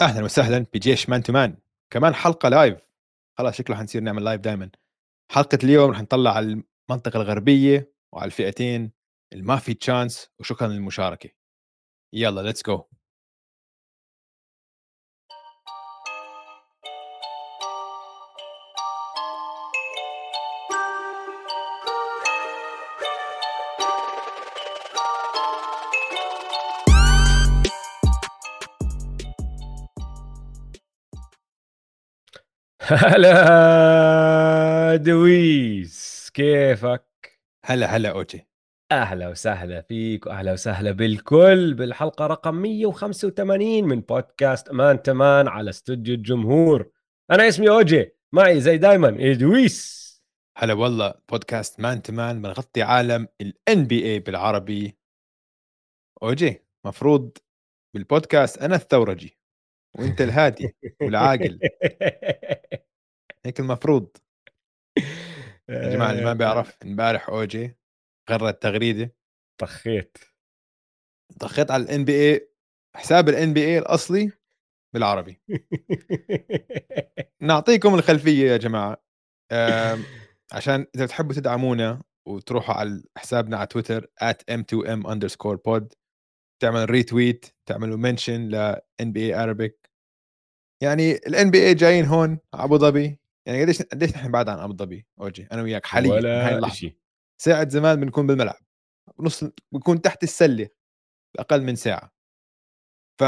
اهلا وسهلا بجيش مان تو مان، كمان حلقه لايف. خلاص شكله حنصير نعمل لايف دائما. حلقه اليوم رح نطلع على المنطقه الغربيه وعلى الفئتين الما في تشانس، وشكرا للمشاركه. يلا ليتس جو. هلا دويس، كيفك؟ هلا هلا اوجي. أهلا وسهلا فيك وأهلا وسهلا بالكل بالحلقة رقم 185 من بودكاست أمان تمان على استوديو الجمهور. أنا اسمي أوجي، معي زي دايما إدويس. هلا والله، بودكاست مان تو مان بنغطي عالم الان بي اي بالعربي. اوجي، مفروض بالبودكاست انا الثورجي وانت الهادي والعاقل، هيك المفروض. يا جماعه اللي ما بيعرف، امبارح اوجي غرد تغريده، طخيت. ضخيت على الان بي اي، حساب الان بي اي الاصلي بالعربي. نعطيكم الخلفية يا جماعة. عشان إذا بتحبوا تدعمونا وتروحوا على حسابنا على تويتر @m2m_pod، تعمل ريتويت، تعملوا منشن ل NBA Arabic. يعني ال NBA جايين هون ابو ظبي. يعني قديش نحن بعد عن ابو ظبي اوجي، انا وياك حاليا من هاي ولا اللحظة إشي. ساعة زمان بنكون بالملعب، نص بنكون تحت السلة بأقل من ساعة. ف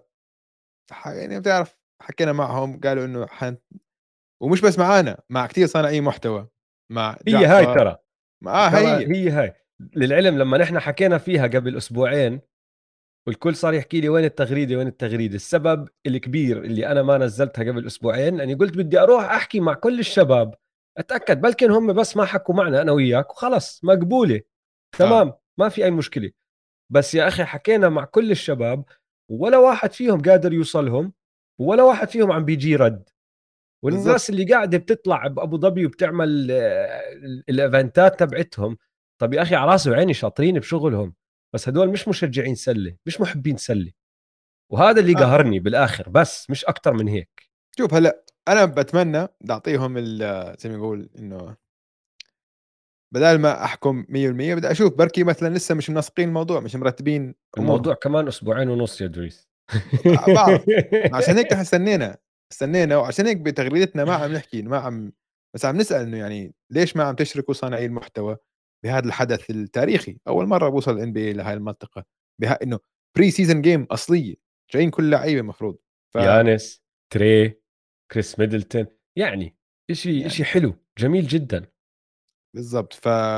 يعني بتعرف حكينا معهم قالوا انه ومش بس معانا، مع كتير صانعين محتوى، مع هي هاي جعفر. ترى، هي هي هاي للعلم. لما نحن حكينا فيها قبل أسبوعين والكل صار يحكي لي وين التغريدة وين التغريدة، السبب الكبير اللي أنا ما نزلتها قبل أسبوعين لأني قلت بدي أروح أحكي مع كل الشباب، أتأكد بلكن هم بس ما حكوا معنا أنا وياك وخلص مقبولة، اه تمام، ما في أي مشكلة. بس يا أخي حكينا مع كل الشباب ولا واحد فيهم قادر يوصلهم، ولا واحد فيهم عم بيجي رد. والناس بالضبط. اللي قاعدة بتطلع بأبو ظبي وبتعمل الإيفنتات تبعتهم، طب يا أخي على راسي وعيني شاطرين بشغلهم، بس هدول مش مشجعين سلة، مش محبين سلة. وهذا اللي آه. قهرني بالاخر، بس مش اكتر من هيك. شوف هلا انا بتمنى بدي اعطيهم زي ما يقول انه بدال ما احكم 100% بدي اشوف بركي مثلا لسه مش منسقين الموضوع، مش مرتبين الموضوع امورهم. كمان اسبوعين ونص يا دريس. بعرف، عشان هيك استنينا وعشان هيك بتغريدتنا ما عم نحكي، ما عم بس عم نسال انه يعني ليش ما عم تشركوا صانعي المحتوى بهذا الحدث التاريخي؟ اول مره بوصل الان بي لهي المنطقه، انه بري سيزون جيم اصليه، جايين كل لعيبه المفروض. ف يانس، تري، كريس ميدلتون، يعني اشي يعني حلو جميل جدا. بالضبط.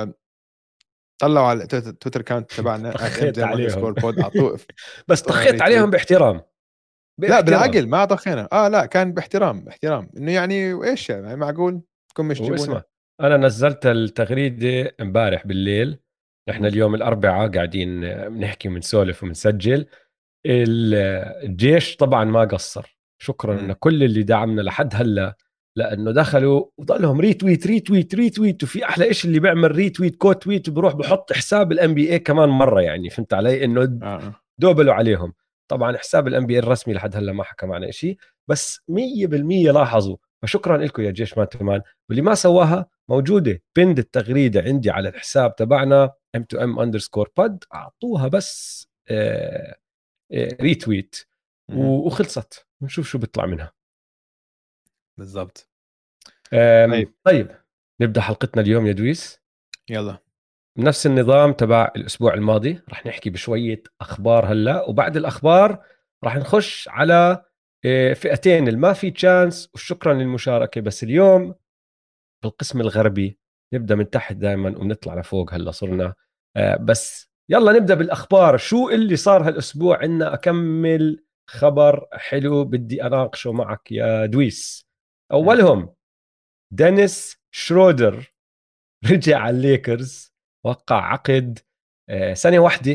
طلعوا على تويتر اكونت تبعنا طخيت عليهم. @mtm_pod، بس اعطونا طخيت عليهم ريتويت. باحترام، لا باحترام. بالعقل ما طخينا، لا كان باحترام انه يعني وايش يعني معقول تكون مش تجيبونا. واسمع، انا نزلت التغريده امبارح بالليل، نحن مهم. اليوم الاربعاء قاعدين بنحكي ومنسولف ومنسجل. الجيش طبعا ما قصر، شكرا مم. لكل اللي دعمنا لحد هلا، لانه دخلوا وضلهم ريتويت ريتويت ريتويت، وفي احلى شيء اللي بيعمل ريتويت كوت تويت وبروح بحط حساب الام بي اي كمان مره، يعني فهمت علي انه آه. دوبلوا عليهم. طبعا حساب الام بي اي الرسمي لحد هلا ما حكى معنا شيء، بس 100% لاحظوا. فشكرا لكم يا جيش مان تمان، واللي ما سواها موجوده بند التغريده عندي على الحساب تبعنا m2m_pod، اعطوها بس ريتويت مهم. وخلصت، ونشوف شو بيطلع منها. بالضبط. طيب طيب، نبدأ حلقتنا اليوم يا دويس. يلا. بنفس النظام تبع الأسبوع الماضي، رح نحكي بشوية أخبار هلأ، وبعد الأخبار رح نخش على فئتين الما في تشانس وشكرا للمشاركة. بس اليوم بالقسم الغربي، نبدأ من تحت دائما وبنطلع لفوق، هلا صرنا بس يلا نبدأ بالأخبار. شو اللي صار هالأسبوع؟ عنا أكمل خبر حلو بدي أناقشه معك يا دويس. مم. أولهم دينيس شرودر رجع على الليكرز، وقع عقد سنة واحدة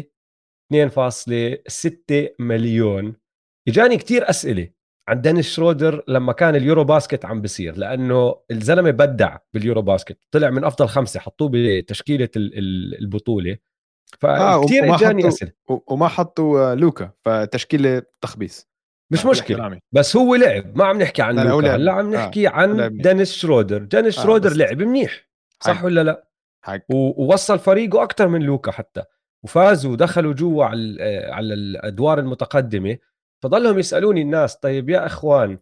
2.6 مليون. اجاني كتير أسئلة عن دينيس شرودر لما كان اليورو باسكت عم بصير، لأنه الزلمة بدع باليورو باسكت، طلع من أفضل خمسة، حطوه بتشكيلة البطولة. فكتير وما اجاني حطوا أسئلة. وما حطوا لوكا فتشكيله تخبيص. مش كل مشكله، احترامي. بس هو لعب، ما عم نحكي عن لا هو لوكا، هلا لعب عم نحكي هو عن لعب منيح. دينيس شرودر. دينيس شرودر بس لعب منيح، حق صح ولا لا؟ حق. ووصل فريقه اكثر من لوكا حتى، وفازوا ودخلوا جوا على الادوار المتقدمه. فضلهم يسالوني الناس، طيب يا اخوان،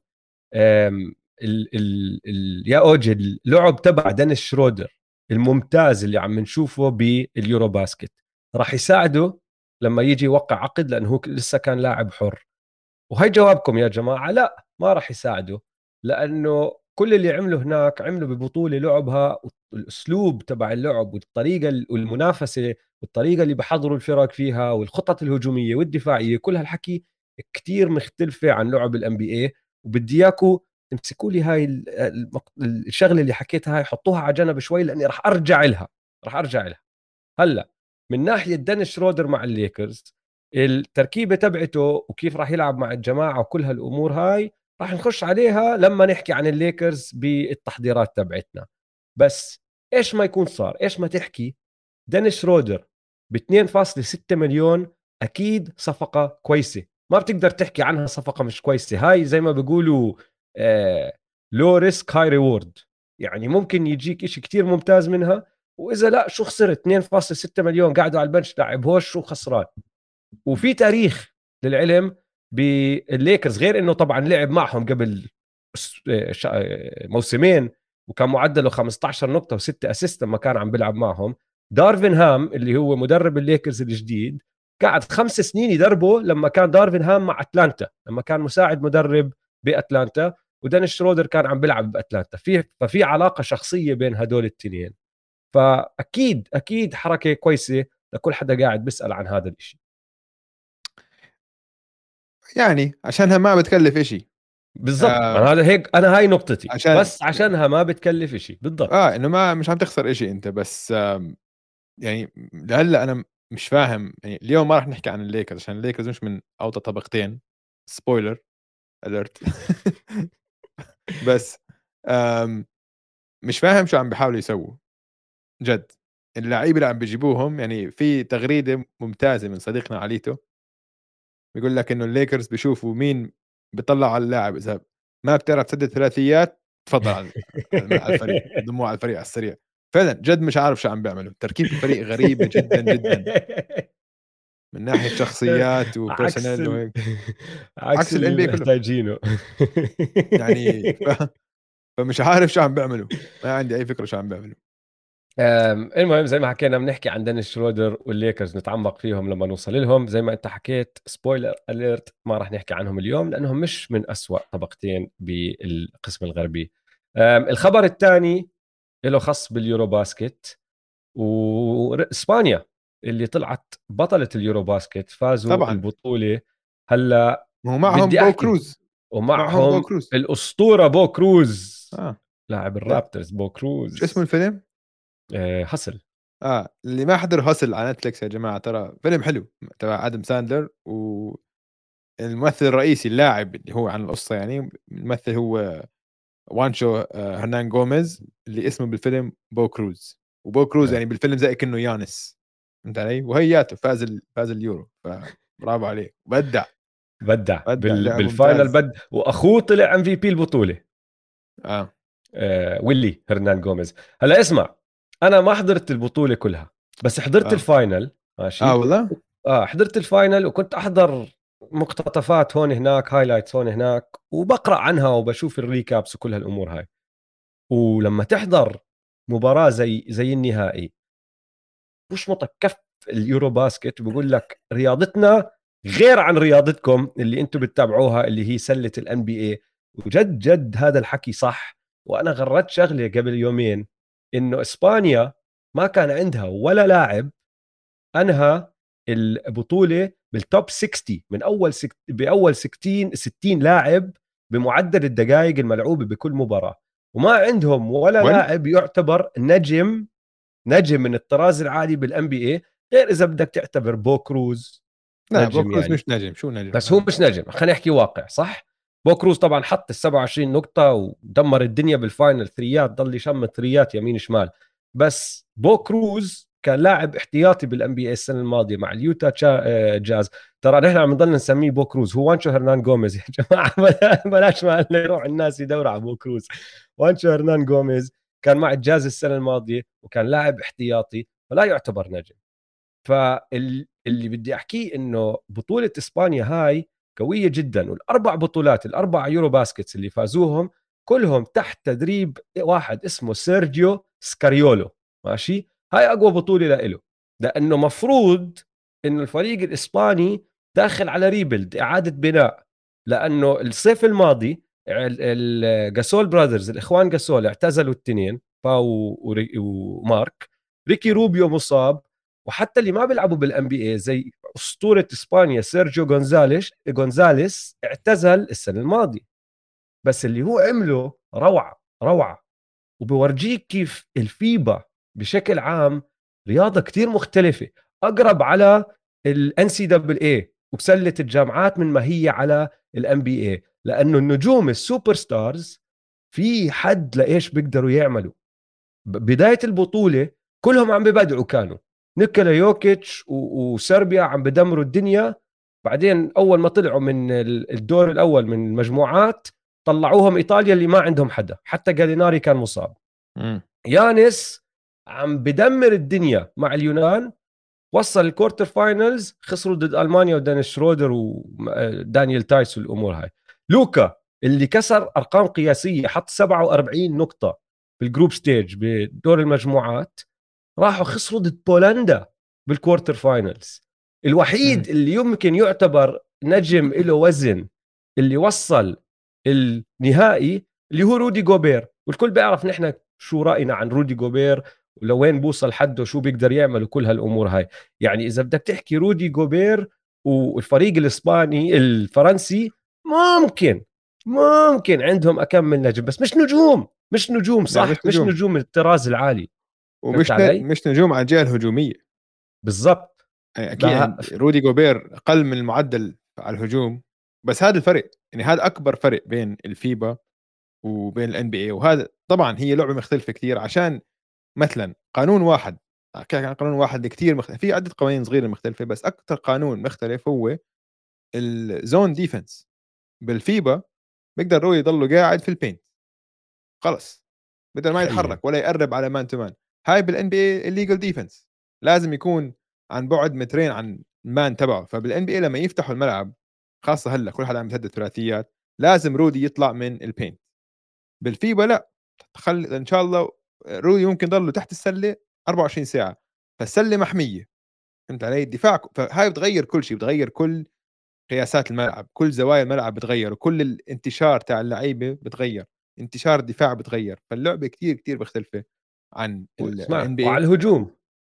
يا اوجي، اللعب تبع دينيس شرودر الممتاز اللي عم نشوفه باليورو باسكت راح يساعده لما يجي يوقع عقد، لانه هو لسه كان لاعب حر؟ وهي جوابكم يا جماعه، لا ما راح يساعده، لانه كل اللي عمله هناك عمله ببطوله لعبها، والاسلوب تبع اللعب والطريقه والمنافسه والطريقه اللي بحضروا الفرق فيها والخطط الهجوميه والدفاعيه، كل هالحكي كتير مختلفه عن لعب الان بي اي. وبدي اياكم تمسكوا لي هاي الشغله اللي حكيتها هاي، حطوها على جنب شوي، لاني راح ارجع لها. هلا من ناحيه دينيس شرودر مع الليكرز، التركيبه تبعته وكيف راح يلعب مع الجماعه وكل هالامور هاي راح نخش عليها لما نحكي عن الليكرز بالتحضيرات تبعتنا. بس ايش ما يكون صار، ايش ما تحكي، دينيس شرودر ب 2.6 مليون اكيد صفقه كويسه، ما بتقدر تحكي عنها صفقه مش كويسه. هاي زي ما بيقولوا لو ريسك هاي ريورد، يعني ممكن يجيك إشي كتير ممتاز منها، واذا لا شو خسرت؟ 2.6 مليون قاعدوا على البنش لاعبوش، شو خسران؟ وفي تاريخ للعلم بالليكرز، غير انه طبعا لعب معهم قبل موسمين وكان معدله 15 نقطة و6 اسيست لما كان عم بيلعب معهم. دارفين هام اللي هو مدرب الليكرز الجديد قعد 5 سنين يدربه لما كان دارفين هام مع أتلانتا، لما كان مساعد مدرب بأتلانتا، ودانيس شرودر كان عم بيلعب بأتلانتا. ففي علاقة شخصية بين هدول التنين. فأكيد أكيد حركة كويسة لكل حدا قاعد بيسأل عن هذا الإشي. يعني عشانها ما بتكلف إشي. بالضبط، آه أنا هذا هيك، أنا هاي نقطتي، عشان بس عشانها ما بتكلف إشي. بالضبط. انه ما مش عم تخسر إشي انت. بس يعني لهلا انا مش فاهم. يعني اليوم ما راح نحكي عن الليكرز عشان الليكرز مش من اوطى طبقتين، سبويلر اليرت. بس مش فاهم شو عم بيحاولوا يسووا جد. اللعيبه اللي عم بيجيبوهم، يعني في تغريده ممتازه من صديقنا عليتو بيقول لك انه الليكرز بيشوفوا مين بيطلع على اللاعب، اذا ما بتعرف تسدد ثلاثيات تفضل على الفريق، ضموه على الفريق على السريع. فعلا جد مش عارف شو عم بيعملوا. تركيبه الفريق غريبه جدا جدا من ناحيه شخصيات عكس وبيرسونيل وهيك، عكس عكس الان بي اللي كله. محتاجينه. يعني فمش عارف شو عم بيعملوا. ما عندي اي فكره شو عم بيعملوا. المهم زي ما حكينا بنحكي عن دينيس شرودر والليكرز، نتعمق فيهم لما نوصل لهم. زي ما انت حكيت، سبويلر اليرت، ما راح نحكي عنهم اليوم لانهم مش من أسوأ طبقتين بالقسم الغربي. الخبر الثاني له خص باليورو باسكت واسبانيا اللي طلعت بطلة اليورو باسكت، فازوا طبعا البطولة. هلا ما هو معهم بدي بو احكي، كروز. معهم بو ومعهم كروز. الأسطورة بو كروز، اه لاعب لا، الرابترز بو شو اسمه كروز. الفيلم؟ حصل. اللي ما حضر هاسل على نتفلكس يا جماعه، ترى فيلم حلو تبع ادم ساندلر. والممثل الرئيسي اللاعب اللي هو عن القصه، يعني الممثل هو وانشو هرنان جوميز، اللي اسمه بالفيلم بو كروز. وبو كروز يعني بالفيلم زي كأنه يانس، فهمت علي؟ وهياته فاز اليورو، فبرافو عليه. بدع لعب بالفاينل ممتاز. واخوه طلع ام في بي البطوله. اه ويلي هرنان جوميز. هلا اسمع، انا ما حضرت البطوله كلها، بس حضرت اه الفاينل. ماشي. والله. حضرت الفاينل وكنت احضر مقتطفات هون هناك، هايلايتس هون هناك، وبقرا عنها وبشوف الريكابس وكل هالامور هاي. ولما تحضر مباراه زي النهائي، مش متكف اليورو باسكت بقول لك رياضتنا غير عن رياضتكم اللي انتم بتتابعوها، اللي هي سله الان بي اي. وجد جد هذا الحكي صح. وانا غردت شغله قبل يومين، انه اسبانيا ما كان عندها ولا لاعب انهى البطوله بالتوب 60 من باول 60 لاعب بمعدل الدقائق الملعوبه بكل مباراه، وما عندهم ولا وين؟ لاعب يعتبر نجم من الطراز العالي بالان بي اي، غير اذا بدك تعتبر بو كروز لا بو نجم كروز يعني. مش نجم. شو نجم بس هو هذا؟ مش نجم، خلينا نحكي واقع صح. بو كروز طبعا حط ال 27 نقطة ودمر الدنيا بالفاينل، ثريات ضل يشمت ثريات يمين شمال. بس بو كروز كان لاعب احتياطي بالان بي السنه الماضيه مع اليوتا جاز. ترى نحن عم نضلنا نسميه بو كروز، هو وانشو هرنان جوميز يا جماعه. بلاش ما يروح الناس يدوروا على بو كروز. وانشو هرنان جوميز كان مع الجاز السنه الماضيه وكان لاعب احتياطي، فلا يعتبر نجم. فاللي بدي احكيه انه بطوله اسبانيا هاي قويه جدا، والاربع بطولات الاربع يورو باسكتس اللي فازوهم كلهم تحت تدريب واحد اسمه سيرجيو سكاريولو. ماشي، هاي اقوى بطوله له، لانه مفروض انه الفريق الاسباني داخل على ريبلد، اعاده بناء، لانه الصيف الماضي الجاسول براذرز، الاخوان جاسول اعتزلوا الاثنين، باو ومارك. ريكي روبيو مصاب، وحتى اللي ما بيلعبوا بالان بي اي زي اسطوره اسبانيا سيرجيو غونزاليس اعتزل السنه الماضيه. بس اللي هو عمله روعه روعه، وبورجيك كيف الفيبا بشكل عام رياضه كتير مختلفه، اقرب على الان سي دبل اي وسله الجامعات من ما هي على الان بي اي، لانه النجوم السوبر ستارز في حد لايش بيقدروا يعملوا. بدايه البطوله كلهم عم ببدعوا، كانوا نيكولا يوكيتش وسربيا عم بدمروا الدنيا. بعدين اول ما طلعوا من الدور الاول من المجموعات طلعوهم ايطاليا اللي ما عندهم حدا، حتى جاليناري كان مصاب. يانس عم بدمر الدنيا مع اليونان، وصل الكورتر فاينلز، خسروا ضد المانيا ودانيال شرودر ودانيال تايس والامور هاي. لوكا اللي كسر ارقام قياسيه، حط 47 نقطه في الجروب ستيج بدور المجموعات، راحوا خسروا ضد بولندا بالكوارتر فاينلز. الوحيد اللي يمكن يعتبر نجم له وزن اللي وصل النهائي اللي هو رودي جوبير، والكل بيعرف نحن شو رأينا عن رودي جوبير ولوين بوصل حده وشو بيقدر يعمل وكل هالأمور هاي. يعني إذا بدك تحكي رودي جوبير والفريق الإسباني الفرنسي، ممكن عندهم أكم من نجم، بس مش نجوم لا مش صح، مش نجوم، نجوم الطراز العالي. فهمت علي؟ مش نجوم على الجهه الهجوميه. بالضبط. يعني اكيد يعني رودي جوبير اقل من المعدل على الهجوم، بس هذا الفرق، يعني هذا اكبر فرق بين الفيبا وبين الان بي اي. وهذا طبعا هي لعبه مختلفه كثير، عشان مثلا قانون واحد كان قانون واحد كثير مختلف، في عده قوانين صغيره مختلفه، بس اكثر قانون مختلف هو الزون ديفنس. بالفيبا بيقدر هو يضله قاعد في البينت خلص، بدل ما تخيل. يتحرك ولا يقرب على مان تو مان. هاي بالان بي اي الليجل ديفنس لازم يكون عن بعد مترين عن المان تبعه. فبالان بي اي لما يفتحوا الملعب، خاصه هلا كل حدا عم يتهدد ثلاثيات، لازم رودي يطلع من البينت. بالفيبا لا، تخلي ان شاء الله رودي ممكن يضل تحت السله 24 ساعه، فالسله محميه. فهمت علي؟ الدفاع فهاي بتغير كل شيء، بتغير كل قياسات الملعب، كل زوايا الملعب بتغير، وكل الانتشار تاع اللعيبه بتغير، انتشار الدفاع بتغير. فاللعبه كتير كتير مختلفه عن اسمع، الان بي اي. وعلى الهجوم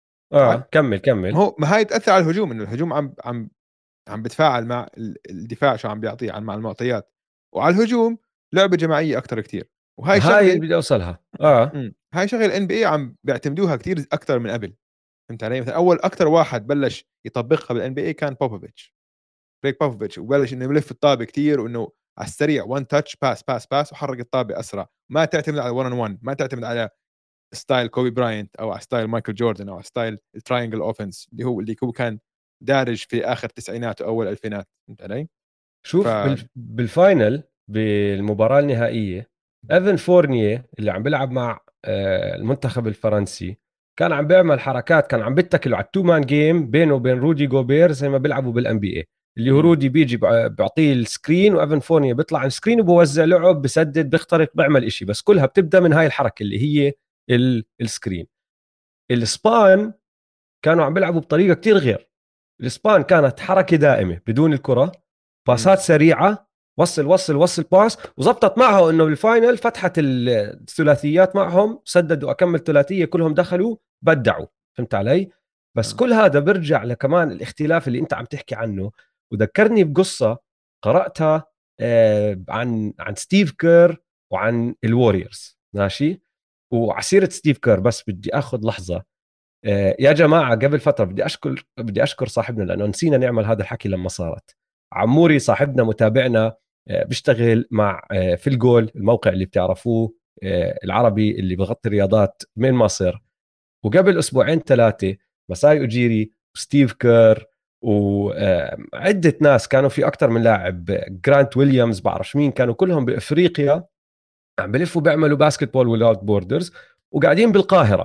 كمل. ما هاي تاثر على الهجوم، انه الهجوم عم بتفاعل مع الدفاع شو عم بيعطيه مع المعطيات. وعلى الهجوم لعبه جماعيه اكثر كتير. وهاي هاي شغله اللي بدي اوصلها. هاي شغله الان بي اي عم بيعتمدوها كتير اكثر من قبل. فهمت علي؟ مثلا اول اكثر واحد بلش يطبقها بالان بي اي كان بوبوفيتش، بريك بوفوفيتش، وبلش انه يلف الطابه كتير، وانه على السريع وان تاتش باس وحرك الطابه اسرع، ما تعتمد على 1 on 1، ما تعتمد على ستايل كوبي براينت او على ستايل مايكل جوردن او على ستايل التراينجل اوفنس اللي هو كان دارج في اخر التسعينات واول الالفينات. فهمت علي؟ ف شوف بالفاينل بالمباراة النهائية، ايفن فورنيه اللي عم بيلعب مع المنتخب الفرنسي كان عم بيعمل حركات، كان عم بيتكلوا على التو مان جيم بينه وبين رودي جوبير زي ما بيلعبوا بالان بي اي، اللي هو رودي بيجي بيعطيه السكرين، وايفن فورنيه بيطلع على السكرين وبوزع لعب، بسدد، بيخترق، بيعمل إشي، بس كلها بتبدا من هاي الحركة اللي هي السكرين. الاسبان كانوا عم بيلعبوا بطريقة كتير غير. الاسبان كانت حركة دائمة بدون الكرة، باسات سريعة، وصل باس، وزبطت معه انه بالفاينل فتحت الثلاثيات معهم، سددوا اكمل ثلاثية كلهم دخلوا بدعوا. فهمت علي؟ بس كل هذا برجع لكمان الاختلاف اللي انت عم تحكي عنه، وذكرني بقصة قرأتها عن ستيف كير وعن الواريورز. ماشي، وعسيرة ستيف كير بس بدي اخذ لحظة. يا جماعة قبل فترة بدي أشكر صاحبنا، لأنه نسينا نعمل هذا الحكي لما صارت. عموري صاحبنا متابعنا، بيشتغل مع في الجول، الموقع اللي بتعرفوه العربي اللي بغطي رياضات من مصر. وقبل أسبوعين 3 مساي أوجيري وستيف كير وعدة ناس كانوا في أكتر من لاعب، جرانت ويليامز بعرفش مين، كانوا كلهم بأفريقيا عم بلفوا بيعملوا باسكتبول ويزاوت بوردرز وقاعدين بالقاهرة.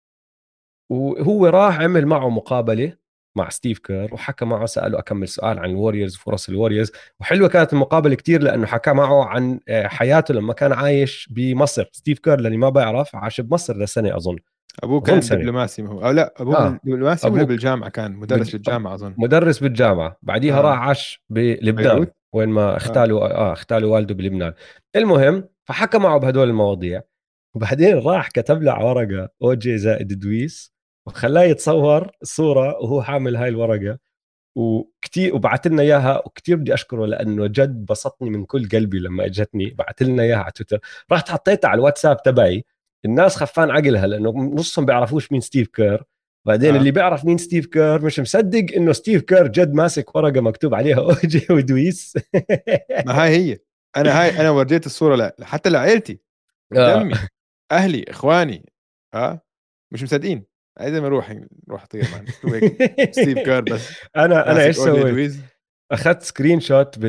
وهو راح عمل معه مقابلة مع ستيف كير وحكى معه، سأله أكمل سؤال عن الوريورز وفرص الوريورز. وحلوة كانت المقابلة كتير لأنه حكى معه عن حياته لما كان عايش بمصر. ستيف كير اللي ما بعرف عاش بمصر لسنة أظن. ابوه أظن كان سنة. دبلوماسي او لا ابوه دبلوماسي ولا أبوك بالجامعه كان مدرس بالجامعه اظن. مدرس بالجامعة، بعديها اه راح عاش بلبنان بيروت. وين ما اه اختالوا والده بلبنان. المهم فحكى معه بهدول المواضيع، وبعدين راح كتب له على ورقة OJ زائد دويس وخلاه يتصور صورة وهو حامل هاي الورقة. وكتير وبعت لنا اياها، وكتير بدي اشكره لانه جد بسطني من كل قلبي لما اجتني. بعت لنا اياها على تويتر، رحت حطيتها على الواتساب تبعي. الناس خفان عقلها لانه نصهم بيعرفوش مين ستيف كير. بعدين اللي اه بيعرف مين ستيف كير مش مصدق انه ستيف كير جد ماسك ورقه مكتوب عليها اوجي ودويس. ما هي انا ورجيت الصوره حتى لعائلتي، آه. دمي، اهلي، اخواني. اه مش مصدقين. عايز ما نروح اطير معنا شو هيك. ستيف كير بس انا ماسك ايش اوجي سويت؟ دويز. اخذت سكرين شوت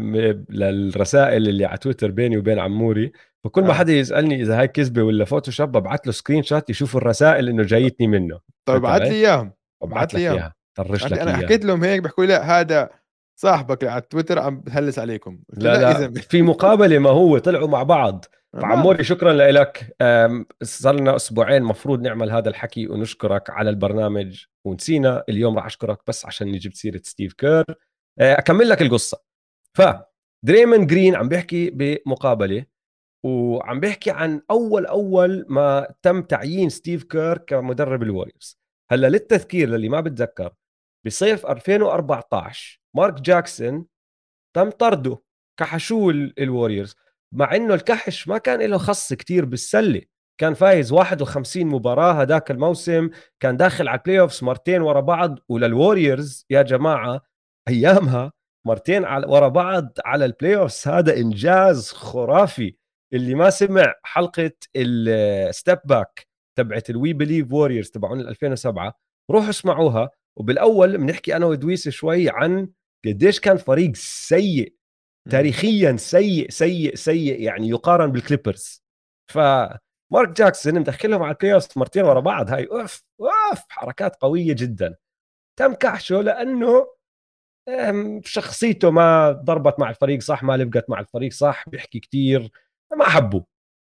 للرسائل اللي على تويتر بيني وبين عموري. فكل ما اه حدا يسالني اذا هاي كذبه ولا فوتوشوب ببعث له سكرين شوت يشوف الرسائل انه جايتني منه. طيب فهمت ابعت لي علي؟ اياهم. ببعث ابعت لي لك اياهم. اياها، طرش لك انا اياها. حكيت لهم هيك بيحكوا لي لا هذا صاحبك اللي على تويتر عم بتهلس عليكم. قلت له لا لا لا، اذا في مقابله، ما هو طلعوا مع بعض. ما فعموري بعرف. شكرا لك. صار لنا اسبوعين مفروض نعمل هذا الحكي ونشكرك على البرنامج ونسينا. اليوم راح اشكرك بس عشان جبت سيره ستيف كير. اكمل لك القصه. فدريمن جرين عم بيحكي بمقابله وعم بيحكي عن اول ما تم تعيين ستيف كير كمدرب الوريوز. هلا للتذكير للي ما بتذكر، بصيف 2014 مارك جاكسون تم طرده، كحشوه الوريوز. مع انه الكحش ما كان له خص كتير بالسله، كان فايز 51 مباراه هداك الموسم، كان داخل على البلاي اوفز مرتين ورا بعض. وللوريوز يا جماعه ايامها مرتين ورا بعض على البلاي اوفز هذا انجاز خرافي. اللي ما سمع حلقه الستيب باك تبعت الوي بليف ووريرز تبعون 2007 روحوا اسمعوها. وبالاول بنحكي انا ودويس شوي عن قديش كان فريق سيء، مم. تاريخيا سيء سيء سيء، يعني يقارن بالكليبرز. فمارك جاكسون مدخلهم على البلاي اوف مرتين ورا بعض، هاي اوف اوف حركات قويه جدا. تم كحشه لانه شخصيته ما ضربت مع الفريق صح، ما لبقت مع الفريق صح، بيحكي كتير، ما حبوا.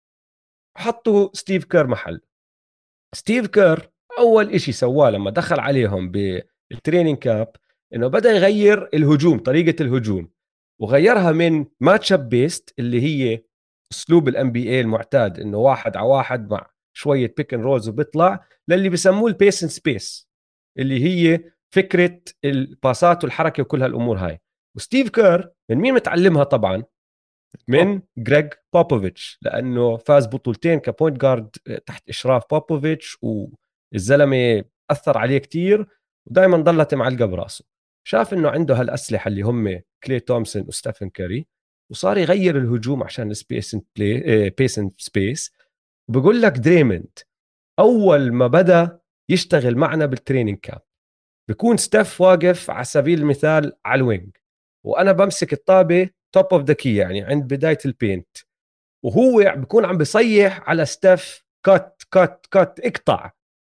حطوا ستيف كير محل. ستيف كير اول إشي سواه لما دخل عليهم بالتريننج كاب انه بدا يغير الهجوم، طريقه الهجوم، وغيرها من ماتش اب بيست اللي هي اسلوب الام بي اي المعتاد، انه واحد على واحد مع شويه بيك اند رولز وبيطلع، للي بسموه البيس اند سبيس، اللي هي فكره الباسات والحركه وكل هالامور هاي. وستيف كير من مين متعلمها؟ طبعا بوب. من جريج بوبوفيتش، لانه فاز بطولتين كبوينت جارد تحت اشراف بوبوفيتش، والزلمه اثر عليه كتير ودائما ضلت معلقه براسه. شاف انه عنده هالاسلحه اللي هم كلي تومسون وستيفن كاري، وصار يغير الهجوم عشان السبيس اند بلاي، بيس اند سبيس. وبقول لك دريموند اول ما بدا يشتغل معنا بالتريننج كاب بكون ستيف واقف على سبيل المثال على الوينج، وانا بمسك الطابه توب اوف ذا كي يعني عند بدايه البينت، وهو بيكون عم بيصيح على ستيف كات كات كات اقطع.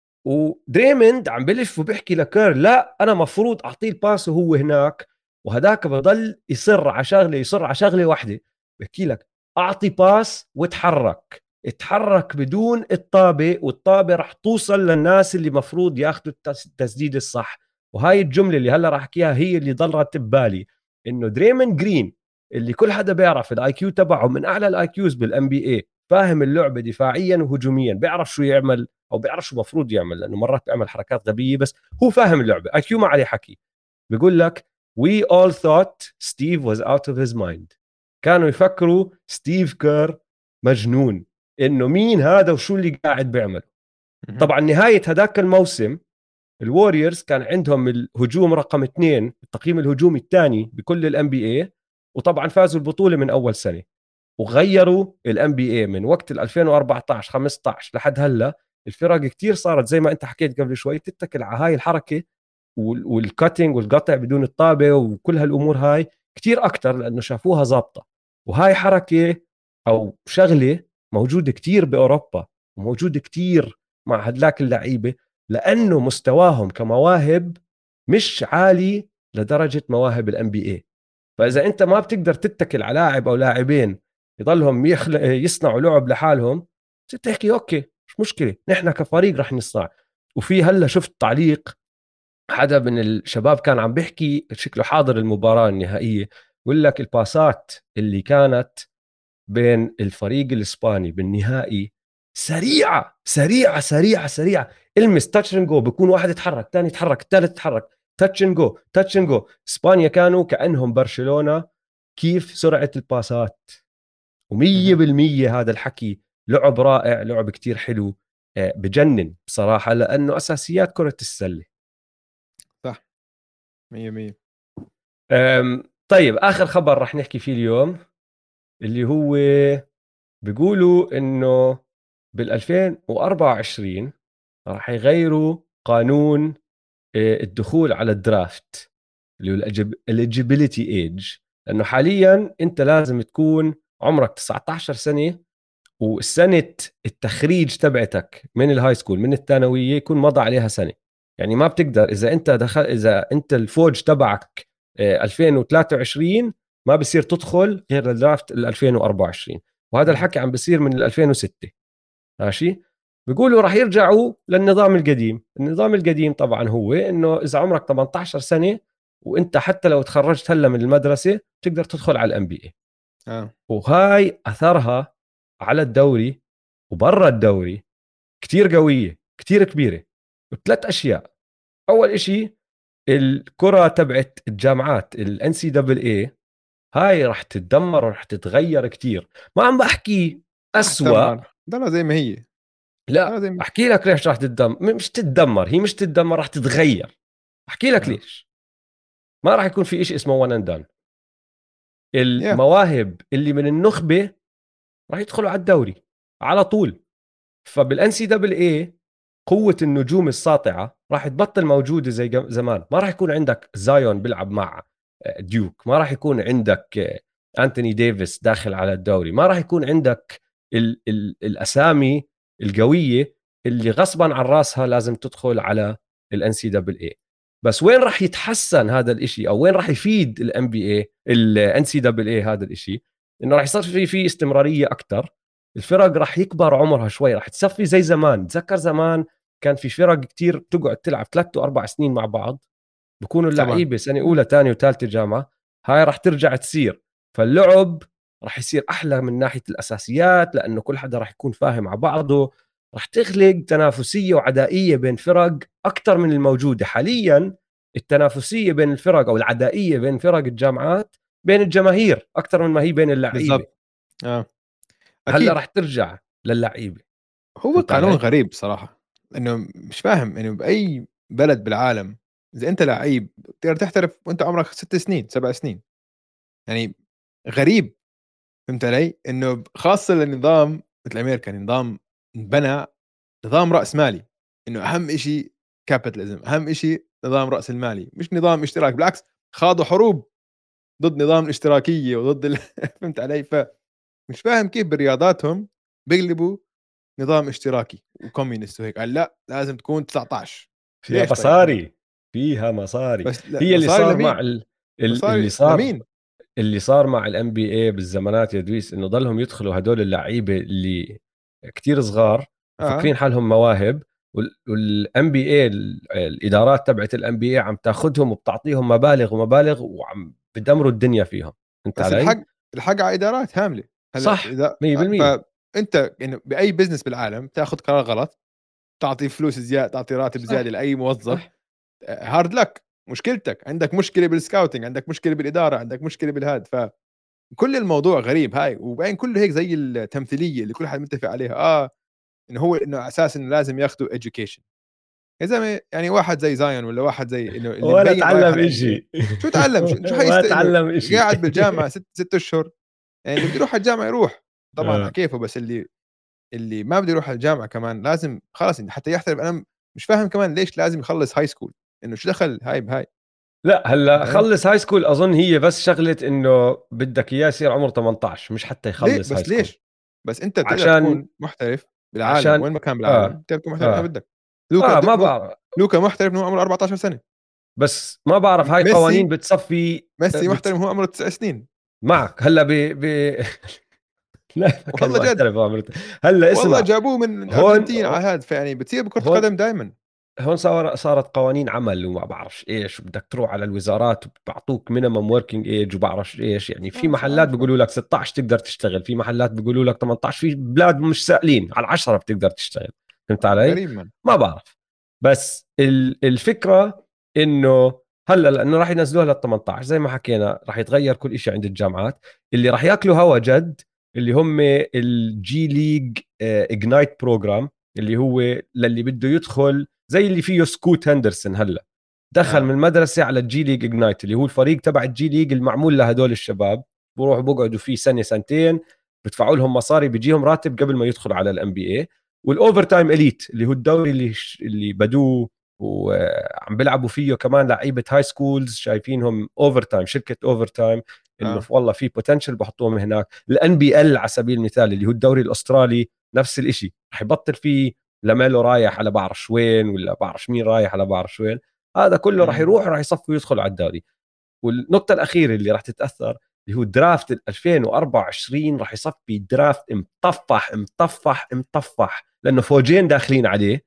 ودريموند عم بلف وبيحكي لكير لا انا مفروض اعطيه الباس وهو هناك، وهداك بضل يصر على شغله، يصر على شغله واحده. بحكي لك اعطي باس وتحرك، اتحرك بدون الطابه، والطابه راح توصل للناس اللي مفروض ياخذوا التسديد الصح. وهاي الجمله اللي هلا راح احكيها هي اللي ضلت ببالي، انه دريمن جرين اللي كل حدا بيعرف الاي كيو تبعه من اعلى الاي كيوز بالان بي اي، فاهم اللعبه دفاعيا وهجوميا، بيعرف شو يعمل او بيعرف شو مفروض يعمل، لانه مرات بيعمل حركات غبيه بس هو فاهم اللعبه، اي كيو ما عليه حكي. بيقول لك we all thought Steve was out of his mind. كانوا يفكروا ستيف كير مجنون، انه مين هذا وشو اللي قاعد بيعمل. مهم. طبعا نهايه هذاك الموسم الواريورز كان عندهم الهجوم رقم 2، التقييم الهجومي الثاني بكل الان بي اي، وطبعا فازوا البطوله من اول سنه. وغيروا الان بي اي من وقت 2014 15 لحد هلا، الفرق كتير صارت زي ما انت حكيت قبل شوي تتكل على هاي الحركه والكاتنج والقطع بدون الطابه وكل هالامور هاي كتير اكتر لانه شافوها ظابطه. وهاي حركه او شغله موجوده كتير باوروبا وموجوده كتير مع هدلاك اللعيبه، لانه مستواهم كمواهب مش عالي لدرجه مواهب الان بي اي. فاذا انت ما بتقدر تتكل على لاعب او لاعبين يضلهم يصنعوا لعب لحالهم، تحكي اوكي مش مشكله نحن كفريق رح نصنع. وفي هلا شفت تعليق حدا من الشباب كان عم بيحكي شكله حاضر المباراة النهائية، بقول لك الباسات اللي كانت بين الفريق الإسباني بالنهائي سريعة سريعة سريعة سريعة. المس تاتش اند جو، بكون واحد يتحرك ثاني يتحرك ثالث يتحرك، تاتش اند جو تاتش اند جو. اسبانيا كانوا كأنهم برشلونة كيف سرعة الباسات. ومية بالمية هذا الحكي لعب رائع، لعب كتير حلو، بجنن بصراحة لأنه أساسيات كرة السلة. صح 100%. طيب آخر خبر رح نحكي فيه اليوم اللي هو بيقولوا إنه بال 2024 رح يغيروا قانون الدخول على الدرافت اللي هو eligibility age، لأنه حاليا أنت لازم تكون عمرك 19 سنة والسنة التخريج تبعتك من الهاي سكول من الثانوية يكون مضى عليها سنة. يعني ما بتقدر إذا أنت الفوج تبعك 2023 ما بصير تدخل غير الدرافت 2024. وهذا الحكي عم بصير من 2006. ماشي. بيقولوا راح يرجعوا للنظام القديم. النظام القديم طبعا هو انه اذا عمرك 18 سنة وانت حتى لو تخرجت هلا من المدرسة تقدر تدخل على الام بي اي. وهاي اثرها على الدوري وبرا الدوري كتير قوية كتير كبيرة. وثلاث اشياء. اول اشي الكرة تبعت الجامعات الان سي دبل اي هاي راح تتدمر وراح تتغير كتير. ما عم بحكي اسوأ، ضلها زي ما هي. لا احكي لك ليش راح تتدمر. مش تتدمر، هي مش تتدمر، راح تتغير. احكي لك ليش. ما راح يكون في إشي اسمه وان اند دان. المواهب اللي من النخبة راح يدخلوا على الدوري على طول. فبالان سي دبل اي قوة النجوم الساطعة راح تبطل موجودة زي زمان. ما راح يكون عندك زايون بيلعب مع ديوك، ما راح يكون عندك أنتوني ديفيس داخل على الدوري، ما راح يكون عندك الأسامي القوية اللي غصبا عن راسها لازم تدخل على الان سي دبل اي. بس وين راح يتحسن هذا الاشي او وين راح يفيد الام بي اي الان سي دبل اي هذا الاشي؟ انه راح يصير في استمرارية اكثر. الفرق راح يكبر عمرها شوي، راح تصفي زي زمان. تذكر زمان كان في فرق كتير تقعد تلعب 3 و4 سنين مع بعض، بكونوا اللعيبة سنة أولى ثانية وثالثة جامعة. هاي راح ترجع تصير. فاللعب راح يصير أحلى من ناحية الأساسيات لأنه كل حدا راح يكون فاهم على بعضه. راح تخلق تنافسية وعدائية بين فرق أكتر من الموجودة حاليا. التنافسية بين الفرق أو العدائية بين فرق الجامعات بين الجماهير أكتر من ما هي بين اللعيبة. هلا راح ترجع للعيبة. هو قانون غريب صراحة، انه مش فاهم انه باي بلد بالعالم اذا انت لعيب تقدر تحترف وانت عمرك 6 سنين 7 سنين. يعني غريب. فهمت علي؟ انه خاصة للنظام مثل امريكا، نظام انبنى نظام راس مالي، انه اهم شيء كابيتاليزم، اهم شيء نظام راس المالي مش نظام اشتراك. بالعكس خاضوا حروب ضد نظام الاشتراكيه وضد فهمت علي؟ فمش فاهم كيف برياضاتهم بيقلبوا نظام اشتراكي وكوميونست وهيك. قال لا لازم تكون 19. فيها مصاري طيب؟ فيها مصاري. بس هي اللي صار لمين؟ مع اللي صار لمين؟ اللي صار مع الام بي اي بالزمانات يا دويس انه ضلهم يدخلوا هدول اللعيبه اللي كتير صغار وفكرين حالهم مواهب، والام بي اي الادارات تبعت الام بي اي عم تاخذهم وبتعطيهم مبالغ ومبالغ وعم بدمروا الدنيا فيهم. انت بس علي؟ الحق على ادارات هامله. هلا صح اذا 100%. فانت يعني باي بزنس بالعالم تاخذ قرار غلط تعطي فلوس زياده، تعطي راتب زياده لاي موظف، هارد لك. مشكلتك عندك مشكله بالسكاوتنج، عندك مشكله بالاداره، عندك مشكله بالهاد. فكل الموضوع غريب هاي. وبعدين كله هيك زي التمثيليه اللي كل حد متفق عليها انه هو انه اساس انه لازم ياخذوا education. يا زلمه يعني واحد زي زايون ولا واحد زي انه اللي ولا مبين رايح على تعلم NBA شيء. شو تعلم؟ شو ما انه تعلم شيء. قاعد بالجامعه ست اشهر. يعني اللي بده يروح على الجامعه يروح طبعا على كيفه، بس اللي اللي ما بده يروح على الجامعه كمان لازم خلاص حتى يحترف. انا مش فاهم كمان ليش لازم يخلص هاي سكول، انه شو دخل هاي بهاي. لا هلا فهمت علي؟ خلص هاي سكول اظن هي بس شغله انه بدك اياه يصير عمره 18 مش حتى ليه يخلص هاي بس سكول. ليش؟ بس انت بتقدر عشان تكون محترف بالعالم، عشان وين ما كان بالعالم اه بتقدر تكون محترف انا اه بدك. لوكا ما بعرف. لوكا محترف انه عمره 14 سنه. بس ما بعرف هاي قوانين ميسي بتصفي محترف هو عمره 9 سنين. معك هلا لا ما كان والله جد، معترف هلا والله اسمع. جابوه من هون الارجنتين على هذا، فيعني بتصير بكره هون القدم دائما. هون صارت قوانين عمل وما بعرفش ايش، بدك تروح على الوزارات وبعطوك مينيمم وركينج ايج وبعرفش ايش. يعني في شو محلات عارفه. بيقولوا لك 16 تقدر تشتغل، في محلات بيقولوا لك 18، في بلاد مش سائلين على 10 بتقدر تشتغل. فهمت علي؟ غريب من. ما بعرف. بس الفكرة انه هلا لانه راح ينزلوها لل 18 زي ما حكينا، راح يتغير كل شيء عند الجامعات. اللي راح ياكلوا هوا جد اللي هم الجي ليج اجنايت بروجرام، اللي هو للي بده يدخل زي اللي فيه سكوت هندرسون هلا دخل من اه المدرسه على الجي ليج اجنايت، اللي هو الفريق تبع الجي ليج المعمول لهدول الشباب. بروحوا بقعدوا فيه سنه سنتين، بدفعوا لهم مصاري، بيجيهم راتب قبل ما يدخلوا على الام بي اي. والاوفر تايم اليت اللي هو الدوري اللي بدوه وعم بيلعبوا فيه كمان لعيبه هاي سكولز شايفينهم اوفر تايم، شركه اوفر تايم انه اه والله في بوتنشل بحطوهم هناك. الان بي ال على سبيل المثال اللي هو الدوري الاسترالي نفس الشيء، رح يبطل فيه لاميلو رايح على بعرف وين، ولا بعرف مين رايح على بعرف وين. هذا كله راح امم يروح وراح يصفي ويدخل على الدوري. والنقطة الأخيرة اللي راح تتأثر اللي هو درافت 2024 راح يصفي درافت مطفح مطفح مطفح، لأنه فوجين داخلين عليه.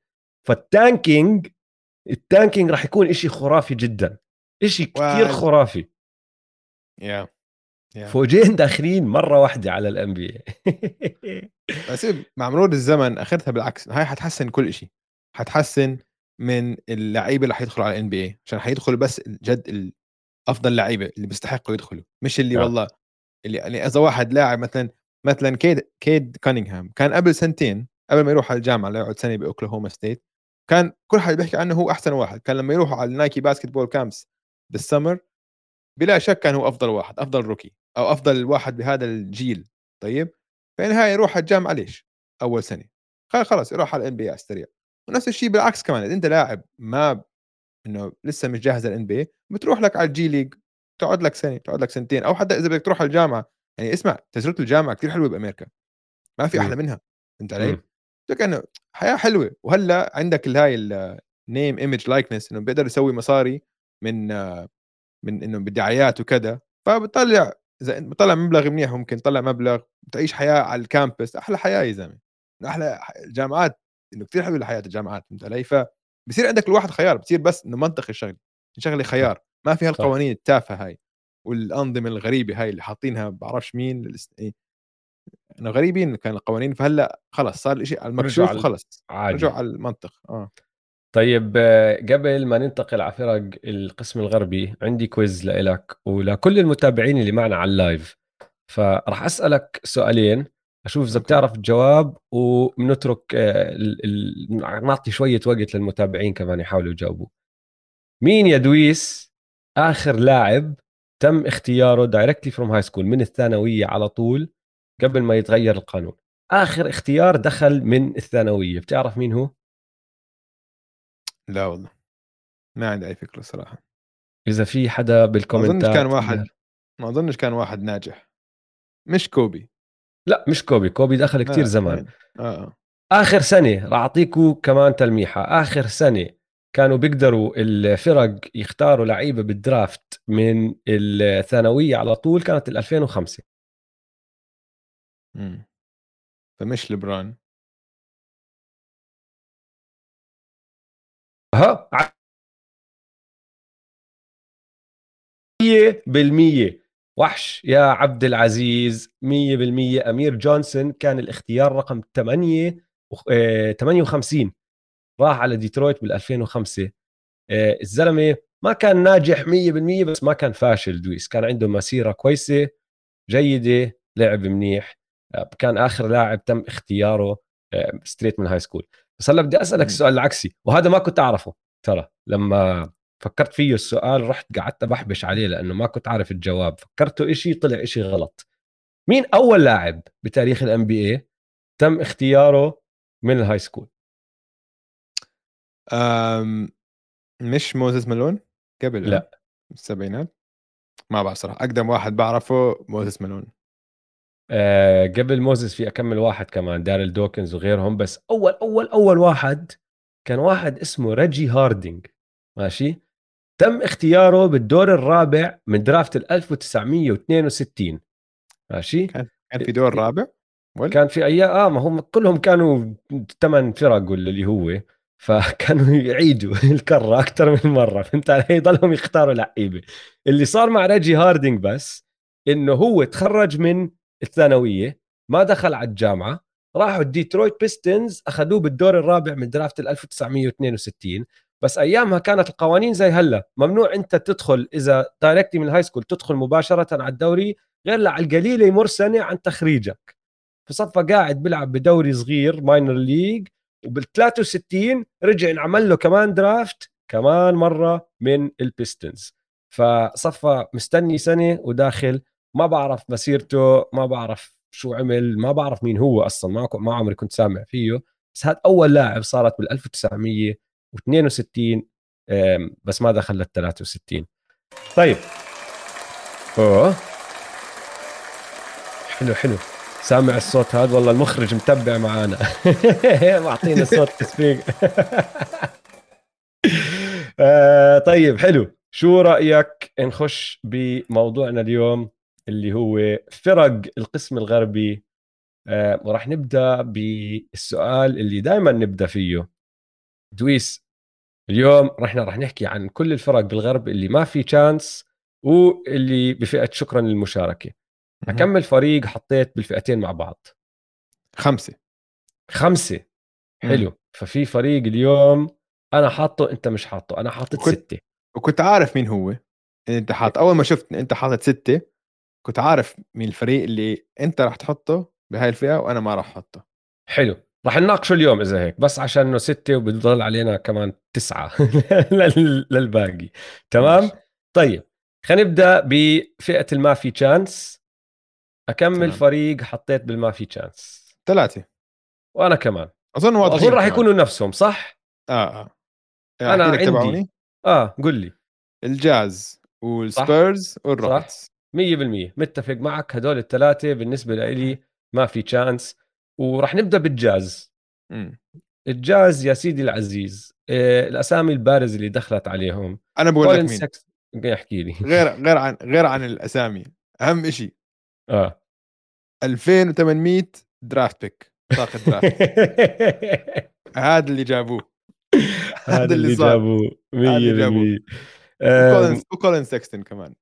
التانكينج راح يكون إشي خرافي جدا، إشي كتير واز خرافي. يا يا فوجين داخلين مرة واحدة على الان بي. بس مع مرور الزمن اخرتها بالعكس، هاي حتحسن كل شيء. حتحسن من اللعيبه اللي حيدخلوا على الان بي اي، عشان حيدخلوا بس جد افضل لعيبه اللي بيستحقوا يدخلوا، مش اللي آه. والله اللي يعني اذا واحد لاعب مثلا كيد كانينغهام كان قبل سنتين قبل ما يروح على الجامعه ليقعد سنه باوكلاهوما ستيت، كان كل حد بيحكي عنه هو احسن واحد. كان لما يروحوا على النايكي باسكت بول كامبس بالسمر بلا شك كان هو افضل واحد، افضل روكي او افضل واحد بهذا الجيل. طيب في النهايه يروح على الجامعه ليش؟ اول سنه خلص يروح على الان بي اي على السريع. ونفس الشيء بالعكس كمان، اذا انت لاعب ما انه لسه مش جاهز للان بي اي، بتروح لك على الجي ليج، تقعد لك سنه، تقعد لك سنتين، او حتى اذا بدك تروح على الجامعه. يعني اسمع، تجربه الجامعه كثير حلوه بامريكا، ما في احلى مم. منها. فهمت علي؟ مم. لك انه حياه حلوه. وهلا عندك الهاي النيم ايمج لايكنس، انه بيقدر يسوي مصاري من انه بالدعايات وكذا. فبتطلع اذا انت بتطلع مبلغ منيح، ممكن تطلع مبلغ تعيش حياه على الكامبس، احلى حياه يا زلمه. من احلى الجامعات، انه كثير حلوه حياه الجامعات. فهمت علي؟ فبصير عندك الواحد خيار، بصير بس انه منطقي الشغله صح خيار، ما في صح. هالقوانين التافهه هاي والانظمه الغريبه هاي اللي حاطينها بعرفش مين انه غريبين كان القوانين. فهلا خلص صار الشيء على رجعوا المكشوف وخلص رجعوا عادي. على المنطق. طيب قبل ما ننتقل على فرق القسم الغربي عندي كويز لإلك ولكل المتابعين اللي معنا على اللايف. فراح أسألك سؤالين أشوف إذا اوكي بتعرف الجواب، وبنترك نعطي شوية وقت للمتابعين كمان يحاولوا يجاوبوا. مين يا دويس آخر لاعب تم اختياره دايركتلي فروم هاي سكول من الثانوية على طول قبل ما يتغير القانون؟ آخر اختيار دخل من الثانوية، بتعرف مين هو؟ لا والله ما عندي اي فكره صراحه. إذا في حدا ما اظنش كان بالكومنتات واحد بيعرف. ما اظنش كان واحد ناجح. مش كوبي. لا مش كوبي، كوبي دخل كتير لا زمان. يعني آخر سنة راح أعطيكم كمان تلميحة، آخر سنة كانوا بيقدروا الفرق يختاروا لعيبة بالدرافت من الثانوية على طول كانت 2005. مم. فمش لبران. ها 100% وحش يا عبد العزيز، 100% أمير جونسون كان الاختيار رقم 8 58. راح على ديترويت بال 2005. الزلمة ما كان ناجح 100% بس ما كان فاشل. دويس كان عنده مسيرة كويسة جيدة، لعب منيح. كان آخر لاعب تم اختياره ستريت من هاي سكول. بس هلا بدي أسألك مم. السؤال العكسي، وهذا ما كنت أعرفه ترى. لما فكرت فيه السؤال رحت قعدت بحبش عليه لأنه ما كنت عارف الجواب، فكرته إشي طلع إشي غلط. مين أول لاعب بتاريخ الان بي اي تم اختياره من الهاي سكول. أم... مش موزيس مالون قبل لا. السبعينات. ما بعرف صراحه، اقدم واحد بعرفه موزيس مالون. قبل موزيس في أكمل واحد كمان، داريل دوكنز وغيرهم، بس أول واحد كان واحد اسمه ريجي هاردينج. ماشي. تم اختياره بالدور الرابع من درافت 1962. ماشي. كان في دور رابع ولا؟ كان في ايام ما هم كلهم كانوا 8 فرق ولا اللي هو، فكانوا يعيدوا الكرة أكثر من مرة، فهمت علي؟ يضلهم يختاروا لعيبة. اللي صار مع ريجي هاردينج بس إنه هو تخرج من الثانوية، ما دخل على الجامعة، راحوا الديترويت بيستنز أخذوه بالدور الرابع من درافت 1962. بس أيامها كانت القوانين زي هلا، ممنوع أنت تدخل إذا دايركتي من الهاي سكول تدخل مباشرة على الدوري، غير على القليلة يمر سنة عن تخريجك. فصفى قاعد بيلعب بدوري صغير ماينر ليج، وبال 63 رجع انعمل له كمان درافت كمان مره من البيستنز. فصفى مستني سنه وداخل. ما بعرف مسيرته، ما بعرف شو عمل، ما بعرف مين هو اصلا، ما عمري كنت سامع فيه. بس هذا اول لاعب صارت بال 1962. بس ما دخل لل 63. طيب. اوه حلو حلو. سامع الصوت هذا؟ والله المخرج متبع معانا. معطينا صوت تصفيق. طيب حلو. شو رأيك نخش بموضوعنا اليوم اللي هو فرق القسم الغربي؟ وراح نبدأ بالسؤال اللي دائما نبدأ فيه. دويس، اليوم راح نحكي عن كل الفرق بالغرب اللي ما في تشانس، واللي بفئة شكرا للمشاركة. مهم. أكمل فريق حطيت بالفئتين مع بعض؟ 5. 5. امم حلو. ففي فريق اليوم انا حاطه انت مش حاطه، انا حاطط وكنت 6. وكنت عارف مين هو. انت حاط اول ما شفت انت حاطط 6، كنت عارف مين الفريق اللي انت راح تحطه بهاي الفئة وانا ما راح احطه. حلو. راح نناقشه اليوم اذا هيك، بس عشان انه 6 وبضل علينا كمان 9 للباقي. تمام. ماشي. طيب خلينا نبدا بفئه الما في تشانس. اكمل تمام. فريق حطيت بالما في تشانس؟ 3. وانا كمان. اظن واظن واضحين راح كمان. يكونوا نفسهم، صح؟ اه انا احكي لك عندي. تبعوني. قل لي. الجاز صح. والسبيرز صح. والروكيتس. 100% متفق معك. هدول الثلاثة بالنسبة لي ما في تشانس. وراح نبدأ بالجاز. امم الجاز يا سيدي العزيز، الأسامي البارزة اللي دخلت عليهم. انا بقول لك كولين مين. سكس. يحكي لي. غير عن الاسامي. اهم شيء اه. 2800 درافت بيك، بطاقة درافت. هذا اللي جابوه. هذا هذا اللي اللي صار. جابوه هذا اللي جابوه. 100%. وكولين سكستن كمان.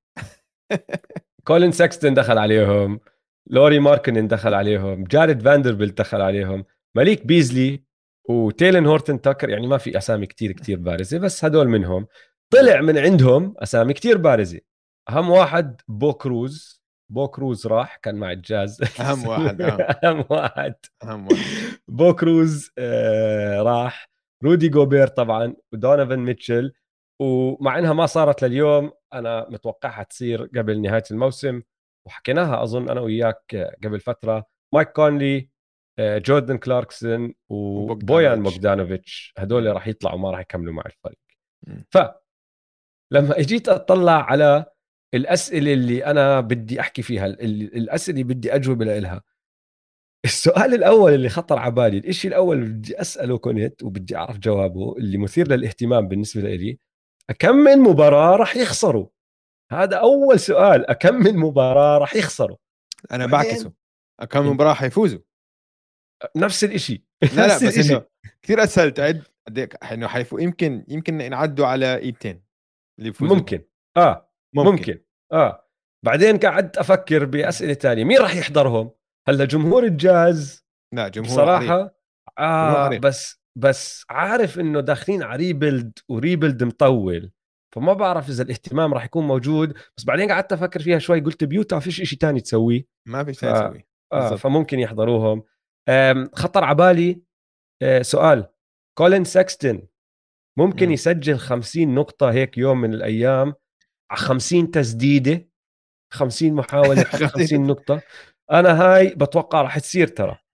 كولين سكستن دخل عليهم، لوري ماركنن دخل عليهم، جاريد فاندربلت دخل عليهم، ماليك بيزلي، وتيلن هورتن تاكر. يعني ما في اسامي كتير كتير بارزه، بس هدول منهم. طلع من عندهم اسامي كتير بارزه. اهم واحد بو كروز. بو كروز راح كان مع الجاز. اهم واحد اهم واحد. اهم واحد. بو كروز راح. رودي جوبير طبعا، ودونيفن ميتشل. ومع انها ما صارت لليوم، انا متوقعها تصير قبل نهايه الموسم، وحكيناها اظن انا وياك قبل فتره. مايك كونلي، جوردن كلاركسون، وبويان وبوغدانوفيتش. بوغدانوفيتش، هدول مم. راح يطلعوا ما راح يكملوا مع الفريق. مم. فلما اجيت اطلع على الاسئله اللي انا بدي احكي فيها، الاسئله اللي بدي اجوبه لها، السؤال الأول اللي خطر على بالي، الإشي الأول اللي بدي أسأله كنت وبدي أعرف جوابه اللي مثير للاهتمام بالنسبة لي: أكم من مباراة راح يخسروا؟ هذا أول سؤال. أكم من مباراة راح يخسروا؟ انا بعدين بعكسه. كم انت مباراة حيفوزوا. نفس الإشي. لا نفس بس انه الإشي. كثير اسهل تعد انه يمكن ينعدوا على ايدتين اللي يفوزوا لهم. ممكن. آه. ممكن. ممكن. بعدين قعدت أفكر بأسئلة تانية، مين راح يحضرهم؟ هلا جمهور الجاز لا، جمهور عريق. بصراحة. جمهور عريق. بس عارف انه داخلين على ريبيلد، وريبيلد مطول، فما بعرف اذا الاهتمام راح يكون موجود. بس بعدين قعدت افكر فيها شوي، قلت بيوتا فيش إشي تاني تسويه. ما في ف شيء يسوي. بالضبط. فممكن يحضروهم. خطر على بالي سؤال: كولين سكستن ممكن مم. يسجل 50 نقطة هيك يوم من الأيام، على 50 تسديدة، 50 محاولة يحط 50 نقطة. أنا هاي بتوقع راح تصير ترى.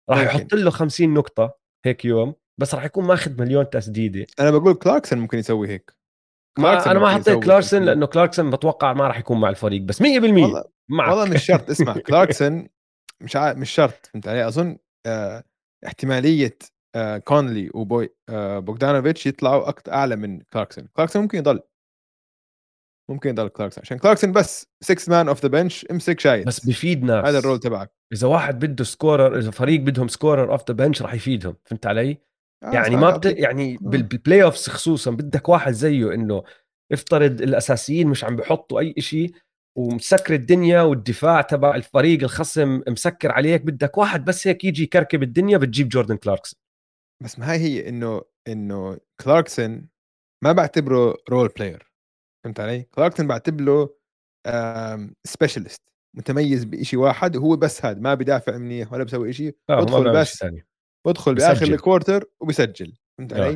راح ممكن. يحط له 50 نقطة هيك يوم، بس راح يكون ماخذ مليون تسديدة. انا بقول كلاركسون ممكن يسوي هيك. ما كلاركسون انا ما ممكن حطيت يسوي كلاركسون 50. لانه كلاركسون بتوقع ما راح يكون مع الفريق، بس 100% والله والله معك. مش شرط. اسمع كلاركسون مش شرط، فهمت علي؟ اظن احتماليه كونلي وبوي بوغدانوفيتش يطلعوا اكثر اعلى من كلاركسون. كلاركسون ممكن يضل كلاركسون عشان كلاركسون بس 6 مان اوف ذا بنش، امسك شايت. بس بيفيد هذا الرول ناس. تبعك. اذا واحد بده سكورر، اذا فريق بدهم سكورر اوف ذا بنش راح يفيدهم، فهمت علي؟ يعني ما فهمت قصدي. يعني آه. بالبلاي اوفز خصوصا بدك واحد زيه، انه افترض الاساسيين مش عم بحطوا اي شيء ومسكر الدنيا، والدفاع تبع الفريق الخصم مسكر عليك، بدك واحد بس هيك يجي يكركب الدنيا، بتجيب جوردن كلاركسون. بس ما هي انه كلاركسون ما بعتبره رول بلاير، فهمت علي؟ كلاركسون بعتبره سبيشالست، متميز بشيء واحد، وهو بس هذا ما بدافع منيح ولا بسوي شيء، اه هو ما بدخل بيعمل شيء بس، ثاني. بدخل باخر بسجل. الكوارتر وبسجل، فهمت علي؟ اه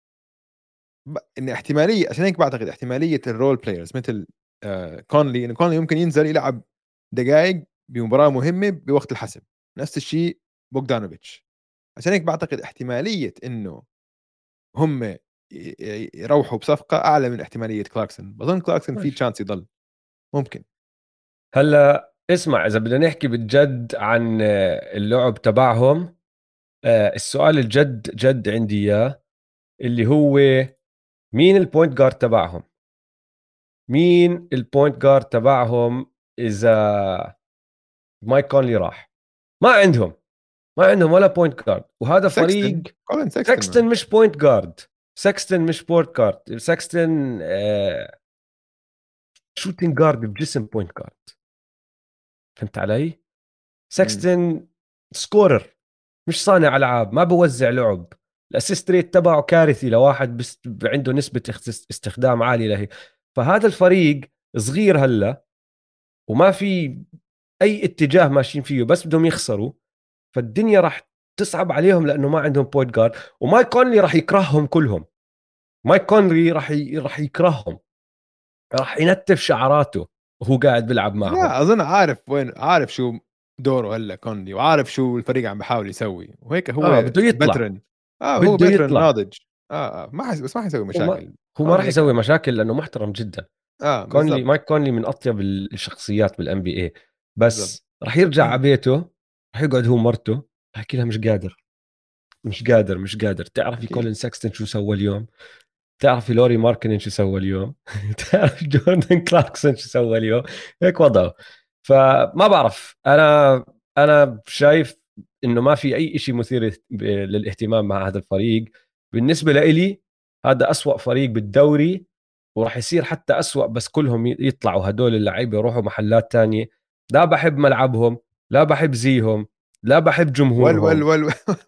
ان احتماليه، عشان هيك بعتقد احتماليه الرول بلايرز مثل كونلي، انه كونلي ممكن ينزل يلعب دقائق بمباراه مهمه بوقت الحسم. نفس الشيء بوغدانوفيتش. عشان هيك بعتقد احتماليه انه هم يروحوا بصفقه اعلى من احتماليه كلاركسون. بظن كلاركسون في ماشي. تشانس يضل. ممكن. هلا اسمع، اذا بدنا نحكي بالجد عن اللعب تبعهم، السؤال الجد جد عندي اياه، اللي هو مين البوينت جارد تبعهم؟ مين البوينت جارد تبعهم اذا مايك كونلي راح؟ ما عندهم، ما عندهم ولا بوينت جارد، وهذا فريق. سكستن، كولين سكستن سكستن مان. مش بوينت جارد. سكستن مش بوينت جارد. سكستن شوتينج جارد بجسم بوينت جارد، فهمت علي؟ مم. سكستن سكورر، مش صانع العاب، ما بوزع لعب. الاسيست ريت تبعه كارثي لواحد بس عنده نسبه استخدام عاليه له. فهذا الفريق صغير هلا، وما في اي اتجاه ماشيين فيه، بس بدهم يخسروا. فالدنيا راح تصعب عليهم لانه ما عندهم بوينت جارد. ومايك كونلي راح يكرههم كلهم. مايك كونلي راح يكرههم، راح ينتف شعراته وهو قاعد بيلعب معهم. لا اظن عارف وين، عارف شو دوره هلا كونلي، وعارف شو الفريق عم بحاول يسوي، وهيك اه هو بده يطلع. بترن. هو بده بترن يطلع. ناضج. بس ما حيسوي وما مشاكل. هو ما راح كونلي هيك يسوي مشاكل لانه محترم جدا. كونلي، بالضبط. مايك كونلي من اطيب الشخصيات بالان بي اي. بالضبط. بس راح يرجع على بيته، راح يقعد هو مرته، بحكي لها مش قادر، مش قادر، مش قادر. تعرفي اكيد. كولين ساكستن شو سوى اليوم؟ تعرفي لوري ماركنن شو سوى اليوم؟ تعرف جوردن كلاركسون شو سوى اليوم؟ هيك وضعه. فما بعرف، انا شايف انه ما في اي شيء مثير للاهتمام مع هذا الفريق. بالنسبه لإلي هذا أسوأ فريق بالدوري، وراح يصير حتى أسوأ بس كلهم يطلعوا هدول اللعيبه يروحوا محلات تانية. لا بحب ملعبهم، لا بحب زيهم، لا بحب ول ول جمهورهم. ول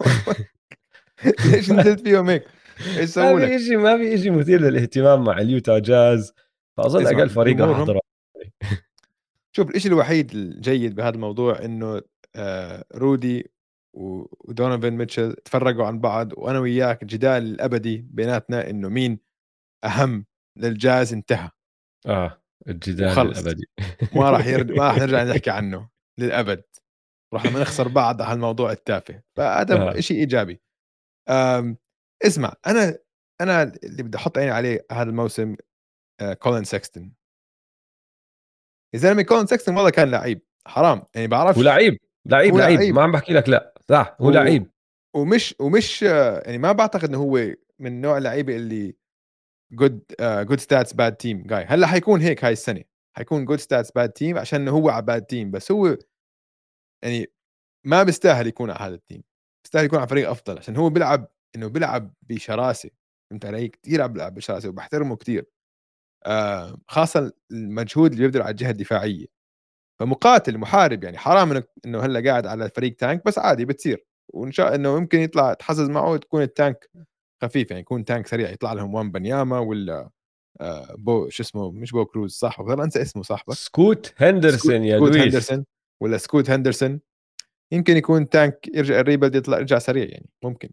ليش نزلت فيهم هيك؟ ايش ما سووا في لك؟ شيء، ما في شيء مثير للاهتمام مع اليوتا جاز. فاظن اسمع اقل فريق راح جمهورهم. احضره. شوف الاشي الوحيد الجيد بهذا الموضوع انه رودي ودونوفن ميتشل تفرقوا عن بعض، وانا وياك الجدال الابدي بيناتنا انه مين اهم للجاز انتهى اه الجدال وخلص. الابدي. ما راح نرجع نحكي عنه للابد. راح نخسر بعض على الموضوع التافه، فهذا اه شيء ايجابي. أم، اسمع، انا اللي بدي احط عيني عليه هذا الموسم كولين سكستن. يا زلمه كولين سكستن والله كان لعيب حرام يعني، هو بعرفش. لعيب، لعيب، هو لعيب، لعيب ما عم بحكي لك لا، صح هو و... لعيب. ومش يعني ما بعتقد انه هو من نوع اللعيبه اللي جود ستاتس باد تيم جاي. هلا حيكون هيك هاي السنه، حيكون جود ستاتس باد تيم عشان هو على باد تيم، بس هو يعني ما بيستاهل يكون على هذا التيم. بيستاهل يكون على فريق افضل عشان هو بيلعب، انه بيلعب بشراسه. فهمت علي؟ كثير عم بيلعب بشراسه وبحترمه كثير. خاصه المجهود اللي بيبذله على الجهه الدفاعيه. فمقاتل محارب يعني، حرام انه هلا قاعد على فريق تانك، بس عادي بتصير. وان شاء انه يمكن يطلع تحزز معه تكون التانك خفيف، يعني يكون تانك سريع يطلع لهم وان بنياما ولا بو شو اسمه، مش بو كروز صح، والله انسى اسمه صاحبك. سكوت هندرسون يا سكوت دويس. هندرسون، ولا سكوت هندرسون. يمكن يكون تانك يرجع الريبلد يطلع يرجع سريع يعني، ممكن.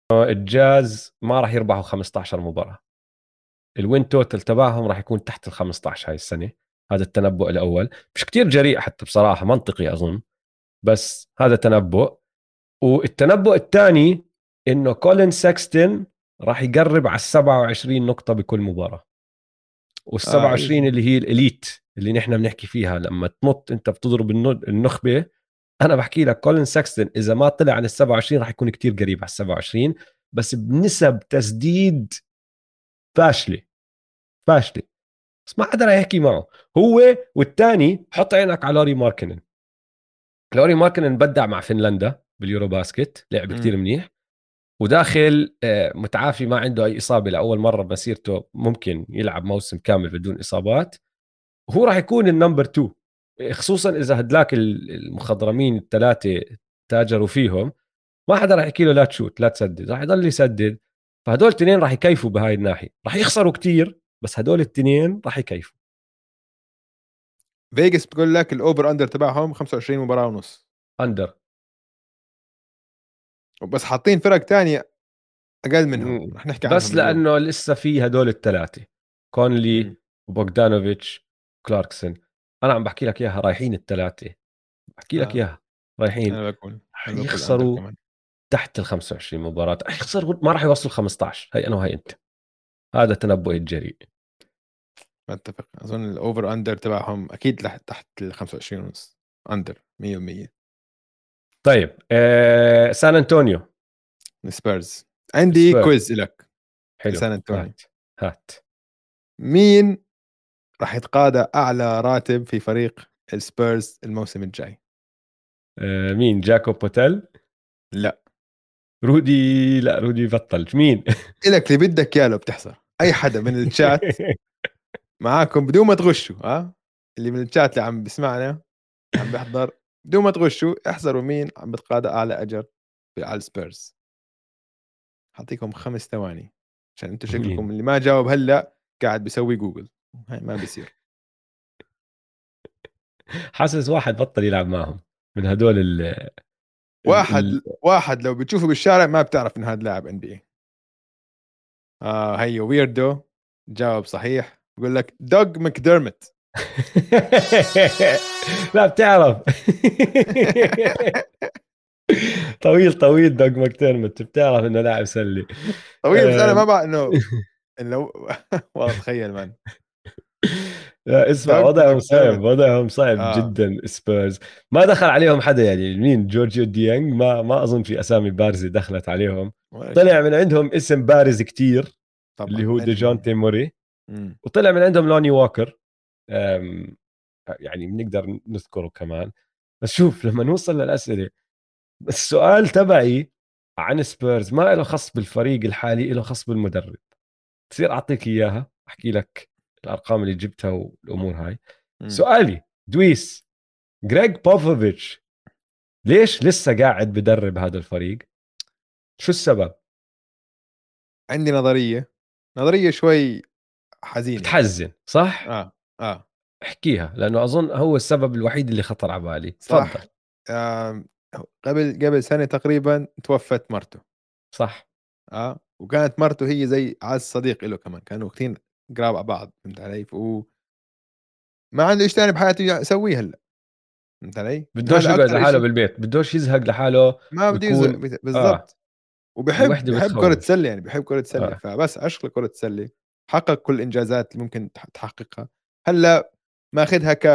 الجاز ما راح يربحوا 15 مباراة. الوين توتال تبعهم راح يكون تحت ال 15 هاي السنة. هذا التنبؤ الأول، مش كتير جريء حتى بصراحة، منطقي أظن، بس هذا تنبؤ. والتنبؤ الثاني إنه كولين ساكستن راح يقرب على 27 نقطة بكل مباراة. وال ايزي. 27 اللي هي الإليت اللي نحن بنحكي فيها، لما تنط أنت بتضرب النخبة. أنا بحكي لك كولين ساكستن إذا ما طلع عن ال 27 راح يكون كتير قريب على ال 27، بس بنسب تسديد فاشلة فاشلة. بس ما حدا راح يحكي معه هو. والثاني حط عينك على لوري ماركنن. لوري ماركنن بدع مع فنلندا باليورو باسكت، لعب كتير منيح، وداخل متعافي، ما عنده اي اصابه لاول مره بمسيرته، ممكن يلعب موسم كامل بدون اصابات. وهو راح يكون النمبر 2، خصوصا اذا هدلاك المخضرمين الثلاثه تاجروا فيهم. ما حدا راح يحكي له لا تشوت لا تسدد، راح يضل يسدد. فهدول الاثنين راح يكيفوا بهاي الناحيه، راح يخسروا كتير بس هدول الاثنين راح يكيفوا. فيجاس بتقول لك الاوفر اندر تبعهم 25 مباراه ونص، اندر. وبس حاطين فرق تانية اقل منهم رح نحكي بس عنهم اليوم. لانه لسه في هدول الثلاثه، كونلي مم. وبوغدانوفيتش كلاركسون. انا عم بحكي لك اياها رايحين الثلاثه، بحكي لك آه. اياها رايحين. رح انا بقول اندر يخسروا كمان. تحت ال 25 مباراة، رح يخسروا، ما راح يوصلوا 15. هي انا وهي انت. هذا تنبؤ الجريء. متفق، اظن الاوفر اندر تبعهم اكيد تحت ال 25 ونص، اندر 100%. طيب سان انطونيو. السبيرز. عندي سبيرز. كويز لك في حلو. سان انطونيو. هات هات. مين راح يتقاضى اعلى راتب في فريق السبيرز الموسم الجاي؟ مين؟ جاكوب بوتيل؟ لا. رودي؟ لا رودي بطل. مين؟ إلك اللي بدك يا له بتحصل اي حدا من الشات معاكم بدون ما تغشوا، اللي من الشات اللي عم بسمعنا عم بيحضر، بدون ما تغشوا احذروا مين عم بتقاضى اعلى اجر على السبيرز. حاعطيكم 5 ثواني عشان انتم شكلكم مين؟ اللي ما جاوب هلا قاعد بيسوي جوجل، هاي ما بيصير. حاسس واحد بطل يلعب معهم من هدول ال... واحد لو بتشوفه بالشارع ما بتعرف ان هذا لاعب ان بي اي. هي ويردو جاوب صحيح، بقول لك دوغ ماكديرمت. لا بتعرف. طويل طويل دوغ ماكتيرمت، بتعرف انه لاعب سلي. طويل بس انا ما أم، بعرف انه والله تخيل مان. لا اسمع، دوغ وضعهم صعب، ماكديرمت. وضعهم صعب اه جدا سبيرز. ما دخل عليهم حدا يعني، مين؟ جورجيو ديانج؟ ما اظن في اسامي بارزه دخلت عليهم. ولا طلع شيء. من عندهم اسم بارز كتير اللي طبعا هو 100%. ديجونتي موري. امم وطلع من عندهم لوني ووكر. أم، يعني بنقدر نذكره كمان. بس شوف لما نوصل للاسئله، السؤال تبعي عن سبيرز ما له خص بالفريق الحالي، له خص بالمدرب. بصير اعطيك اياها، احكي لك الارقام اللي جبتها والامور هاي. امم سؤالي دويس، جريج بوفوفيتش ليش لسه قاعد بدرب هذا الفريق؟ شو السبب؟ عندي نظريه شوي حزينه. بتحزن صح؟ اه اه احكيها، لانه اظن هو السبب الوحيد اللي خطر على بالي. تفضل. صح. آه قبل سنه تقريبا توفت مرته. صح. وكانت مرته هي زي عز صديق له، كمان كانوا كثير قراب على بعض، فهمت علي؟ ما عنده ايش ثاني بحياته يسويه هلا، فهمت علي؟ انه بدوش هذا يقعد اكثر لحاله شيء بالبيت، بدوش يزهق لحاله. ما بده يزهق. ويكون بالضبط. الوحده بحب كرة بتخوف. سلة، يعني بحب كرة سلة، اه فبس عشق لكرة سلة. حقق كل الانجازات اللي ممكن تحققها. هلا ماخذها ك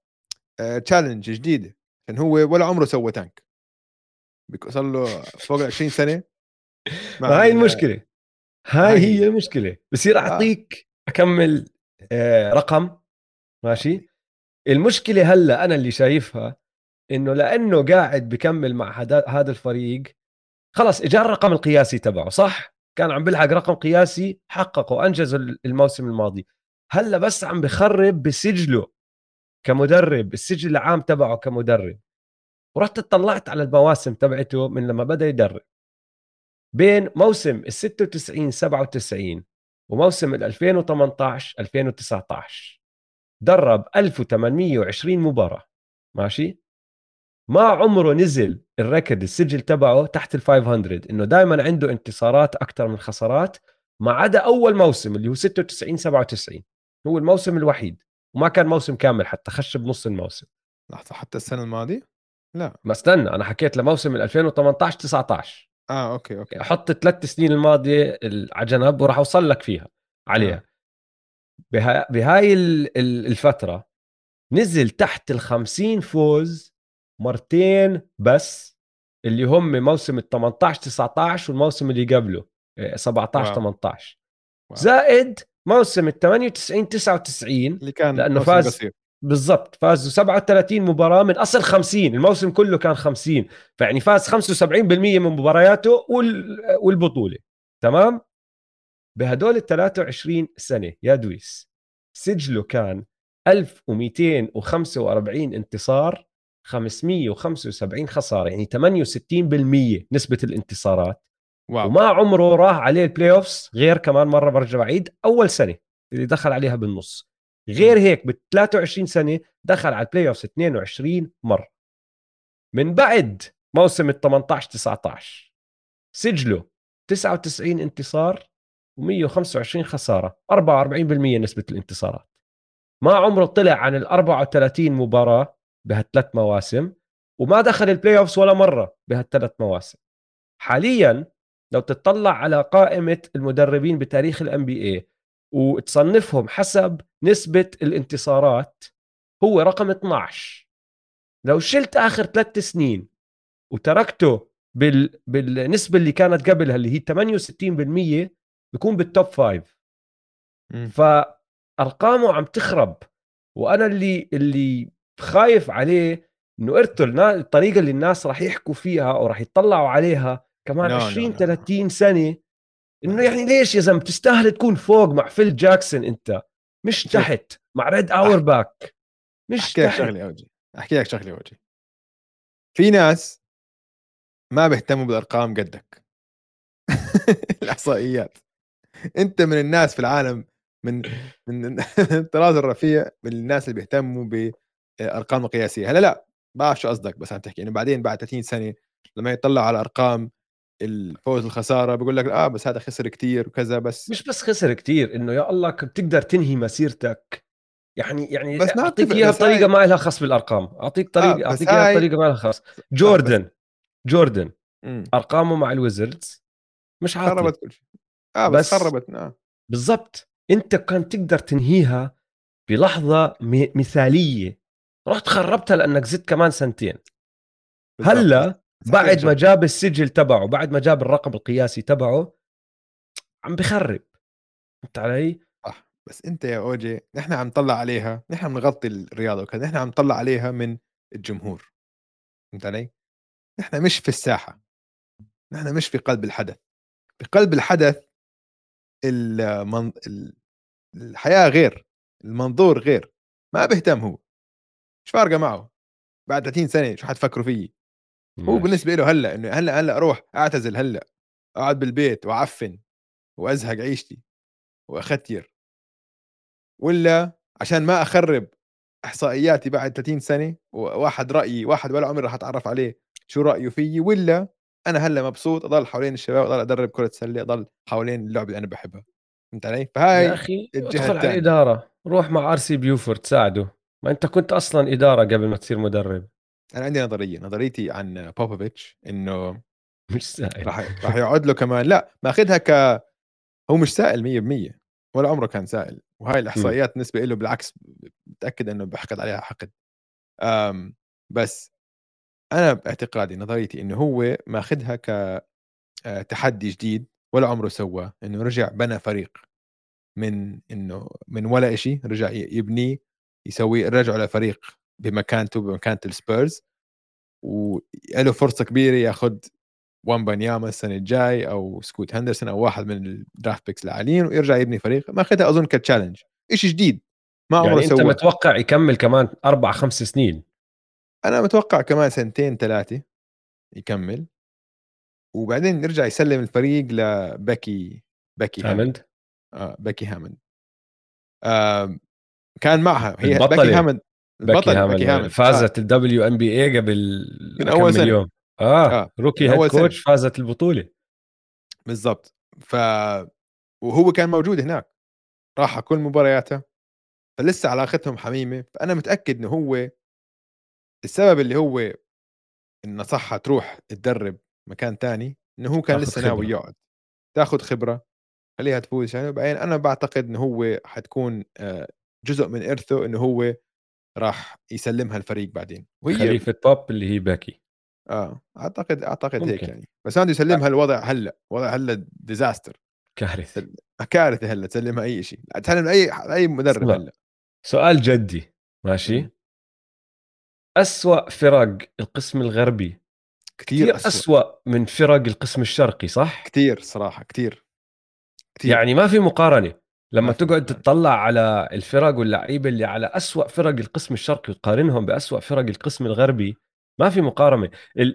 تشالنج جديده، لان هو ولا عمره سوى تانك، صار له فوق 20 سنه مع هاي المشكله، هاي هاي هي هي. المشكله. بصير اه اعطيك اكمل رقم. ماشي. المشكله هلا انا اللي شايفها انه لانه قاعد بكمل مع هذا الفريق، خلص اجى الرقم القياسي تبعه، صح؟ كان عم بيلحق رقم قياسي، حققه، انجز الموسم الماضي. هلا بس عم بخرب بسجله كمدرب، السجل العام تبعه كمدرب. ورحت اطلعت على المواسم تبعته من لما بدا يدرب، بين موسم ال 96 97 وموسم ال 2018 2019 درب 1820 مباراة. ماشي. ما عمره نزل الريكورد السجل تبعه تحت ال 500، انه دائما عنده انتصارات اكثر من خسارات، ما عدا اول موسم اللي هو 96 97، هو الموسم الوحيد، وما كان موسم كامل حتى، خش بنص الموسم. لحظه، حتى السنه الماضيه؟ لا. ما استنى، انا حكيت لموسم 2018 19. اوكي اوكي. حط الثلاث سنين الماضيه على جنب وراح اوصل لك فيها عليها. اه بهاي الفتره نزل تحت ال 50 فوز مرتين بس، اللي هم موسم ال 18 19 والموسم اللي قبله 17 واو 18، واو. زائد موسم ال 98 99 اللي كان لانه موسم فاز. قصير. بالضبط، فازوا 37 مباراة من أصل 50، الموسم كله كان 50، فيعني فاز 75% من مبارياته والبطولة. تمام. بهدول ال 23 سنة يا دويس، سجله كان 1245 انتصار، 575 خسارة، يعني 68% نسبة الانتصارات. واو. وما عمره راح عليه البلاي اوفس غير، كمان مرة برجع بعيد، أول سنة اللي دخل عليها بالنص. مم. غير هيك بال 23 سنة دخل على البلاي اوفس 22 مرة. من بعد موسم ال 18 19 سجله 99 انتصار و125 خسارة، 44% نسبة الانتصارات. ما عمره طلع عن ال 34 مباراة بهالثلاث مواسم، وما دخل البلاي اوفس ولا مرة بهالثلاث مواسم. حاليا لو تطلع على قائمة المدربين بتاريخ الام بي اي وتصنفهم حسب نسبة الانتصارات، هو رقم 12. لو شلت اخر 3 سنين وتركته بالنسبة اللي كانت قبلها اللي هي 68%، بيكون بالتوب 5. مم. فأرقامه عم تخرب، وأنا اللي خايف عليه إنه ارتل الطريقة اللي الناس راح يحكوا فيها أو راح يطلعوا عليها كمان لا لا 20 لا لا 30 سنة، لا إنه لا. يعني ليش يا زلمة تستاهل تكون فوق مع فيل جاكسون، أنت مش شوف، تحت مع ريد أح- أورباك، مش احكي لك تحت. شغله اوجي، احكي لك شغله اوجي. في ناس ما بيهتموا بالارقام قدك. الاحصائيات. انت من الناس في العالم، من من الطراز الرفيع من الناس اللي بيهتموا بارقام قياسيه. هلا لا، بعرف شو قصدك، بس عم تحكي انه بعدين بعد 30 سنه لما يطلع على ارقام الفوز الخساره بيقول لك بس هذا خسر كتير وكذا. بس مش بس خسر كتير، إنه يا الله كنت بتقدر تنهي مسيرتك. يعني بس ما اعطيك بتفرق. اياها بس بطريقه هاي ما لها خص بالارقام، بس اعطيك اياها هاي بطريقه ما لها خص. صح. بس جوردن مم. ارقامه مع الويزردز مش عاطله. خربت كل شيء. بس بس خربت بالضبط انت كان تقدر تنهيها بلحظه مثاليه، رحت خربتها لانك زدت كمان سنتين. بالضبط. هلا بس احكي لك بعد ما شغله. جاب السجل تبعه، بعد ما جاب الرقم القياسي تبعه، عم بخرب. فهمت علي؟ صح. بس انت يا اوجي، نحن عم نطلع عليها، نحن بنغطي الرياضه وكذا، نحن عم نطلع عليها من الجمهور. فهمت علي؟ نحن مش في الساحه، نحن مش في قلب الحدث. في قلب الحدث المن... ال- الحياه غير، المنظور غير. ما بيهتم هو، مش فارقه معه بعد 30 سنه شو حتفكروا فيي. هو ماشي. بالنسبه له هلا، انه هلا اروح اعتزل، هلا اقعد بالبيت واعفن وازهق عيشتي واختير، ولا عشان ما اخرب احصائياتي بعد 30 سنه وواحد رايي واحد ولا عمري راح اتعرف عليه شو رايه فيي، ولا انا هلا مبسوط اضل حوالين الشباب، اضل ادرب كره سله، اضل حوالين اللعبه اللي انا بحبها. فهمت علي؟ يا فهاي اخي الجهه ادخل على الثانيه. الاداره، روح مع ار سي بيوفورد ساعده، ما انت كنت اصلا اداره قبل ما تصير مدرب. انا عندي نظريه، نظريتي عن بوبوفيتش انه مش سائل. راح يقعد له كمان. لا، ماخذها هو مش سائل 100%، ولا عمره كان سائل، وهاي مم. الاحصائيات بالنسبه له بالعكس بتاكد انه بحقد عليها حقد. أم بس انا باعتقادي، نظريتي انه هو ماخذها كتحدي جديد ولا عمره سواه، انه رجع بنى فريق من انه من ولا إشي، رجع يبنيه، يسوي رجعوا لفريق بمكانته، بمكانة السبيرز، وله فرصة كبيرة ياخذ وامبانياما السنة الجاي او سكوت هندرسون او واحد من الدرافت بيكس العاليين، ويرجع يبني فريق. ماخذها اظن كتشالنج، إشي جديد ما عمره يعني انت سواه. متوقع يكمل كمان 4 5 سنين؟ انا متوقع كمان سنتين ثلاثة يكمل، وبعدين يرجع يسلم الفريق بكي هامند. هامند بكي هامند. آه كان معها هي بكي البطله. هامند. البطل باكي هامل هامل فازت الدبليو ام بي اي قبل من كم اول من سنه. يوم. من روكي هيد اول سنه كوتش فازت البطوله. بالضبط. وهو كان موجود هناك، راح على كل مبارياته، فلسه علاقتهم حميمه. فانا متاكد انه هو السبب اللي هو انه صح تروح تدرب مكان تاني، انه هو كان تاخذ لسه ناوي خبره. يقعد تاخذ خبره، خليها تفوز يعني. وبعدين انا بعتقد انه هو حتكون جزء من ارثه انه هو راح يسلمها الفريق بعدين. وهي خليفه بوب اللي هي باكي. اعتقد هيك ممكن. يعني. بس عنده يسلمها الوضع هلا، وضع هلا ديزاستر، كارثه. كارثه. هلا تسلمها اي شيء، تسلم اي مدرب اسمع، هلا. سؤال جدي ماشي. إمم. أسوأ فرق القسم الغربي كتير كتير أسوأ، أسوأ من فرق القسم الشرقي، صح؟ كتير صراحة، كتير، كتير. يعني ما في مقارنة. لما ما في تقعد مقارنة. تطلع على الفرق واللعيبة اللي على أسوأ فرق القسم الشرقي وتقارنهم بأسوأ فرق القسم الغربي، ما في مقارنة.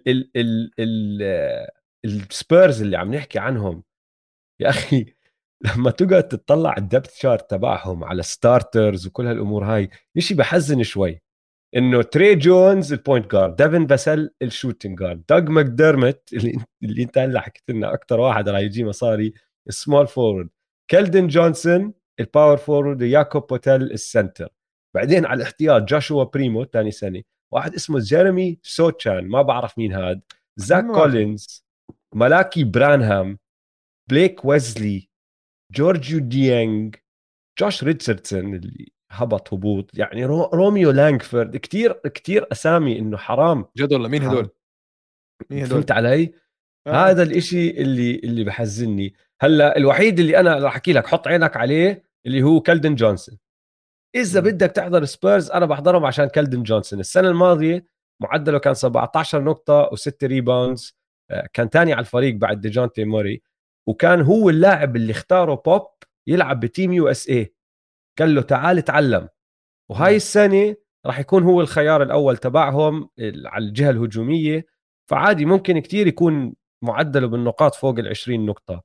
السبيرز اللي عم نحكي عنهم يا أخي، لما تقعد تطلع على الدبث شارت تبعهم على ستارترز وكل هالأمور هاي، إشي بحزن شوي. انه تري جونز البوينت جارد، ديفن باسل الشوتنج جارد، دوغ ماكديرمت اللي انت هلا حكيت لنا اكثر واحد راح يجي مصاري، السمول فورورد، كيلدن جونسون الباور فورورد، وياكوب بوتيل السنتر. بعدين على الاحتياط جاشوا بريمو ثاني سنه، واحد اسمه جيريمي سوتشان ما بعرف مين هاد، أنا زاك ما بعرفه. كولينز، ملاكي برانهام، بليك ويزلي، جورجيو ديانج، جوش ريتشاردسون اللي هبط هبوط يعني، روميو لانغفورد. كتير كتير اسامي انه حرام. جد والله مين حرام. هدول؟ مين هدول؟ فهمت علي؟ آه. هذا الاشي اللي بحزني. هلا الوحيد اللي انا راح احكي لك حط عينك عليه اللي هو كالدن جونسون. اذا إمم. بدك تحضر سبيرز انا بحضرهم عشان كالدن جونسون. السنه الماضيه معدله كان 17 نقطه و6 ريباوندز، كان تاني على الفريق بعد ديجونتي موري، وكان هو اللاعب اللي اختاره بوب يلعب بتيم يو اس اي. قال له تعال اتعلم، وهاي إمم. السنة راح يكون هو الخيار الأول تبعهم على الجهة الهجومية. فعادي ممكن كتير يكون معدله بالنقاط فوق 20 نقطة.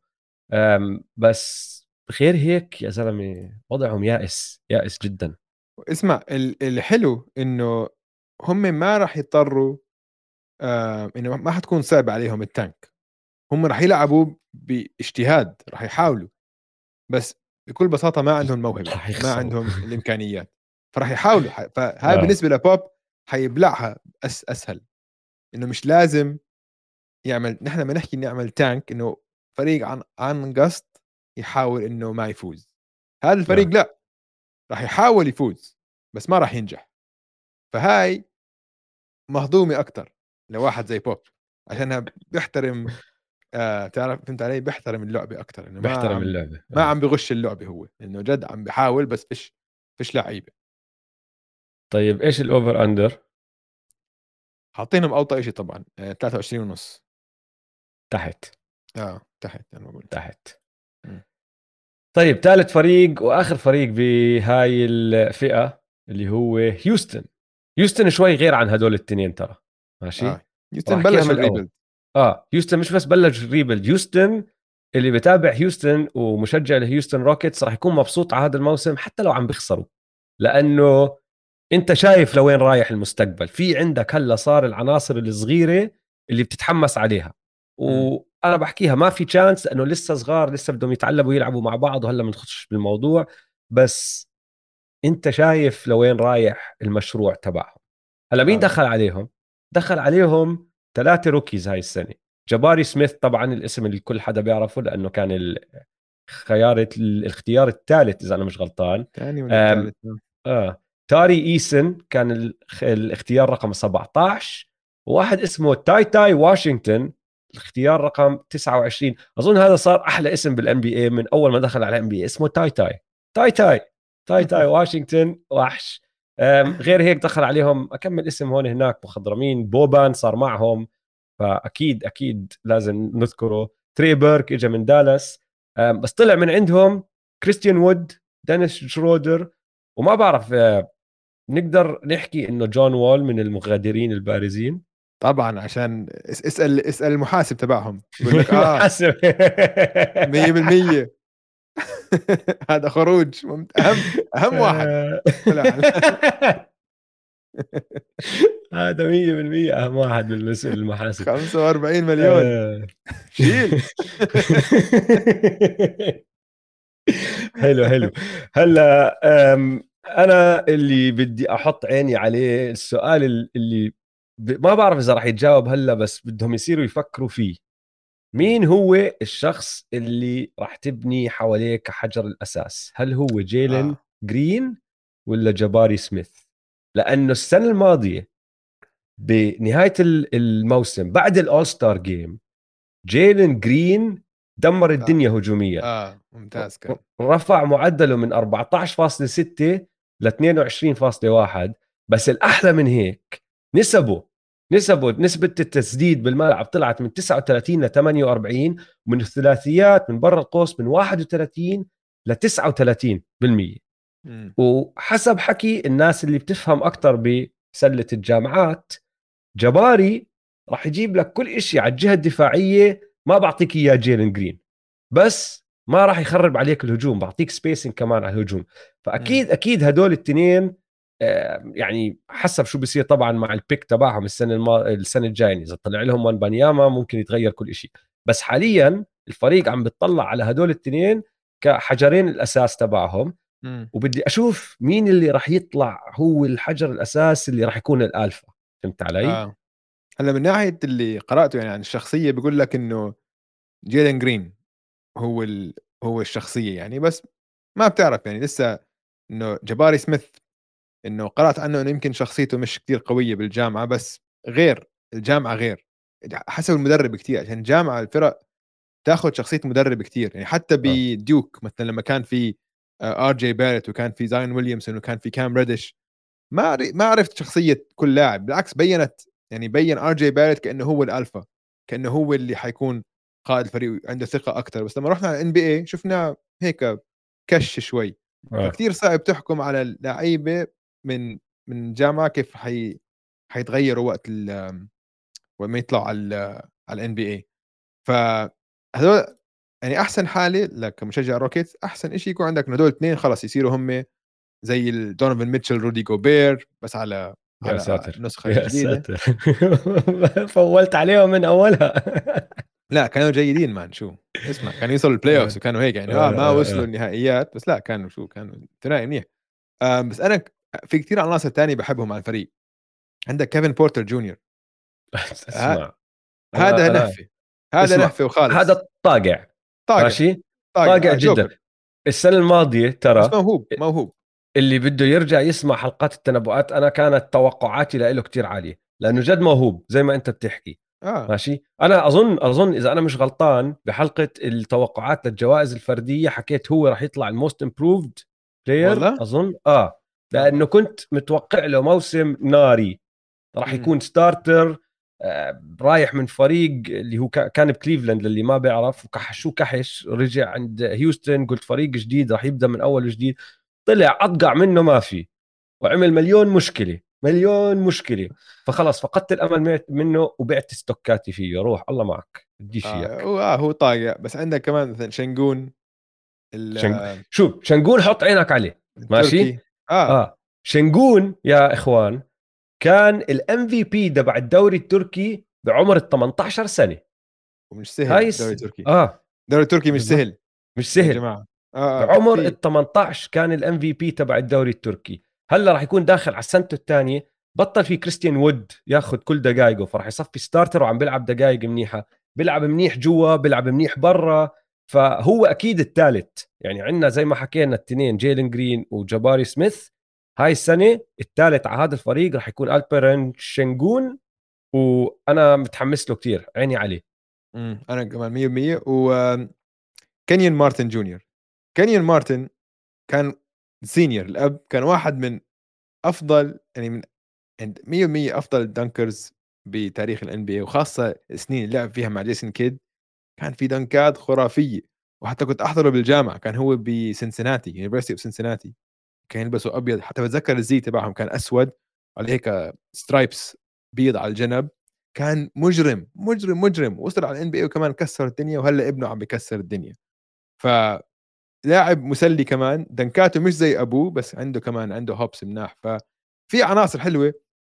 بس غير هيك يا زلمة وضعهم يائس يائس جدا. اسمع الحلو إنه هم ما راح يضطروا، إنه ما حتكون صعبة عليهم التانك. هم راح يلعبوا باجتهاد، راح يحاولوا، بس بكل بساطة ما عندهم موهبة، راح ما يخسروا. عندهم الإمكانيات، فراح يحاولوا. فهاي آه. بالنسبة لبوب حيبلعها أسهل. إنه مش لازم يعمل، نحن ما نحكي نعمل تانك إنه فريق عن قصد يحاول إنه ما يفوز. هذا الفريق آه. لأ، راح يحاول يفوز بس ما راح ينجح. فهاي مهضومة أكتر لواحد زي بوب، عشانها بيحترم. تعرف، فهمت علي؟ بيحترم اللعبة أكتر، إنه بيحترم اللعبة. ما عم بغش اللعبة. هو إنه جد عم بيحاول، بس فيش لعيبة. طيب ايش الاوفر اندر؟ حاطينهم أوطى شيء طبعا 23 ونص. تحت. تحت أنا ما قلت. تحت. مم. طيب ثالث فريق واخر فريق بهاي الفئة اللي هو هيوستن. هيوستن شوي غير عن هدول التنين ترى. ماشي. راح يوستن احكيها بلش من الاول. الريبلد. هيوستن مش بس بلش ريبلد. هيوستن اللي بتابع هيوستن ومشجع لهيوستن روكيتس راح يكون مبسوط على هذا الموسم حتى لو عم بيخسروا، لانه انت شايف لوين رايح المستقبل. في عندك هلا صار العناصر الصغيره اللي بتتحمس عليها، مم. وانا بحكيها ما في تشانس لانه لسه صغار، لسه بدهم يتعلموا يلعبوا مع بعض، وهلا بنخش بالموضوع. بس انت شايف لوين رايح المشروع تبعهم. هلا مين آه دخل عليهم؟ دخل عليهم 3 روكيز هاي السنه. جباري سميث طبعا الاسم اللي كل حدا بيعرفه لانه كان الاختيار الثالث اذا انا مش غلطان. ثاني ولا آم، الثالث؟ تاري ايسن كان الاختيار رقم 17، وواحد اسمه تاي تاي واشنطن الاختيار رقم 29. اظن هذا صار احلى اسم بالان بي اي من اول ما دخل على الان بي اي، اسمه تاي تاي. تاي تاي. تاي تاي واشنطن وحش. غير هيك دخل عليهم اكمل اسم هون هناك مخضرمين. بوبان صار معهم، فاكيد اكيد لازم نذكره. تري بيرك اجى من دالاس. بس طلع من عندهم كريستيان وود، دينيس شرودر، وما بعرف نقدر نحكي انه جون وول من المغادرين البارزين. طبعا، عشان اسال المحاسب تبعهم، يقول لك حسب. 100%. هذا خروج اهم واحد طلع هذا 100% اهم واحد بالمسؤول المحاسب. 45 مليون آه. شيل. حلو حلو. هلا انا اللي بدي احط عيني عليه السؤال اللي ما بعرف اذا راح يتجاوب هلا، بس بدهم يصيروا يفكروا فيه. مم. مين هو الشخص اللي راح تبني حواليه كحجر الاساس؟ هل هو جيلن اه جرين ولا جباري سميث؟ لانه السنه الماضيه بنهايه الموسم بعد الاول ستار جيم، جيلن جرين دمر اه الدنيا هجوميا. ممتاز كان. رفع معدله من 14.6 ل 22.1. بس الأحلى من هيك نسبة التسديد بالملعب طلعت من 39 ل 48، ومن الثلاثيات من برا القوس من 31 ل 39%. مم. وحسب حكي الناس اللي بتفهم أكتر بسلة الجامعات، جباري راح يجيب لك كل إشي على الجهة الدفاعية ما بعطيك إياه جيلن جرين، بس ما راح يخرب عليك الهجوم، بعطيك سبيسنج كمان على الهجوم. مم. فاكيد اكيد هدول الاثنين يعني حسب شو بيصير طبعا مع البيك تبعهم السنه الجايه، اذا طلع لهم وان بانياما ممكن يتغير كل شيء. بس حاليا الفريق عم بتطلع على هدول الاثنين كحجرين الاساس تبعهم، مم. وبدي اشوف مين اللي راح يطلع هو الحجر الاساس اللي راح يكون الالفا. فهمت علي؟ اه هلا من ناحيه اللي قراته يعني عن الشخصيه، بيقول لك انه جيلن جرين هو هو الشخصيه يعني، بس ما بتعرف يعني لسه. انه جباري سميث، انه قرات عنه انه يمكن شخصيته مش كتير قويه بالجامعه، بس غير الجامعه غير، حسب المدرب كتير، عشان الجامعه الفرق تاخذ شخصيه مدرب كتير يعني. حتى اه بديوك مثلا لما كان في ار جي بارت، وكان في زاين ويليامسون، وكان في كام ريدش، ما عرفت شخصيه كل لاعب. بالعكس بينت يعني، بين ار جي بارت كانه هو الالفا، كانه هو اللي حيكون قائد الفريق، عنده ثقه اكثر. بس لما رحنا على الان بي اي شفنا هيك كش شوي. اه فكتير صعب تحكم على اللعيبه من جامعه كيف حيتغيروا وقت ما يطلعوا على الان بي اي. فهذول يعني احسن حاله لك كمشجع روكيتس، احسن شيء يكون عندك إنه هدول الاثنين خلص يصيروا هم زي دونيفن ميتشل، رودي جوبير، بس على يا ساتر النسخه يا الجديده. ساتر. فولت عليهم من اولها. لا كانوا جيدين مان، شو اسمع، كانوا يوصلوا البلاي اوفز وكانوا هيك يعني، ما وصلوا آه. النهائيات، بس لا كانوا شو، كانوا ثنائي منيح. بس انا في كثير عناصر تانية بحبهم على الفريق. عندك كيفن بورتر جونيور، ه- اسمع، هذا انا نهفه، هذا اسمع، نهفه وخالص. هذا طاقع. طاقع، ماشي، طاقع طاقع جدا. جوكر. السنه الماضيه بس ترى موهوب موهوب. اللي بده يرجع يسمع حلقات التنبؤات، انا كانت توقعاتي له كتير عاليه لانه جد موهوب زي ما انت بتحكي. اه ماشي، انا اظن اذا انا مش غلطان بحلقه التوقعات للجوائز الفرديه حكيت هو راح يطلع الموست امبروفد بلاير، والله. اظن لانه اه كنت متوقع له موسم ناري. راح امم يكون ستارتر، رايح من فريق اللي هو كان بكليفلاند للي ما بيعرف، وكحشوه كحش رجع عند هيوستن، قلت فريق جديد راح يبدا من اول وجديد. طلع اطقع منه ما في، وعمل مليون مشكله مليون مشكله. فخلص فقدت الامل منه، وبعت ستوكاتي فيه. روح الله معك، بديش اياك. هو طاقع. بس عندك كمان مثلا شنقون شو شنقون، حط عينك عليه. ماشي، التركي. شنقون يا اخوان كان الام في بي تبع الدوري التركي بعمر ال 18 سنه. ومش سهل هاي الدوري التركي. الدوري التركي مش بالضبط، سهل مش يا سهل. جماعه. بعمر في ال 18 كان الام في بي تبع الدوري التركي. هلا راح يكون داخل على سنته الثانيه، بطل في كريستيان وود ياخذ كل دقائقه، فراح يصفي ستارتر وعم بيلعب دقائق منيحه، بيلعب منيح جوا، بيلعب منيح برا. فهو اكيد الثالث يعني. عندنا زي ما حكينا الاثنين جيلن جرين وجباري سميث، هاي السنه الثالث على هذا الفريق راح يكون البرن شنغون، وانا متحمس له كتير، عيني عليه. انا كمان 100%. وكينيان مارتن جونيور، كينيان مارتن كان سينيور الاب، كان واحد من افضل يعني من عند 100% افضل دنكرز بتاريخ الان بي اي، وخاصه السنين اللي لعب فيها مع جيسون كيد كان في دنكات خرافيه. وحتى كنت احضره بالجامعه، كان هو بسنسناتي، يونيفرستي اوف سنسناتي، كان يلبسوا ابيض. حتى بتذكر الزي تبعهم كان اسود على هيك سترايبس بيض على الجنب. كان مجرم مجرم مجرم، وصل على الان بي اي وكمان كسر الدنيا، وهلا ابنه عم بكسر الدنيا. فلاعب مسلي كمان، دنكاته مش زي ابوه، بس عنده كمان عنده هوبس مناح. ففي عناصر حلوه.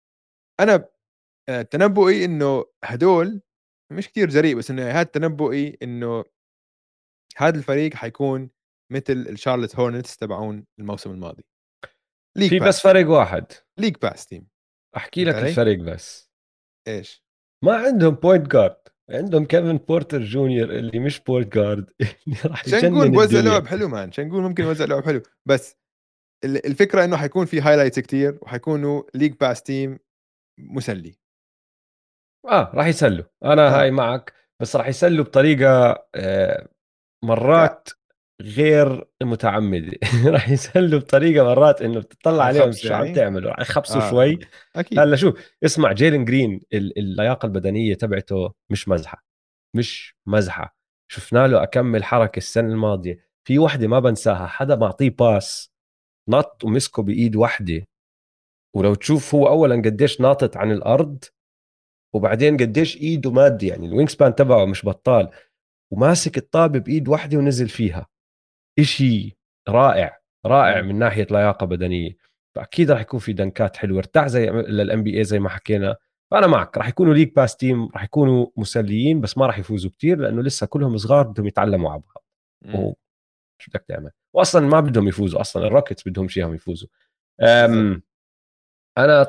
انا تنبؤي انه هدول مش كتير جريء، بس انه هذا تنبؤي انه هذا الفريق حيكون مثل الشارلوت هورنتس تبعون الموسم الماضي، ليج في بس باس تيم. فرق واحد. ليج باس تيم. احكي فهمت لك علي؟ الفرق بس. ايش؟ ما عندهم بوينت جارد، عندهم كيفن بورتر جونيور اللي مش بوينت جارد اللي راح شنقول يجنن بوزع الدنيا. لعب حلو مان، شنقول ممكن يوزع لعب حلو، بس الفكره انه حيكون في هايلايتس كتير وحيكونوا ليج باس تيم مسلي. راح يسلوا، انا اه هاي معك. بس راح يسلوا بطريقه لا مرات غير متعمده. راح يسلوا بطريقه مرات انه بتطلع عليهم حيخبصوا شو عم يعني. تعملوا، راح يخبصوا اه شوي. اكيد. هلا شوف، اسمع جيلن جرين اللياقه البدنيه تبعته مش مزحه، مش مزحه. شفنا له اكمل حركه السنه الماضيه، في وحده ما بنساها، حدا معطيه باس نط ومسكه بايد وحده. ولو تشوف هو اولا قديش ناطط عن الارض، وبعدين قديش ايده مادي، يعني الوينج سبان تبعه مش بطال، وماسك الطابه بايد واحده ونزل فيها. إشي رائع رائع مم. من ناحيه لياقه بدنيه. فاكيد راح يكون في دنكات حلوه، ارتاح زي للان بي اي زي ما حكينا. فانا معك، راح يكونوا ليج باس تيم، راح يكونوا مسليين، بس ما راح يفوزوا كتير لانه لسه كلهم صغار بدهم يتعلموا على بعض. مم. وشو بدك تعمل، واصلا ما بدهم يفوزوا، اصلا الروكيتس بدهم اياهم يفوزوا. بالضبط. أم انا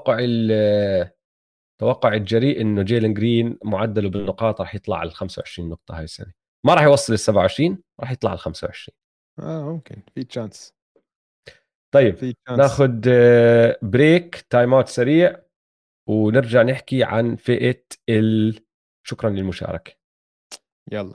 توقع الجريء انه جيلن جرين معدله بالنقاط راح يطلع على 25 نقطه هاي السنه. ما راح يوصل ال 27، راح يطلع على 25. ممكن في تشانس. طيب في تشانس. ناخذ بريك تايم اوت سريع، ونرجع نحكي عن فئه شكرا للمشاركه. يلا.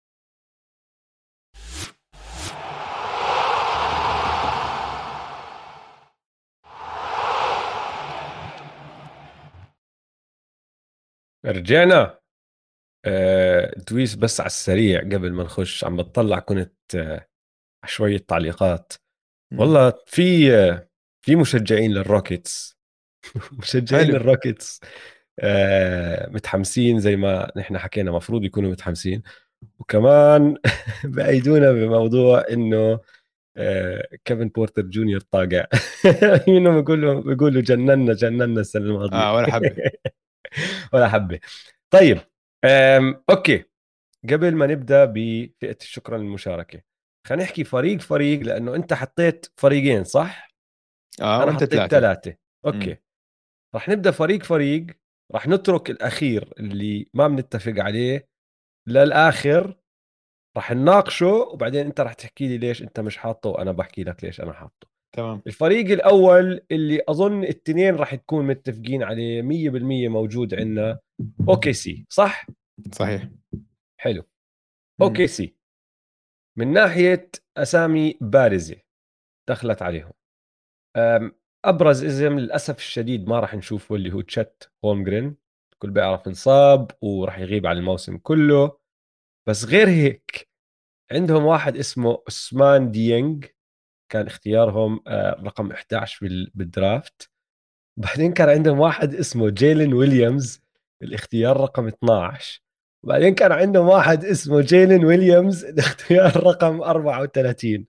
رجعنا. دويس بس على السريع قبل ما نخش، عم بتطلع كنت على شويه تعليقات. مم. والله في مشجعين للروكيتس. مشجعين حلو. الروكيتس متحمسين زي ما نحن حكينا، مفروض يكونوا متحمسين. وكمان بأيدونا بموضوع انه كيفن بورتر جونيور طاقع. منهم بيقولوا جننا السنة الماضية. ولا حبه. ولا حبة. طيب اوكي، قبل ما نبدأ بفئة الشكرا للمشاركة، خلينا نحكي فريق فريق، لأنه أنت حطيت فريقين صح؟ أنا وانت حطيت ثلاثه. ثلاثة. أوكي، رح نبدا فريق فريق. رح نترك الاخير اللي ما بنتفق عليه للاخر، رح نناقشه، وبعدين انت رح تحكي لي ليش انت مش حاطه، وانا بحكي لك ليش انا حاطه. تمام. الفريق الاول اللي اظن التنين رح تكون متفقين عليه 100% موجود عندنا، اوكي سي صح. صحيح. حلو. مم. اوكي سي من ناحيه اسامي بارزه دخلت عليهم. ابرز اسم للاسف الشديد ما راح نشوفه، اللي هو تشات هولمجرين. الكل بيعرف انصاب وراح يغيب عن الموسم كله. بس غير هيك عندهم واحد اسمه عثمان ديانج، كان اختيارهم رقم 11 بالدرافت. بعدين كان عندهم واحد اسمه جيلين ويليامز، الاختيار رقم 12. وبعدين كان عندهم واحد اسمه جيلين ويليامز الاختيار رقم 34.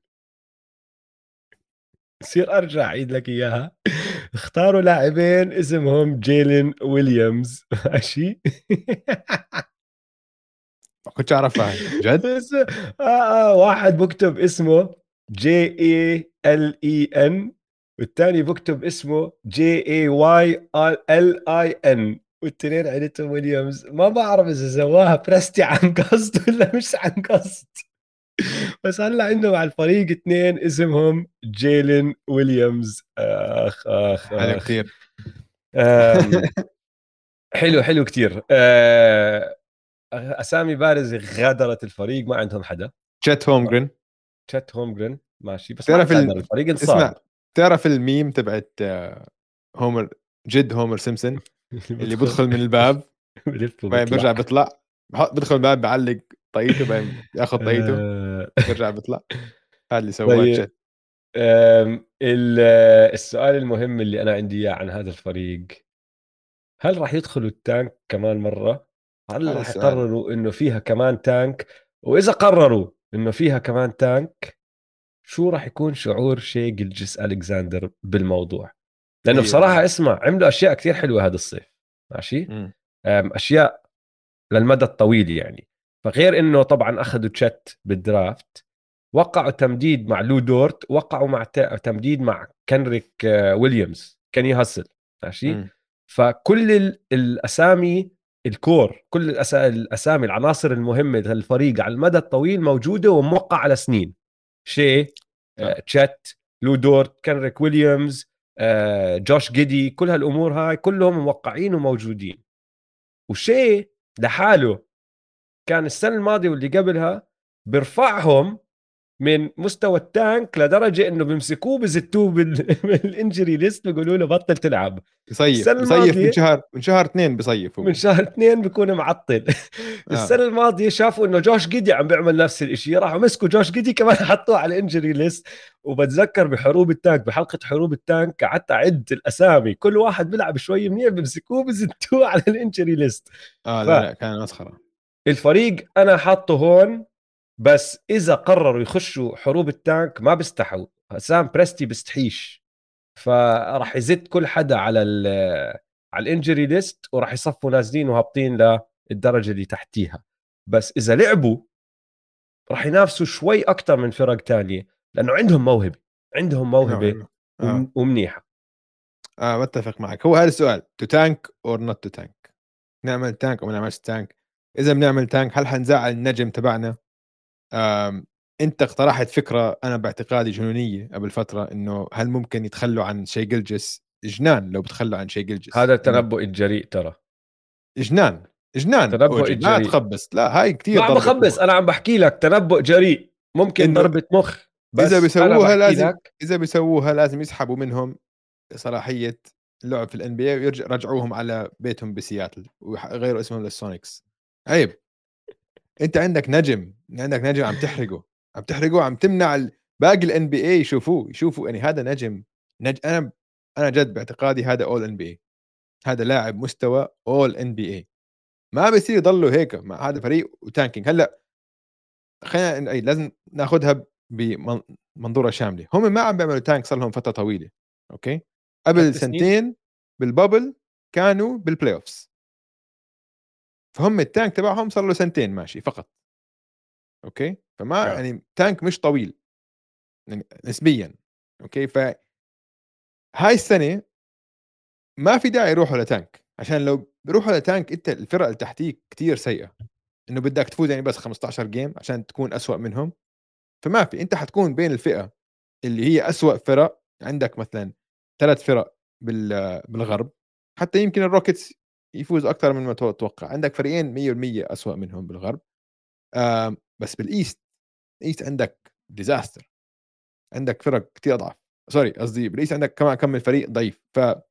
بصير ارجع اعيد لك اياها. اختاروا لاعبين اسمهم جيلين ويليامز. ماشي. ما كنتش اعرفها هاي جد. بس واحد بكتب اسمه JALEN، والثاني بكتب اسمه JAYLIN، والتنين عيلتهم ويليامز. ما بعرف اذا سواها برستي عن قصد ولا مش عن قصد. بس هلا عندهم على الفريق اثنين اسمهم جيلين ويليامز. اخ اخ حلو اخ. كثير. أم، حلو حلو كتير. اسامي بارزه غادرت الفريق، ما عندهم حدا. تشات هومجرين. تشات هومجرين ماشي، بس ما تعرف غادر الفريق، اسمع، انصاب. تعرف الميم تبعت هومر، جد هومر سيمبسون، اللي بدخل بدخل من الباب بلف بعدين وبيطلع. بيرجع بيطلع، بدخل الباب بعلق طاقيته بعدين بياخذ طاقيته آه، بيرجع بيطلع. هذا اللي سواه طيب. تشات. السؤال المهم اللي انا عندي اياه عن هذا الفريق، هل راح يدخلوا التانك كمان مرة؟ هل هذا راح السؤال. يقرروا انه فيها كمان تانك؟ واذا قرروا انه فيها كمان تانك، شو راح يكون شعور شي جilgeous الكساندر بالموضوع؟ لانه هي بصراحه اسمع عملوا اشياء كثير حلوه هذا الصيف، ماشي. مم. اشياء للمدى الطويل يعني. فغير انه طبعا اخذوا تشات بالدرافت، وقعوا تمديد مع لو دورت، وقعوا مع تمديد مع كنريك ويليامز، كيني هاسل، ماشي. مم. فكل الاسامي الكور، كل الاسامي العناصر المهمه للفريق على المدى الطويل موجوده وموقع على سنين. شي آه. تشات، لو دورت، كنريك ويليامز، جوش جيدي، كل هالامور هاي كلهم موقعين وموجودين. وشي لحاله كان السنه الماضيه واللي قبلها بيرفعهم من مستوى التانك لدرجه انه بيمسكوه بزتوه بالانجري ليست، بيقولوا له بطل تلعب. السنه بصيف من الماضيه شهر اثنين بصيف من هو. شهر اثنين بيكون معطل. اه السنه الماضيه شافوا انه جوش جيدي عم بيعمل نفس الاشي، راحوا مسكوا جوش جيدي كمان حطوه على الانجري ليست. وبتذكر بحروب التانك، بحلقه حروب التانك قعدت اعد الاسامي، كل واحد بيلعب شوي منيح بيمسكوه بزتوه على الانجري ليست. اه لا لا كان مسخره. فالفريق انا حاطه هون، بس اذا قرروا يخشوا حروب التانك ما بيستحوا. سام بريستي بيستحيش، فراح يزت كل حدا على الانجري ليست، وراح يصفوا نازلين وهابطين للدرجه اللي تحتيها. بس اذا لعبوا راح ينافسوا شوي اكثر من فرق تانية، لانه عندهم موهبه، عندهم موهبه نوعا ما. ومنيحه. بتفق معك. هو هذا السؤال، تو تانك اور نوت تو تانك، نعمل تانك او ما نعملش تانك؟ اذا بنعمل تانك هل حنزعل النجم تبعنا؟ انت اقترحت فكره انا باعتقادي جنونيه قبل فتره، انه هل ممكن يتخلوا عن شي جلجس؟ جنان لو بتخلوا عن شي جلجس هذا انه التنبؤ الجريء ترى، جنان. جنان تنبؤ اوجي، لا الجريء. تخبص، لا هاي كتير ما عم ضربة بخبص، مخ. انا عم بحكي لك تنبؤ جريء، ممكن انه ضربة مخ، اذا بس انا بيسووها بحكي لازم، لك. اذا بيسووها لازم يسحبوا منهم صلاحيه اللعب في الان بي اي ويرجعوهم على بيتهم بسياتل ويغيروا اسمهم للسونيكس. عيب. انت عندك نجم عم تحرقه، عم تمنع باقي الان بي اي يشوفوا يعني هذا نجم. انا جد باعتقادي هذا اول ان بي اي، هذا لاعب مستوى اول ان بي اي. ما بصير يضلوا هيك مع هذا فريق وتانكينج. هلا خلينا اي لازم ناخذها بمنظوره شامله. هم ما عم بيعملوا تانك صار لهم فتره طويله، اوكي. قبل 3 سنين. سنتين بالبابل كانوا بالبلاي اوفز، فهم التانك تبعهم صار له سنتين ماشي فقط، اوكي. فما آه. يعني تانك مش طويل يعني نسبيا، اوكي. فهاي السنه ما في داعي يروحوا لتانك، عشان لو بيروحوا لتانك انت الفرق اللي تحتيك كتير سيئه، انه بدك تفوز يعني بس 15 جيم عشان تكون أسوأ منهم. فما في، انت حتكون بين الفئه اللي هي أسوأ فرق. عندك مثلا 3 فرق بالغرب، حتى يمكن الروكيتس يفوز اكثر من ما تتوقع. عندك فريقين 100% أسوأ منهم بالغرب. بس بالايست، ايست عندك ديزاستر، عندك فرق كتير اضعف. سوري قصدي بالايست عندك كمان كم من فريق ضعيف.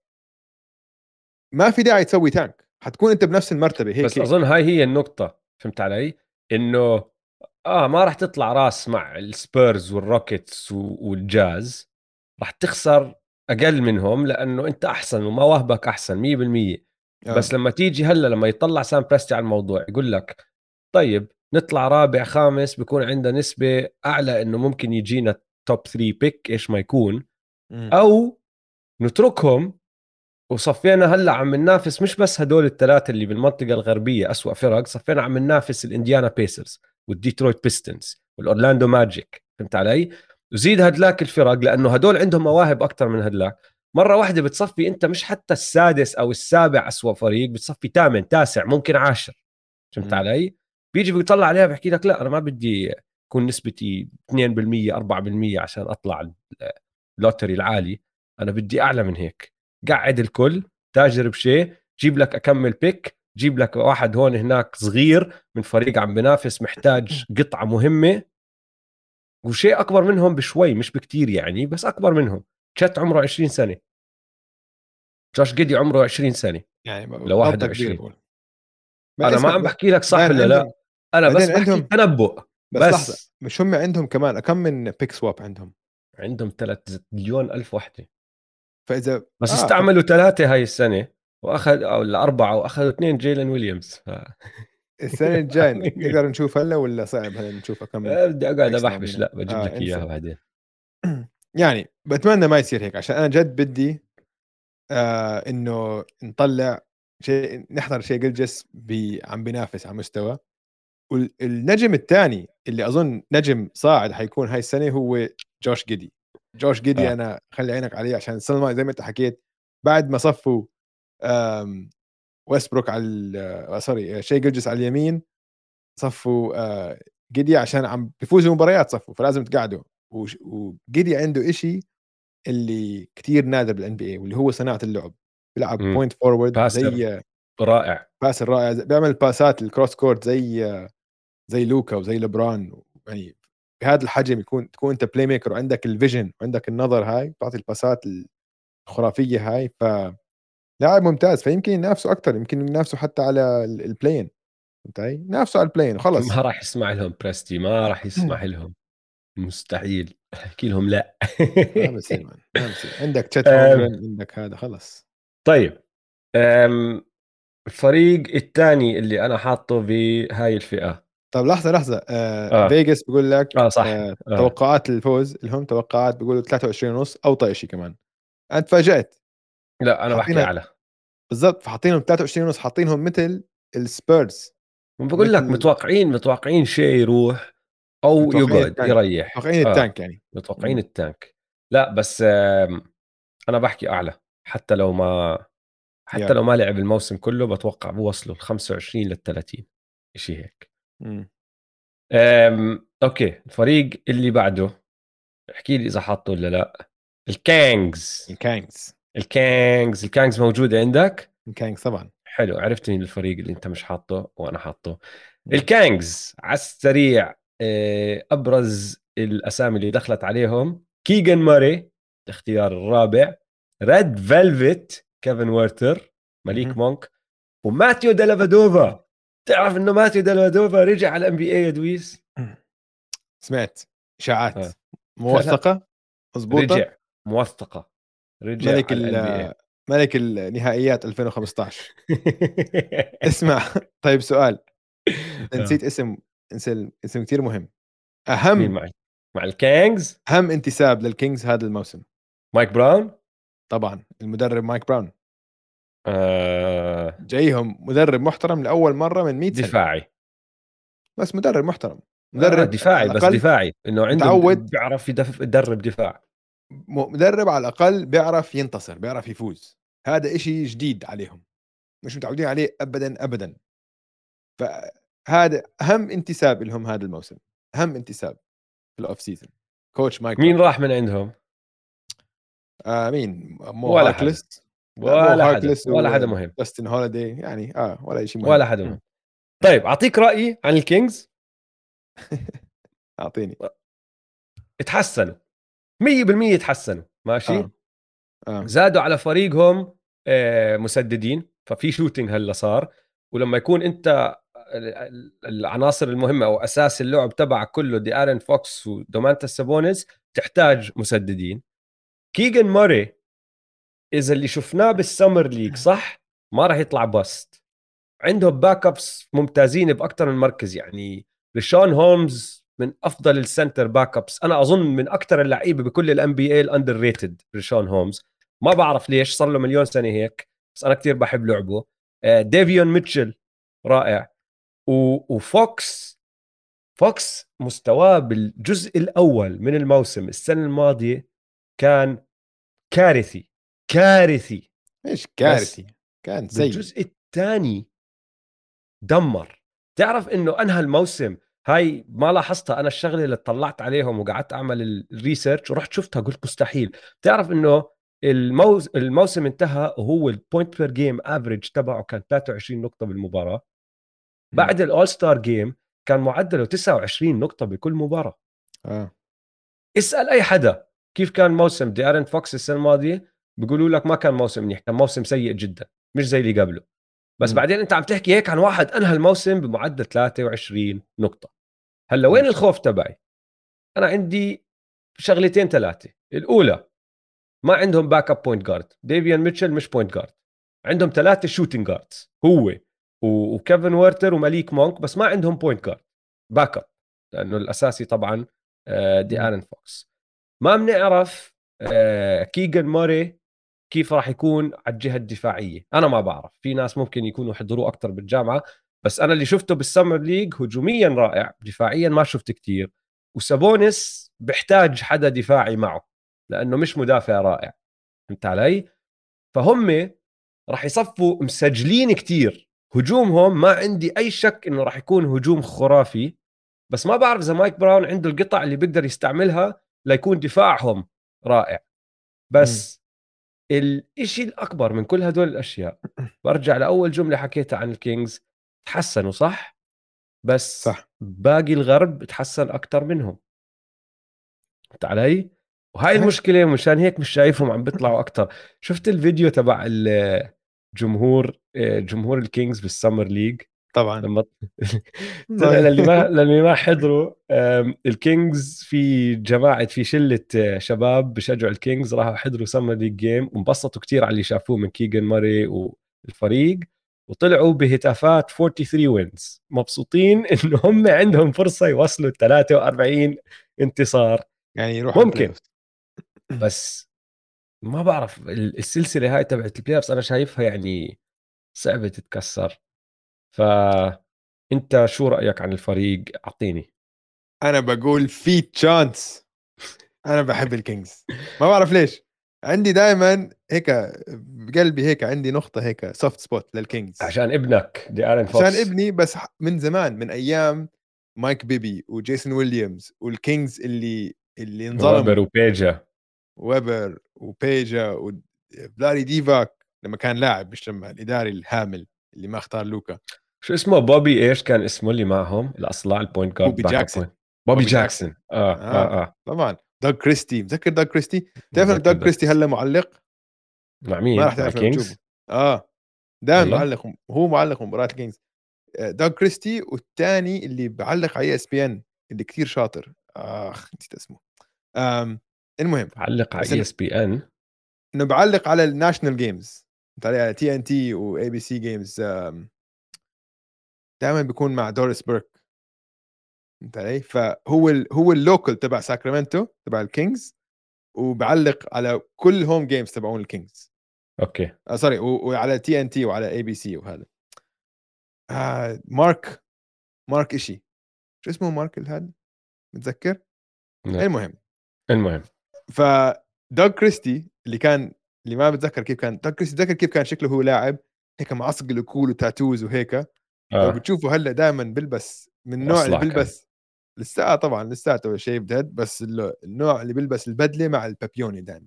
ما في داعي تسوي تانك، حتكون انت بنفس المرتبه هيك بس هيك. اظن هاي هي النقطة، فهمت علي؟ انه ما راح تطلع راس مع السبيرز والروكيتس والجاز، راح تخسر اقل منهم لانه انت احسن ومواهبك احسن 100%. اه بس لما تيجي هلا لما يطلع سام بريستي على الموضوع يقول لك طيب نطلع رابع خامس بيكون عندنا نسبة اعلى انه ممكن يجينا توب 3 بيك ايش ما يكون، مم. او نتركهم. وصفينا هلا عم ننافس مش بس هدول الثلاثه اللي بالمنطقه الغربيه أسوأ فرق، صفينا عم ننافس الانديانا بيسرز والديترويت بيستنز والاورلاندو ماجيك، فهمت علي؟ وزيد هدلاك الفرق لانه هدول عندهم مواهب اكثر من هدلاك. مره واحده بتصفي انت مش حتى السادس او السابع أسوأ فريق، بتصفي ثامن تاسع ممكن عاشر، فهمت مم. علي؟ بيجي بيطلع عليها بحكي لك لا انا ما بدي يكون نسبتي 2% 4% عشان اطلع اللوتري العالي، انا بدي اعلى من هيك. قعد الكل تاجر بشيء، جيب لك اكمل بيك، جيب لك واحد هون هناك صغير من فريق عم بنافس محتاج قطعة مهمة، وشيء اكبر منهم بشوي مش بكتير يعني بس اكبر منهم. تشات عمره 20 سنة، جوش جيدي عمره 20 سنة يعني لو غلطه كبيره 21. بقول. ما انا ما اسمع عم بحكي لك صح بعدين ولا عندهم، لا، انا بعدين بس بحكي عندهم تنبؤ. بس لحظه، بس مش هم عندهم كمان كم من بيك سواب عندهم؟ عندهم 3 مليون ألف وحدة، فاذا بس استعملوا 3 هاي السنة واخذ او الاربعه واخذوا 2 جيلن ويليامز السنه الجايه نقدر نشوف هلا ولا صعب هلا نشوف كم من بدي اقعد بيكس ابحبش، معطينا؟ لا بجيب لك اياها انسى. بعدين. يعني بتمنى ما يصير هيك، عشان انا جد بدي انه نطلع شيء، نحضر شيء جلجس عم بينافس على مستوى. والنجم الثاني اللي اظن نجم صاعد حيكون هاي السنه هو جوش جيدي. جوش جيدي آه. انا خلي عينك عليه، عشان السنه الماضيه زي ما انت حكيت بعد ما صفوا ويستبروك على سوري شي جلجس على اليمين، صفوا جيدي عشان عم بيفوزوا مباريات، صفوا فلازم تقعدوا. وجيدي عنده إشي اللي كتير نادر بالان بي اي، واللي هو صناعه اللعب. بيلعب مم. بوينت فورورد باسر زي رائع. باس الرائع، بيعمل باسات الكروس كورت زي لوكا وزي لبران. يعني بهذا الحجم تكون انت بلاي ميكر وعندك الفيجن وعندك النظر، هاي بتعطي الباسات الخرافيه هاي. لاعب ممتاز، فيمكن ينافسوا اكثر، يمكن ينافسوا حتى على البلاين. فهمت علي؟ نافسوا على البلاين وخلص. ما راح يسمع لهم بريستي، ما راح يسمح لهم، مستحيل احكي لهم لا. ما بصير مان، ما بصير. عندك تشيت أم، هولمجرين، عندك هذا خلص. طيب، الفريق الثاني اللي انا حاطه بهاي الفئة. طب لحظه لحظه، اه فيجاس بيقول لك صح. توقعات الفوز لهم، توقعات بيقولوا 23 ونص او شيء كمان. انا تفاجأت. لا انا بحكي حاطينها اعلى. بالضبط، فحاطينهم 23 ونص، حاطينهم مثل السبيرز. بقول لك مثل متوقعين شيء يروح او متوقعين يقعد التانك، يريح. متوقعين التانك يعني. متوقعين مم. التانك. لا بس انا بحكي اعلى. حتى لو ما حتى يا لو ما لعب الموسم كله بتوقع بوصلوا ال 25 لل 30، شيء هيك. مم. اوكي، الفريق اللي بعده احكي لي اذا حاطه ولا لا. الكانجز. الكانجز. الكانجز موجوده عندك؟ الكانجز طبعا. حلو، عرفتني الفريق اللي انت مش حاطه وانا حاطه. مم. الكانجز على السريع، ابرز الاسامي اللي دخلت عليهم: كيغان ماري الاختيار الرابع، ريد فيلفت كيفن ويرتر، ماليك مهم. مونك، وماتيو ديلافادوفا. تعرف انه ماتيو ديلافادوفا رجع على الام بي اي يا دويس؟ سمعت اشاعات آه. لا لا، موثقه مضبوطه. رجع موثقه، رجع ملك على الام بي اي. ملك النهائيات 2015. اسمع طيب سؤال، انت نسيت اسم، اسم كثير مهم. مين اهم معي؟ مع الكانجز؟ اهم انتساب للكينجز هذا الموسم. مايك براون. طبعا المدرب مايك براون. آه... جايهم مدرب محترم لاول مره من 100 سنه. دفاعي. بس مدرب محترم، مدرب على دفاعي، بس الاقل دفاعي انه عنده متعود. بيعرف يدرب دفاع. مدرب على الاقل بيعرف ينتصر، بيعرف يفوز. هذا إشي جديد عليهم، مش متعودين عليه ابدا ابدا. فهذا اهم انتساب لهم هذا الموسم، اهم انتساب في الاوف سيزون. كوتش مايك مين براون. راح من عندهم؟ مين؟ مو ولا حدا. هاركلس. لا مو هاركلس ولا حدا مهم. وداستن هوليدي يعني ولا شيء مهم. ولا حدا مهم. طيب اعطيك رايي عن الكينجز. اعطيني. اتحسنوا 100%، اتحسنوا اه ماشي. اه زادوا على فريقهم مسددين، ففي شوتينج هلا صار. ولما يكون انت العناصر المهمه او اساس اللعب تبعك كله دي ارن فوكس ودومانتا سابونيز، تحتاج مسددين. كيغان موري اذا اللي شفناه بالسمر ليج صح، ما راح يطلع باست. عندهم باك ابس ممتازين باكثر من مركز، يعني ريشون هولمز من افضل السنتر باك ابس، انا اظن من اكثر اللعيبه بكل الان بي اي الاندر ريتد. ريشون هولمز ما بعرف ليش صار له مليون سنه هيك، بس انا كثير بحب لعبه. ديفيون ميتشل رائع. فوكس مستواه بالجزء الاول من الموسم السنه الماضيه كان كارثي، كارثي. ايش بس كارثي، كان سيء. بالجزء الثاني دمر. تعرف انه انهى الموسم، هاي ما لاحظتها انا، الشغله اللي طلعت عليهم وقعدت اعمل الريسيرش ورحت شفتها قلت مستحيل. تعرف انه الموسم انتهى وهو البوينت بير جيم افريج تبعه كان 23 نقطه بالمباراه. مم. بعد الاول ستار جيم كان معدله 29 نقطه بكل مباراه. اه اسال اي حدا كيف كان موسم دي ارن فوكس السنه الماضيه، بيقولوا لك ما كان موسم منيح، كان موسم سيء جدا، مش زي اللي قبله. بس مم. بعدين انت عم تحكي هيك عن واحد انهى الموسم بمعدل 23 نقطة. هلا ما وين شاء الله. الخوف تبعي؟ انا عندي شغلتين ثلاثة. الاولى، ما عندهم باك اب بوينت جارد. ديفيان ميتشل مش بوينت جارد. عندهم ثلاثة شوتينج جاردز، هو وكيفن ويرتر وماليك مونك، بس ما عندهم بوينت جارد باك اب، لانه الاساسي طبعا دي مم. ارن فوكس. ما بنعرف كيغان موري كيف راح يكون على الجهة الدفاعية. أنا ما بعرف، في ناس ممكن يكونوا حضروه أكتر بالجامعة، بس أنا اللي شفته بالسمر ليج هجوميا رائع، دفاعيا ما شفت كتير. وسابونس بحتاج حدا دفاعي معه لأنه مش مدافع رائع، فهمت علي؟ فهم راح يصفوا مسجلين كتير. هجومهم ما عندي أي شك إنه راح يكون هجوم خرافي، بس ما بعرف إذا مايك براون عنده القطع اللي بيقدر يستعملها ليكون دفاعهم رائع. مم. بس الإشي الأكبر من كل هدول الأشياء، برجع لأول جملة حكيتها عن الكينجز، تحسنوا صح، بس صح. باقي الغرب تحسن أكتر منهم، فهمت علي؟ وهاي صحيح. المشكلة، مشان هيك مش شايفهم عم بيطلعوا أكتر. شفت الفيديو تبع الجمهور، جمهور الكينجز بالسمر ليج طبعا. لما طلع، والله. للي ما حضروا، الكينجز في جماعة، في شلة شباب بشجعوا الكينجز، راحوا حضروا سمر ليج جيم وانبسطوا كتير على اللي شافوه من كيجن ماري والفريق، وطلعوا بهتافات 43 وينز، مبسوطين انه هم عندهم فرصة يوصلوا 43 انتصار. يعني يروح على البلاي ممكن، اوف. بس ما بعرف السلسلة هاي تبعت البلاي اوفز انا شايفها يعني صعبة تتكسر. فانت شو رأيك عن الفريق؟ اعطيني. انا بقول في تشانس. انا بحب الكينجز، ما بعرف ليش. عندي دائما هيك بقلبي، هيك عندي نقطة هيك سوفت سبوت للكينجز. عشان ابنك دي ارن عشان فوكس ابني، بس من زمان، من ايام مايك بيبي وجيسون ويليامز والكينجز اللي ووبر انظلموا. وبيجا. ويبر وبيجا وبلاري ديفاك لما كان لاعب، مش لما الاداري الهامل اللي ما اختار لوكا. شو اسمه؟ بوبي ايش كان اسمه اللي معهم الاصلع، البوينت جارد بوبي باك اب جاكسون. بوينت؟ بوبي بوبي جاكسون. جاكسون. اه طبعا. دوغ كريستي، متذكر دوغ كريستي؟ تعرف انه بتذكر دوغ كريستي دكتس. هلا معلق. مع ما مين؟ راح مع تعرف لما تشوفه. الكينجز؟ اه. دائما والله. معلق، هو معلق مباراه الكينجز. دوغ كريستي، والثاني اللي بعلق على اس بي ان اللي كثير شاطر، نسيت اسمه. آم المهم، علق على بس اي اس بي ان. انه بعلق على الناشونال جيمز، على تي ان تي واي بي سي جيمز. دائما بيكون مع دوريس بيرك، فهمت علي؟ فهو هو اللوكل تبع ساكرامنتو تبع الكينجز، وبعلق على كل هوم جيمز تبعون الكينجز. اوكي. سوري، وعلى تي ان تي وعلى اي بي سي وهذا. مارك اشي، شو اسمه مارك هذا؟ متذكر؟ لا. المهم، المهم. ف دوغ كريستي اللي ما بتذكر كيف كان دوغ كريستي، بتذكر كيف كان شكله هو لاعب، هيك معصقل وكول وتاتوز وهيك. لو اه بتشوفه هلا دائما بلبس من النوع اللي الاصلع كان. بلبس لسه، طبعا لساته شيب ديد، بس النوع اللي بيلبس البدله مع البابيوني دائما.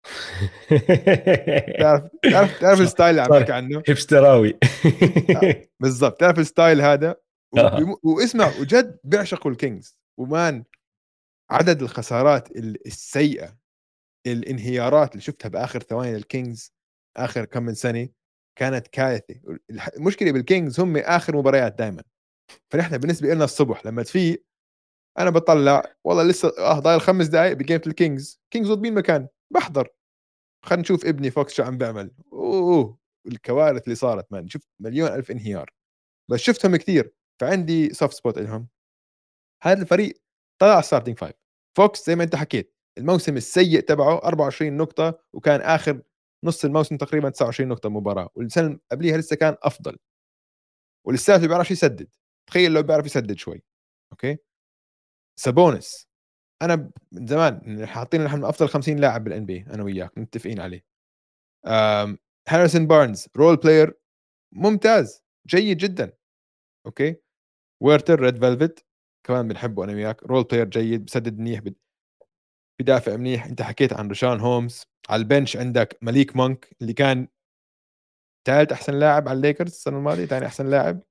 تعرف صار الستايل اللي عم صار بحكي عنه. هيبستراوي. بالضبط، تعرف الستايل هذا. آه. واسمع، وجد بيعشقوا الكينجز ومان. عدد الخسارات السيئه، الانهيارات اللي شفتها باخر ثواني للكينجز اخر كم من سنه، كانت كارثه. المشكله بالكينجز هم اخر مباريات دائما. فنحن بالنسبه لنا الصبح لما تفيق، انا بطلع والله لسه ضايل 5 دقائق بجيمة الكينجز، كينجز ضد مين مكان، بحضر خلينا نشوف ابني فوكس شو عم بيعمل. الكوارث اللي صارت، مان شفت مليون الف انهيار، بس شفتهم كثير. فعندي سوفت سبوت لهم. هذا الفريق طلع على ستارتنج فايف. فوكس زي ما انت حكيت، الموسم السيء تبعه 24 نقطة، وكان آخر نص الموسم تقريبا 29 نقطة مباراة، والسنة اللي قبليها لسه كان أفضل، ولساته بيعرفش يسدد. تخيل لو بيعرف يسدد شوي. اوكي. سابونس، انا من زمان حاطين نحن من افضل 50 لاعب بالان بي، انا وياك متفقين عليه. هاريسون بارنز رول بلاير ممتاز، جيد جدا. اوكي. ويرتر ريد فيلفت كمان بنحبه انا وياك، رول بلاير جيد، بسدد منيح، بدافع منيح. انت حكيت عن روشان هومز. على البنش عندك ماليك مونك اللي كان ثالث احسن لاعب على الليكرز السنه الماضيه، ثاني احسن لاعب.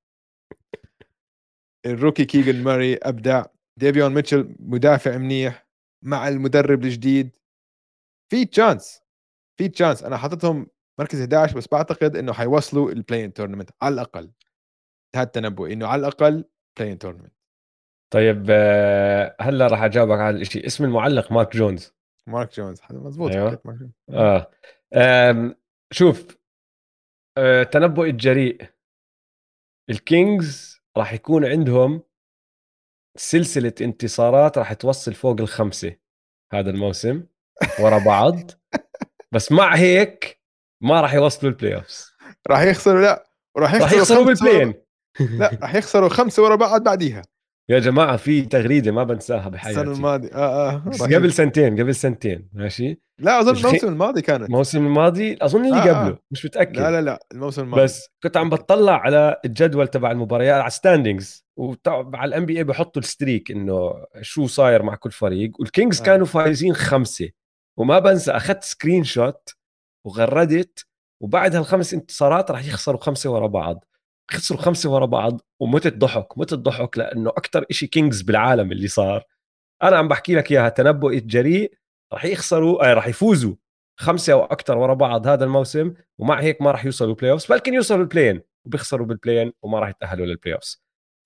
الروكي كيجن ماري ابدع. ديفيون ميتشل مدافع منيح مع المدرب الجديد. في تشانس، في تشانس. انا حاططهم مركز 11، بس بعتقد انه حيوصلوا البلاين تورنمنت على الاقل. هذا التنبؤ انه على الاقل بلاين تورنمنت. طيب هلا راح اجاوبك على الاشي. اسم المعلق مارك جونز. مارك جونز، مزبوط ايوه. حكيت مارك جونز. اه. شوف، تنبؤ الجريء، الكينجز راح يكون عندهم سلسلة انتصارات راح توصل فوق الخمسة هذا الموسم ورا بعض. بس مع هيك ما راح يوصلوا البلاي اوفز. راح يخسروا، لا وراح راح يخسروا يخسروا 5 بالبلاين. لا راح يخسروا 5 ورا بعض بعديها. يا جماعه في تغريده ما بنساها السنه بحياتي، الماضيه قبل رهيب. سنتين، قبل سنتين ماشي. لا اظن الموسم الماضي كانت. الموسم الماضي اظن اه اللي قبله، اه مش لا متاكد. لا لا الموسم الماضي. بس كنت عم أكيد. بتطلع على الجدول تبع المباريات على ستاندينجز، وعلى الان بي اي بحطوا الستريك انه شو صاير مع كل فريق، والكينجز اه كانوا فايزين 5. وما بنسى اخذت سكرين شوت وغردت، وبعد هالخمس انتصارات راح يخسروا 5 ورا بعض. خسروا 5 ورا بعض ومتت ضحك، متت ضحك، لانه اكثر إشي كينجز بالعالم اللي صار. انا عم بحكي لك اياها تنبؤ جريء. راح يخسروا، راح يفوزوا 5 او اكثر ورا بعض هذا الموسم، ومع هيك ما راح يوصلوا بلاي اوفز، بلكن يوصلوا البلاين وبيخسروا بالبلاين وما راح يتاهلوا للبلاي اوفز.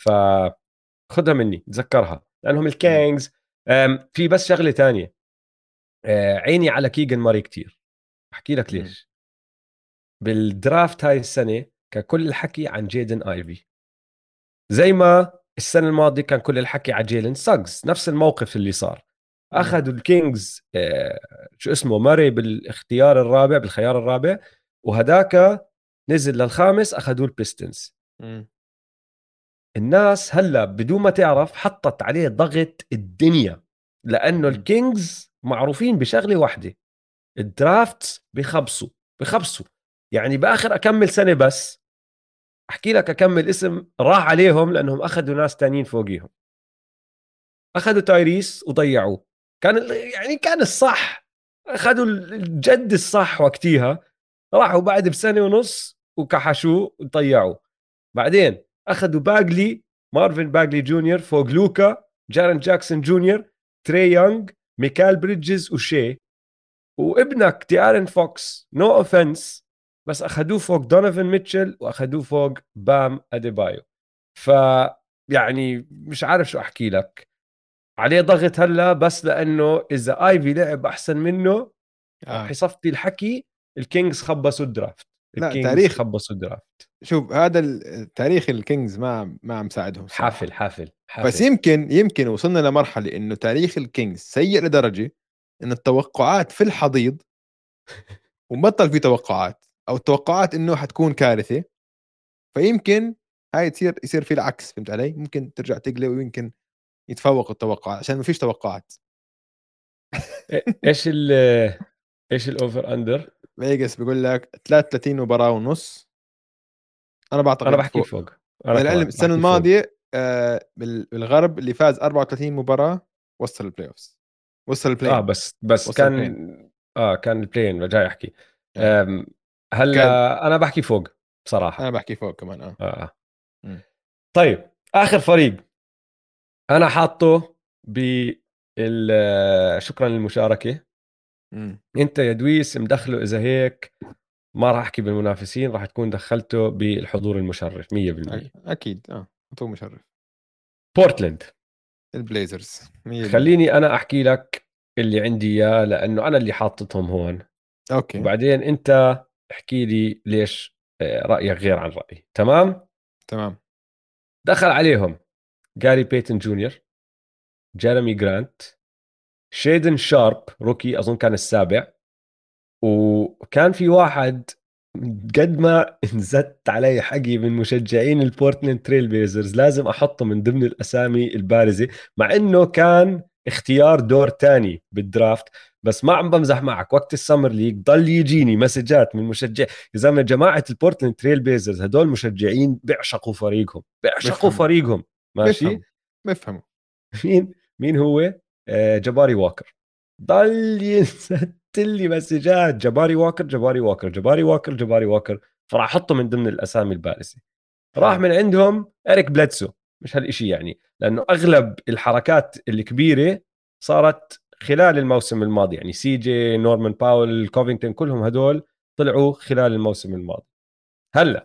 فخذها مني، تذكرها، لانهم مم. الكينجز. في بس شغله تانية، عيني على كيجن ماري كتير. احكي لك مم. ليش. بالدرافت هاي السنه كان كل الحكي عن جيدن ايفي، زي ما السنه الماضيه كان كل الحكي على جيلن ساجز، نفس الموقف اللي صار. مم. اخذوا الكينجز شو اسمه ماري بالاختيار الرابع، بالخيار الرابع، وهداك نزل للخامس اخذوا البيستنز. مم. الناس هلا بدون ما تعرف حطت عليه ضغط الدنيا، لانه مم. الكينجز معروفين بشغله واحده: الدرافت بخبصوا. يعني باخر اكمل سنه بس احكي لك اكمل اسم راح عليهم، لانهم اخذوا ناس تانيين فوقيهم. اخذوا تايريس وضيعوه. يعني كان الصح، اخذوا الجد الصح وقتيها. راحوا بعد بسنه ونص وكحشوه وضيعوه. بعدين اخذوا باجلي، مارفن باجلي جونيور فوق لوكا، جارن جاكسون جونيور، تري يونغ، ميكال بريدجز وشي، وابنك تيارن فوكس، نو اوفنس، بس اخذوه فوق دونيفن ميتشل واخذوه فوق بام اديبايو. ف يعني مش عارف شو احكي لك. عليه ضغط هلا بس لانه اذا ايفي لعب احسن منه راح اه يصفي الحكي. الكينجز خبصوا الدرافت. لا الكينجز تاريخ. خبصوا الدرافت. شوف هذا تاريخ الكينجز ما عم ساعدهم الصراحه. حافل حافل بس حافل. يمكن وصلنا لمرحله انه تاريخ الكينجز سيء لدرجه ان التوقعات في الحضيض، ومبطل في توقعات، او التوقعات انه حتكون كارثه. فيمكن هاي يصير في العكس، فهمت علي؟ ممكن ترجع تقلب ويمكن يتفوق التوقعات عشان ما فيش توقعات. ايش ايش الاوفر اندر؟ فيجاس بيقول لك 33 مباراه ونص. انا انا بعتقد بحكي فوق. فوق. انا للعلم كمان السنه بحكي فوق. الماضيه بالغرب اللي فاز 34 مباراه وصل البلاي اوفز، وصل اه البلاين، بس وصل كان. البلاين. كان البلاين جاي احكي. ايه كان. هلا انا بحكي فوق انا بصراحه. بحكي فوق كمان آه. مم. طيب اخر فريق انا حاطه شكرا للمشاركه. مم. انت يا دويس مدخله، اذا هيك ما راح احكي بالمنافسين، راح تكون دخلته بالحضور المشرف 100%. اكيد هو مشرف. بورتلاند. البليزرز 100%. خليني انا احكي لك اللي عندي اياه، لانه انا اللي حاططهم هون. اوكي وبعدين انت احكي لي ليش رايك غير عن رايي. تمام. تمام. دخل عليهم جاري بيتن جونيور، جيريمي جرانت، شيدن شارب روكي اظن كان السابع، وكان في واحد قد ما انزدت علي حقي من مشجعين البورتلاند تريل بيزرز لازم احطه من ضمن الاسامي البارزه، مع انه كان اختيار دور تاني بالدرافت. بس ما عم بمزح معك، وقت السمر ليج ضل يجيني مسجات من مشجع يا زلمه. جماعه البورتلاند تريل بيزرز هدول مشجعين بيعشقوا فريقهم، بيعشقوا بفهموا فريقهم. ماشي. بفهموا بفهموا. مين هو؟ جباري واكر. ضل ينزل لي مسجات: جباري واكر، جباري واكر، جباري واكر، جباري واكر. فراح احطه من ضمن الاسامي البارزه. راح حلو. من عندهم اريك بلاتسو. مش هالشيء يعني، لانه اغلب الحركات الكبيره صارت خلال الموسم الماضي، يعني سي جي، نورمان باول، كوفينغتون، كلهم هدول طلعوا خلال الموسم الماضي. هلا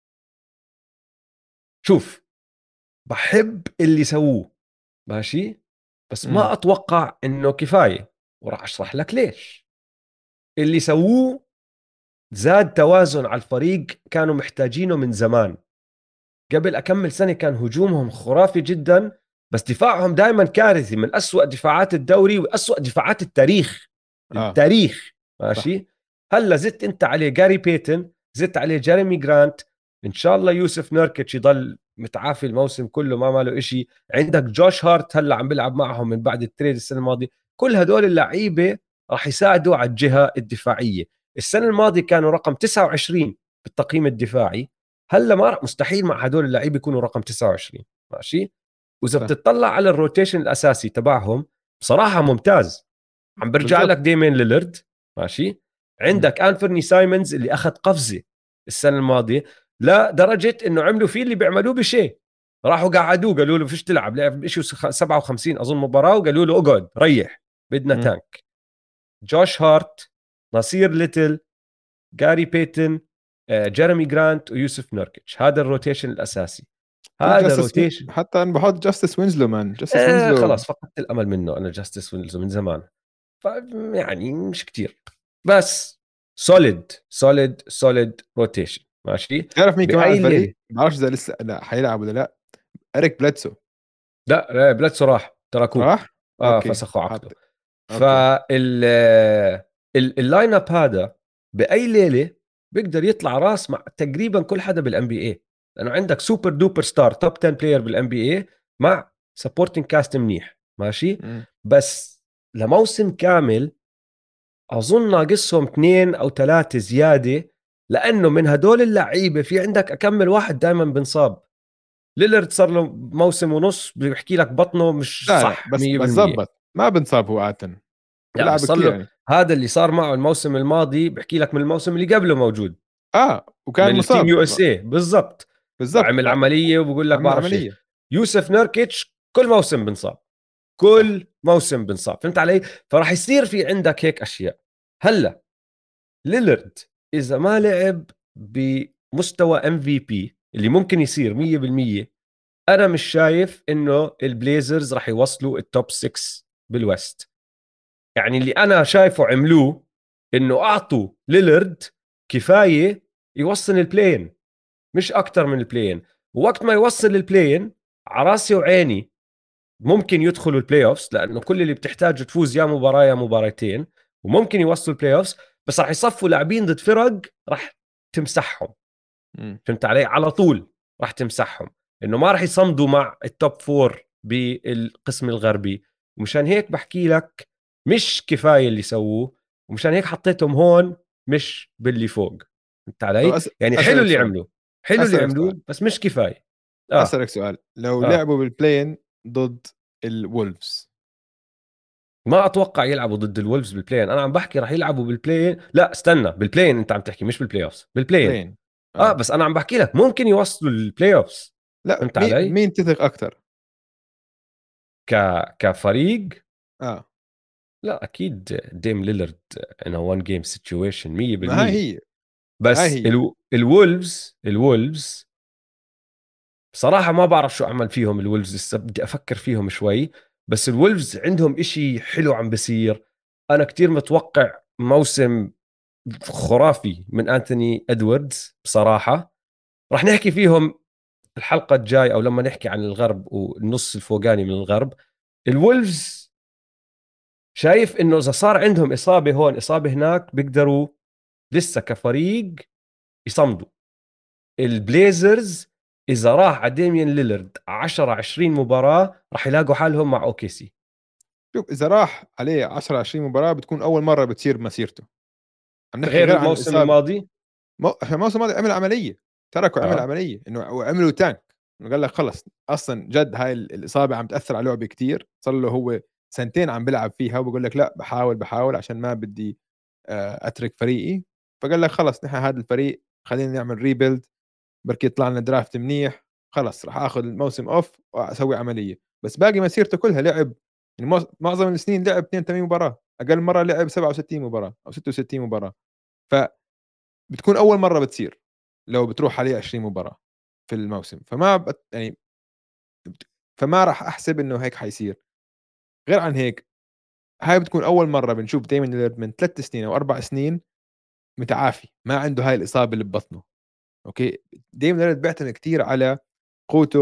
شوف، بحب اللي سووه ماشي، بس امم ما اتوقع انه كفايه، وراح اشرح لك ليش. اللي سووه زاد توازن على الفريق كانوا محتاجينه من زمان. قبل أكمل سنة كان هجومهم خرافي جدا، بس دفاعهم دائما كارثي، من أسوأ دفاعات الدوري وأسوأ دفاعات التاريخ. اه التاريخ صح. ماشي. هلا زدت انت عليه جاري بيتن، زدت عليه جيريمي جرانت، ان شاء الله يوسف نيركيتش يضل متعافي الموسم كله ما ماله إشي. عندك جوش هارت هلا عم بيلعب معهم من بعد التريد السنه الماضيه. كل هدول اللعيبه راح يساعدوا على الجهه الدفاعيه. السنه الماضيه كانوا رقم 29 بالتقييم الدفاعي، هلا ما مستحيل مع هدول اللعيبه يكونوا رقم 29. ماشي. واذا صح. بتطلع على الروتيشن الاساسي تبعهم بصراحه ممتاز. عم برجع لك بالضبط. ديمين ليلرد. ماشي. مم. عندك انفرني سايمونز اللي اخذ قفزه السنه الماضيه، لدرجه انه عملوا فيه اللي بيعملوه بشيء. راحوا قعدوه قالوا له فيش تلعب، لعب شيء 57 اظن مباراه، وقالوا له اقعد ريح بدنا مم. تانك. جوش هارت، نصير ليتل، جاري بيتن، جيريمي جرانت، ويوسف نوركيتش. هذا الروتيشن الاساسي. شوف هذا روتيشن حتى انا بحط جاستس وينزلو، مان جاستس وينزلو. خلاص فقدت الامل منه انا جاستس وينزو من زمان. يعني مش كتير، بس سوليد روتيشن. ماشي. تعرف مين كمان على باي الفريق؟ ليله. ما بعرفش اذا لسه لا حيلعب ولا لا. اريك بلاتسو. لا بلاتسو راح تركوه. راح. اوكي فسخوا عقده. حط. اوكي. فال اللاين اب هذا باي ليله بيقدر يطلع راس مع تقريبا كل حدا بالان بي اي، لانه عندك سوبر دوبر ستار توب 10 بلاير بالان بي اي مع سبورتنج كاست منيح. ماشي. مم. بس لموسم كامل اظن ناقصهم 2 أو 3 زياده، لانه من هدول اللعيبه في عندك اكمل واحد دائما بنصاب. ليلرد صار له موسم ونص بيحكي لك بطنه مش لا صح بس 100%. زبط، ما بنصاب هو عادة، لا بيلعب بس صار كثير له يعني. هذا اللي صار معه الموسم الماضي، بحكي لك من الموسم اللي قبله موجود وكان من التيم مصاب. يو اس اي بالضبط. بالضبط. وعمل عمليه وبقول لك عمل بعرف ايش. عملية. يوسف نيركيتش كل موسم بنصاب، صح. كل موسم بنصاب، فهمت علي؟ فراح يصير في عندك هيك اشياء. هلا ليلرد اذا ما لعب بمستوى ام في بي اللي ممكن يصير 100%، انا مش شايف انه البليزرز راح يوصلوا التوب 6 بالوست. يعني اللي انا شايفه عملوه انه اعطوا ليلرد كفايه يوصل البلاين، مش اكتر من البلاين. ووقت ما يوصل البلاين على راسي وعيني ممكن يدخلوا البلاي اوفز، لانه كل اللي بتحتاجه تفوز يا مباراه يا مباراتين، وممكن يوصلوا البلاي اوفز. بس راح يصفوا لاعبين ضد فرق راح تمسحهم. مم. فهمت علي؟ على طول راح تمسحهم، انه ما راح يصمدوا مع التوب فور بالقسم الغربي. ومشان هيك بحكي لك مش كفايه اللي سووه، ومشان هيك حطيتهم هون مش باللي فوق. فهمت طب علي؟ يعني حلو أسألك اللي سؤال. عملوه، حلو اللي أسألك سؤال. عملوه بس مش كفايه. اه أسألك سؤال، لو اه لعبوا بالبلاين ضد الولفز. ما اتوقع يلعبوا ضد الولفز بالبلاين. انا عم بحكي راح يلعبوا بالبلاين. لا استنى، بالبلاين انت عم تحكي مش بالبلاي اوفز. بالبلاين. بلاين. اه اه بس انا عم بحكي لك ممكن يوصلوا البلاي اوفز. لا، فهمت مين علي؟ مين تثق أكثر؟ كفريق اه لا اكيد ديم ليلرد ان وان جيم سيتويشن ما هاي 100%. هي. هاي بس هي. الولفز بصراحة ما بعرف شو أعمل فيهم. الولفز لسه بدي أفكر فيهم شوي. بس الولفز عندهم إشي حلو عم بصير. أنا كتير متوقع موسم خرافي من أنتوني إدواردز بصراحة. رح نحكي فيهم الحلقة الجاي، أو لما نحكي عن الغرب والنص الفوقاني من الغرب. الولفز شايف إنه إذا صار عندهم إصابة هون إصابة هناك بيقدروا لسه كفريق يصمدوا. البليزرز اذا راح على ديميان ليلرد 10 20 مباراه راح يلاقوا حالهم مع اوكيسي. شوف، إذا راح عليه 10 20 مباراة بتكون أول مرة بتصير مسيرته. عم نحكي غير غير عن الموسم الإصابة. الماضي. عشان الموسم الماضي عمل عملية. تركوا عمل اه عملية إنه وعملوا تانك. إنه قال لك خلص أصلا جد هاي الإصابة عم تأثر على لعبه كتير. صار له هو سنتين عم بيلعب فيها وبقول لك لا بحاول عشان ما بدي اترك فريقي. فقال لك خلص نحن هذا الفريق خلينا نعمل ريبيلد. بركي يطلع لنا درافت منيح. خلص راح اخذ الموسم اوف واسوي عمليه. بس باقي مسيرته كلها لعب. يعني معظم السنين لعب 82 مباراه. اقل مره لعب 67 مباراه او 66 مباراه. فبتكون اول مره بتصير لو بتروح عليه 20 مباراه في الموسم. يعني فما راح احسب انه هيك حيصير. غير عن هيك، هاي بتكون اول مره بنشوف دايما ليلرد من 3 سنين او 4 سنين متعافي، ما عنده هاي الاصابه اللي ببطنه. اوكي. دايما ليلرد بيعتمد كثير على قوته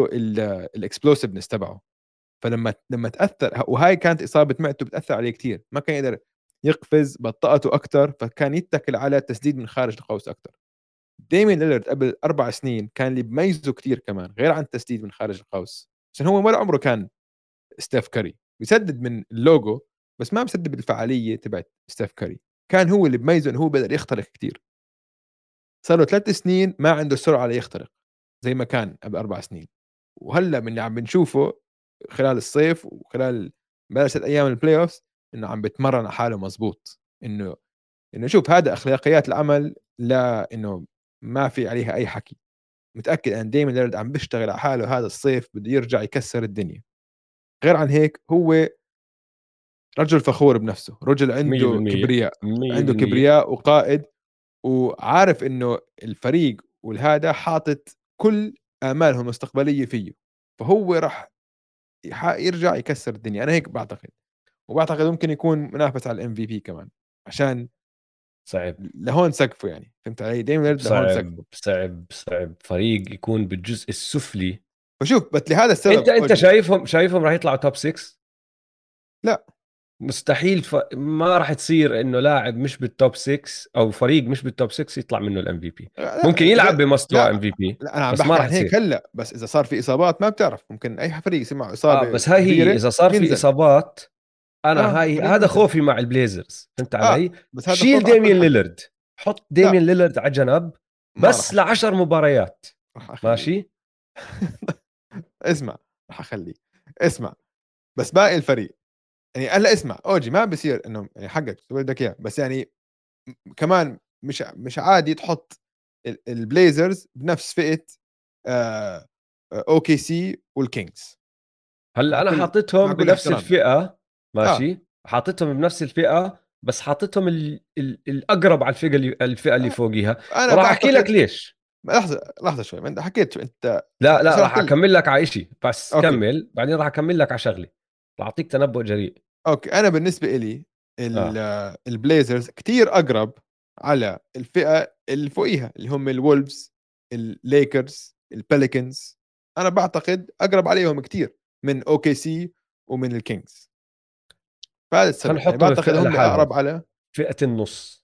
الاكسبلوسيفنس تبعه. فلما تاثر، وهاي كانت اصابه معدته بتاثر عليه كثير، ما كان يقدر يقفز بطأته اكثر، فكان يتكل على تسديد من خارج القوس اكثر. ديمين ليلرد قبل 4 سنين كان اللي بميزه كثير كمان غير عن التسديد من خارج القوس، عشان هو ولا عمره كان ستيف كاري، بيسدد من اللوجو بس ما بيسدد بالفعاليه تبعت ستيف كاري. كان هو اللي بميزه انه هو بيقدر يخترق كثير. صار له 3 سنين ما عنده السرعه ليخترق زي ما كان قبل 4 سنين. وهلا من اللي عم بنشوفه خلال الصيف وخلال بلشت ايام البلاي اوف انه عم بتمرن على حاله مزبوط. انه شوف هذا اخلاقيات العمل، لا انه ما في عليها اي حكي. متاكد ان دايما ليرد عم بيشتغل على حاله هذا الصيف، بده يرجع يكسر الدنيا. غير عن هيك هو رجل فخور بنفسه، رجل عنده 100% كبرياء، عنده 100%. كبرياء وقائد، وعارف انه الفريق والهذا حاطط كل امالهم المستقبليه فيه، فهو راح يرجع يكسر الدنيا. انا هيك بعتقد، وبعتقد ممكن يكون منافس على الام في بي كمان، عشان صعب لهون سقفه يعني. فهمت علي؟ دايما لهون صعب سقفه. صعب فريق يكون بالجزء السفلي. فشوف بس لهذا انت السبب انت اوجي. شايفهم راح يطلعوا توب 6؟ لا مستحيل ما راح تصير انه لاعب مش بالتوب 6 او فريق مش بالتوب 6 يطلع منه الام في بي. لا ممكن يلعب اذا بمستوى ام لا في بي لا انا عم بس ما بحكي راح عن هيك تصير. هلا، بس اذا صار في اصابات ما بتعرف، ممكن اي فريق يسمع اه اصابه بس هاي هي كبيره اذا صار في بينزل. اصابات. انا هاي بعدين هذا بنزل. خوفي مع البليزرز، فهمت علي؟ بس هذا شيل خوف على كل ديمين حدا. ليلرد، حط لا ديمين ليلرد على جنب ما راح بس اشيل، ل10 مباريات. راح اخليه. ماشي. اسمع، راح اخليه. اسمع، بس باقي الفريق يعني هلا اسمع اوجي، ما بصير انه يعني حقك تقول بدك اياه، بس يعني كمان مش عادي تحط البليزرز بنفس فئه اوكي سي والكينجز، هلا مع انا كل مع حاططهم كل بنفس احترامي. الفئة. اه ماشي، حاططهم بنفس الفئة بس حاططهم الاقرب على الفئة اللي فوقيها. انا وراح احكي لك بعتقد، ليش. لحظه لحظه شوي، ما انت حكيت شو انت لا راح شرحت لي. اكمل لك على شيء بس اوكي كمل بعدين راح اكمل لك على شغله. راح اعطيك تنبؤ جريء. اوكي انا بالنسبه لي اه البليزرز كتير اقرب على الفئه اللي فوقيها اللي هم الولفز، الليكرز، البليكنز. انا بعتقد اقرب عليهم كتير من اوكي سي ومن الكينجز. فهذا خلينا السبب يعني نحطهم بعتقد بفئة هم لحالهم، اقرب على فئة النص.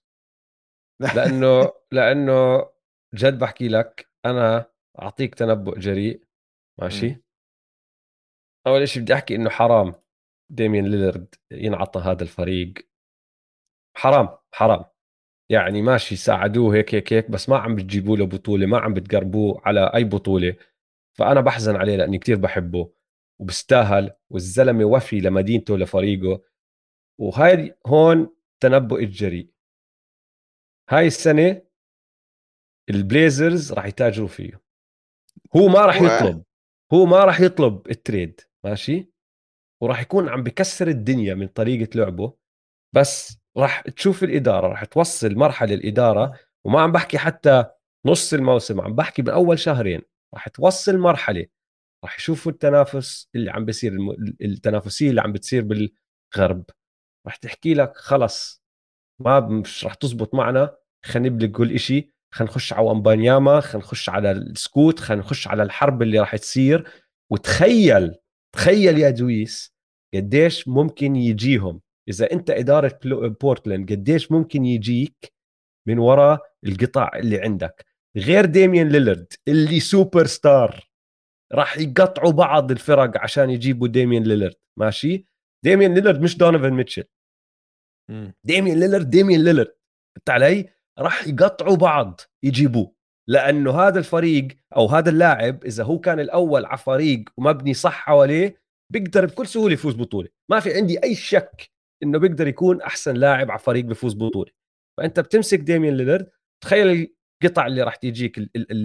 لانه جد بحكي لك انا. اعطيك تنبؤ جريء. مم. ماشي. اول شيء بدي احكي انه حرام ديمين ليلرد ينعطى هذا الفريق. حرام حرام. يعني ماشي ساعدوه هيك هيك هيك بس ما عم بتجيبوا له بطولة، ما عم بتقربوه على اي بطولة. فانا بحزن عليه لاني كتير بحبه وبستاهل، والزلمة وفي لمدينته لفريقه. وهاي هون تنبؤ الجريء. هاي السنة البليزرز راح يتاجروا فيه. هو ما راح و... يطلب هو ما راح يطلب التريد. ماشي. وراح يكون عم بكسر الدنيا من طريقة لعبه. بس راح تشوف الإدارة راح توصل مرحلة الإدارة. وما عم بحكي حتى نص الموسم، عم بحكي بأول شهرين. راح توصل مرحلة راح يشوفوا التنافس اللي عم بيصير، التنافسية اللي عم بتصير بالغرب. راح تحكي لك خلص ما مش راح تزبط معنا. خلينا نبلغ كل إشي، خلينا نخش على ومبانياما، خلينا نخش على السكوت، خلينا نخش على الحرب اللي راح تصير. وتخيل تخيل يا دويس قديش ممكن يجيهم إذا أنت إدارة بورتلاند، قديش ممكن يجيك من وراء القطع اللي عندك. غير ديميان ليلرد اللي سوبر ستار، راح يقطعوا بعض الفرق عشان يجيبوا ديميان ليلرد. ماشي. ديميان ليلرد مش دونيفن ميتشل. مم. ديميان ليلرد انت علي. راح يقطعوا بعض يجيبوه. لانه هذا الفريق او هذا اللاعب اذا هو كان الاول على فريق ومبني صح حواليه بيقدر بكل سهوله يفوز بطوله. ما في عندي اي شك انه بيقدر يكون احسن لاعب على فريق بيفوز بطوله. فانت بتمسك ديميان ليلرد، تخيل القطع اللي راح تيجيك،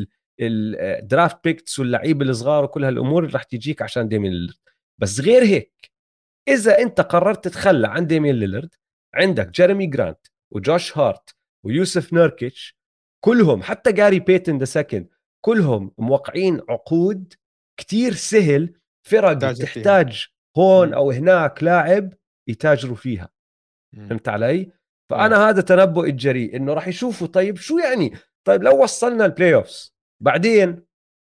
الدرافت بيكتس واللعيبه الصغار وكل هالامور اللي راح تيجيك عشان ديميان ليلرد. بس غير هيك اذا انت قررت تتخلى عن ديميان ليلرد، عندك جيريمي جرانت وجوش هارت ويوسف نيركيتش، كلهم حتى جاري بيتن ذا سكند، كلهم موقعين عقود كتير سهل فرق تاجر فيها. بتحتاج هون مم. او هناك لاعب يتاجروا فيها. مم. فهمت علي؟ يا فانا هذا تنبؤ الجريء انه راح يشوفوا طيب شو يعني. طيب لو وصلنا البلاي اوفز بعدين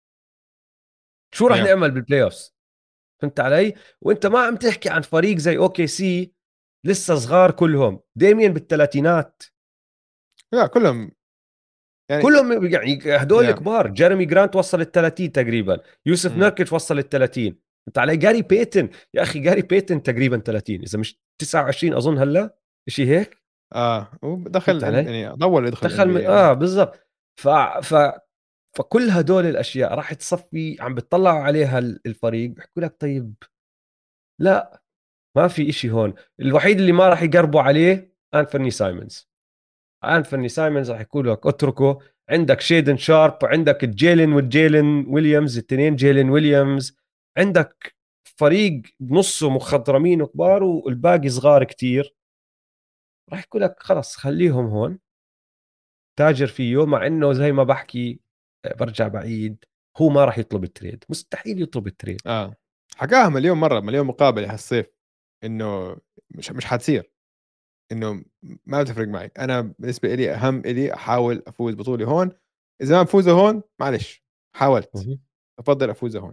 شو راح يا نعمل بالبلاي اوفز؟ فهمت علي؟ وانت ما عم تحكي عن فريق زي اوكي سي لسه صغار كلهم. ديمين بالثلاثينات لا كلهم يعني. كلهم، يعني هدول يا كبار. جيريمي جرانت وصل ال 30 تقريبا، يوسف مم. نركش وصل ال 30. انت علي جاري بيتن يا اخي، جاري بيتن تقريبا 30 اذا مش 29 اظن هلا، شيء هيك. ودخل فهمت علي؟ يعني ضل يدخل الان دخل بي من اي. بالضبط. ف فكل هدول الاشياء راح تصفي عم بتطلعوا عليها الفريق، بيحكوا لك طيب لا، ما في إشي هون. الوحيد اللي ما راح يقربوا عليه انفرني سايمونز. انفرني سايمونز راح يقول لك اتركه. عندك شيدن شارب، وعندك جيلين وجيلين ويليامز، الاثنين جيلين ويليامز. عندك فريق نصه مخضرمين وكبار والباقي صغار كتير. راح يقول لك خلص خليهم هون، تاجر فيه. مع انه زي ما بحكي، برجع بعيد، هو ما راح يطلب التريد، مستحيل يطلب التريد. حكاها مليون مره، مليون مقابله هالصيف، انه مش حتصير، انه ما بتفرق معي. انا بالنسبه لي اهم لي احاول افوز بطوله هون. اذا ما بفوز هون معلش، حاولت، مهم. افضل افوز هون.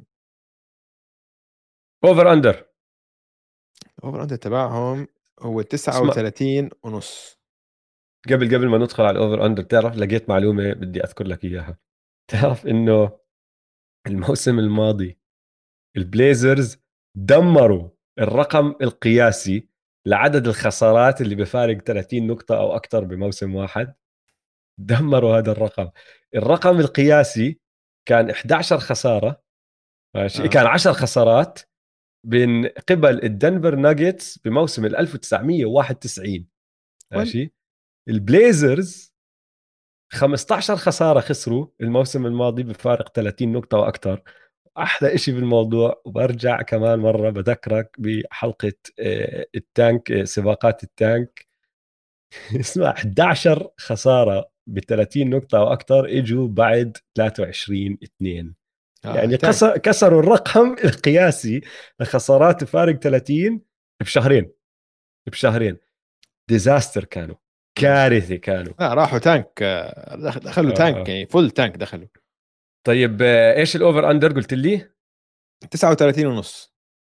اوفر اندر. الاوفر اندر تبعهم هو اسمع، 39 ونص. قبل ما ندخل على الاوفر اندر، تعرف لقيت معلومه بدي اذكر لك اياها. تعرف انه الموسم الماضي البليزرز دمروا الرقم القياسي لعدد الخسارات اللي بفارق 30 نقطة أو أكثر بموسم واحد. دمروا هذا الرقم. الرقم القياسي كان 11 خسارة، ماشي، اه كان 10 خسارات من قبل الدنفر ناجتس بموسم 1991. وين؟ ماشي. البليزرز 15 خسارة خسروا الموسم الماضي بفارق 30 نقطة وأكثر. احلى إشي بالموضوع، وبرجع كمان مره بذكرك بحلقه التانك، سباقات التانك. اسمع، 11 خساره ب 30 نقطه او اكثر اجوا بعد 23 2. يعني تانك. كسروا الرقم القياسي لخسارات فارق 30 بشهرين. بشهرين. ديزاستر كانوا، مم. كارثه كانوا. لا راحوا تانك، دخلوا تانك آه. يعني فول تانك دخلوا. طيب ايش الاوفر اندر قلت لي؟ 39 ونص.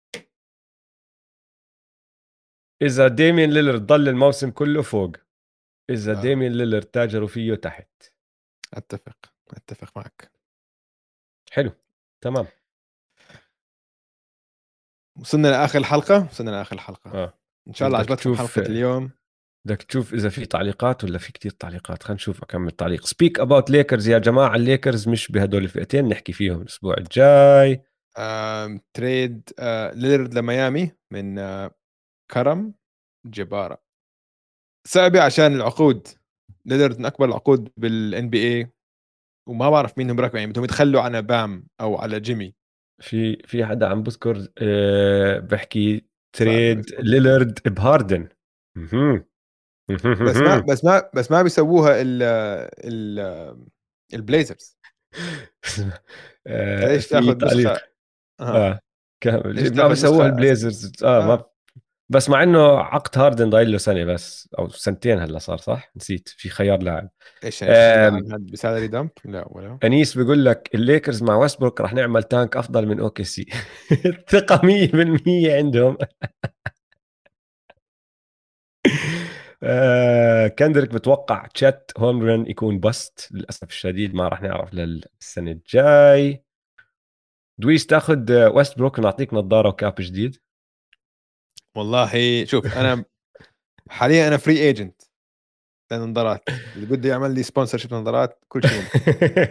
اذا ديمين ليلر ضل الموسم كله فوق، اذا آه. ديمين ليلر تاجروا فيه تحت. اتفق معك. حلو. تمام. وصلنا لاخر الحلقه. اه ان شاء الله بدك عجبتكم تشوف حلقه اليوم. بدك تشوف اذا في تعليقات ولا في كتير تعليقات. خلينا نشوف اكمل تعليق. سبيك اباوت ليكرز يا جماعه، الليكرز مش بهدول الفئتين، نحكي فيهم الاسبوع الجاي. تريد ليلرد لميامي من كرم جبارة. صعبة عشان العقود. ليلرد من اكبر العقود بالان بي اي، وما بعرف مين هم ركبوا، يعني بدهم يتخلوا عن بام او على جيمي. في حدا عم بذكر بحكي صعبة تريد بس. ليلرد بهاردن. مهم. بس ما بيسووها ال البليزرز. انت ليش في تاخذ تعليق. نسخة؟ اه اه كامل ليش ما تاخذ بيسووها نسخة البليزرز، اه ما. بس مع انه عقد هاردن ضايل له سنه بس او سنتين، هلا صار صح، نسيت في خيار لاعب. ايش يعني تحكي لي عن هذا بسالري دمب؟ لا ولا. انيس بيقول لك الليكرز مع ويستبروك رح نعمل تانك افضل من اوكي سي. الثقه 100% عندهم. كندريك بتوقع تشات هولمجرن يكون بست، للاسف الشديد ما راح نعرف للسنه الجاي. دويس تاخذ ويستبروك نعطيك نظاره وكاب جديد. والله شوف، انا حاليا انا فري ايجنت للنظارات، اللي بده يعمل لي سبونسر شيب نظارات كل شيء ممكن.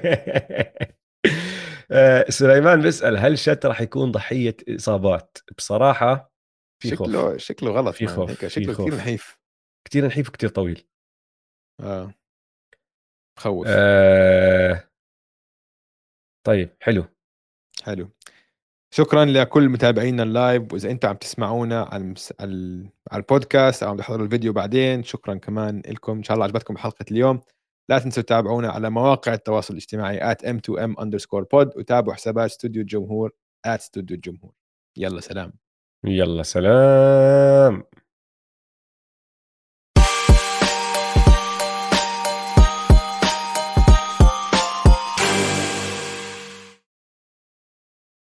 سليمان بيسأل هل شت راح يكون ضحية إصابات؟ بصراحة في خوف. شكله غلط في مان، خوف هيك في شكله كثير خوف نحيف. كتير نحيف وكتير طويل. اه خوف. آه طيب حلو. حلو. شكرا لكل متابعينا اللايف، واذا انتم عم تسمعونا على البودكاست او عم تحضروا الفيديو بعدين، شكرا كمان لكم. ان شاء الله عجبتكم حلقة اليوم. لا تنسوا تتابعونا على مواقع التواصل الاجتماعي @m2m_pod، وتابعوا حسابات استوديو الجمهور @استوديو الجمهور. يلا سلام. يلا سلام.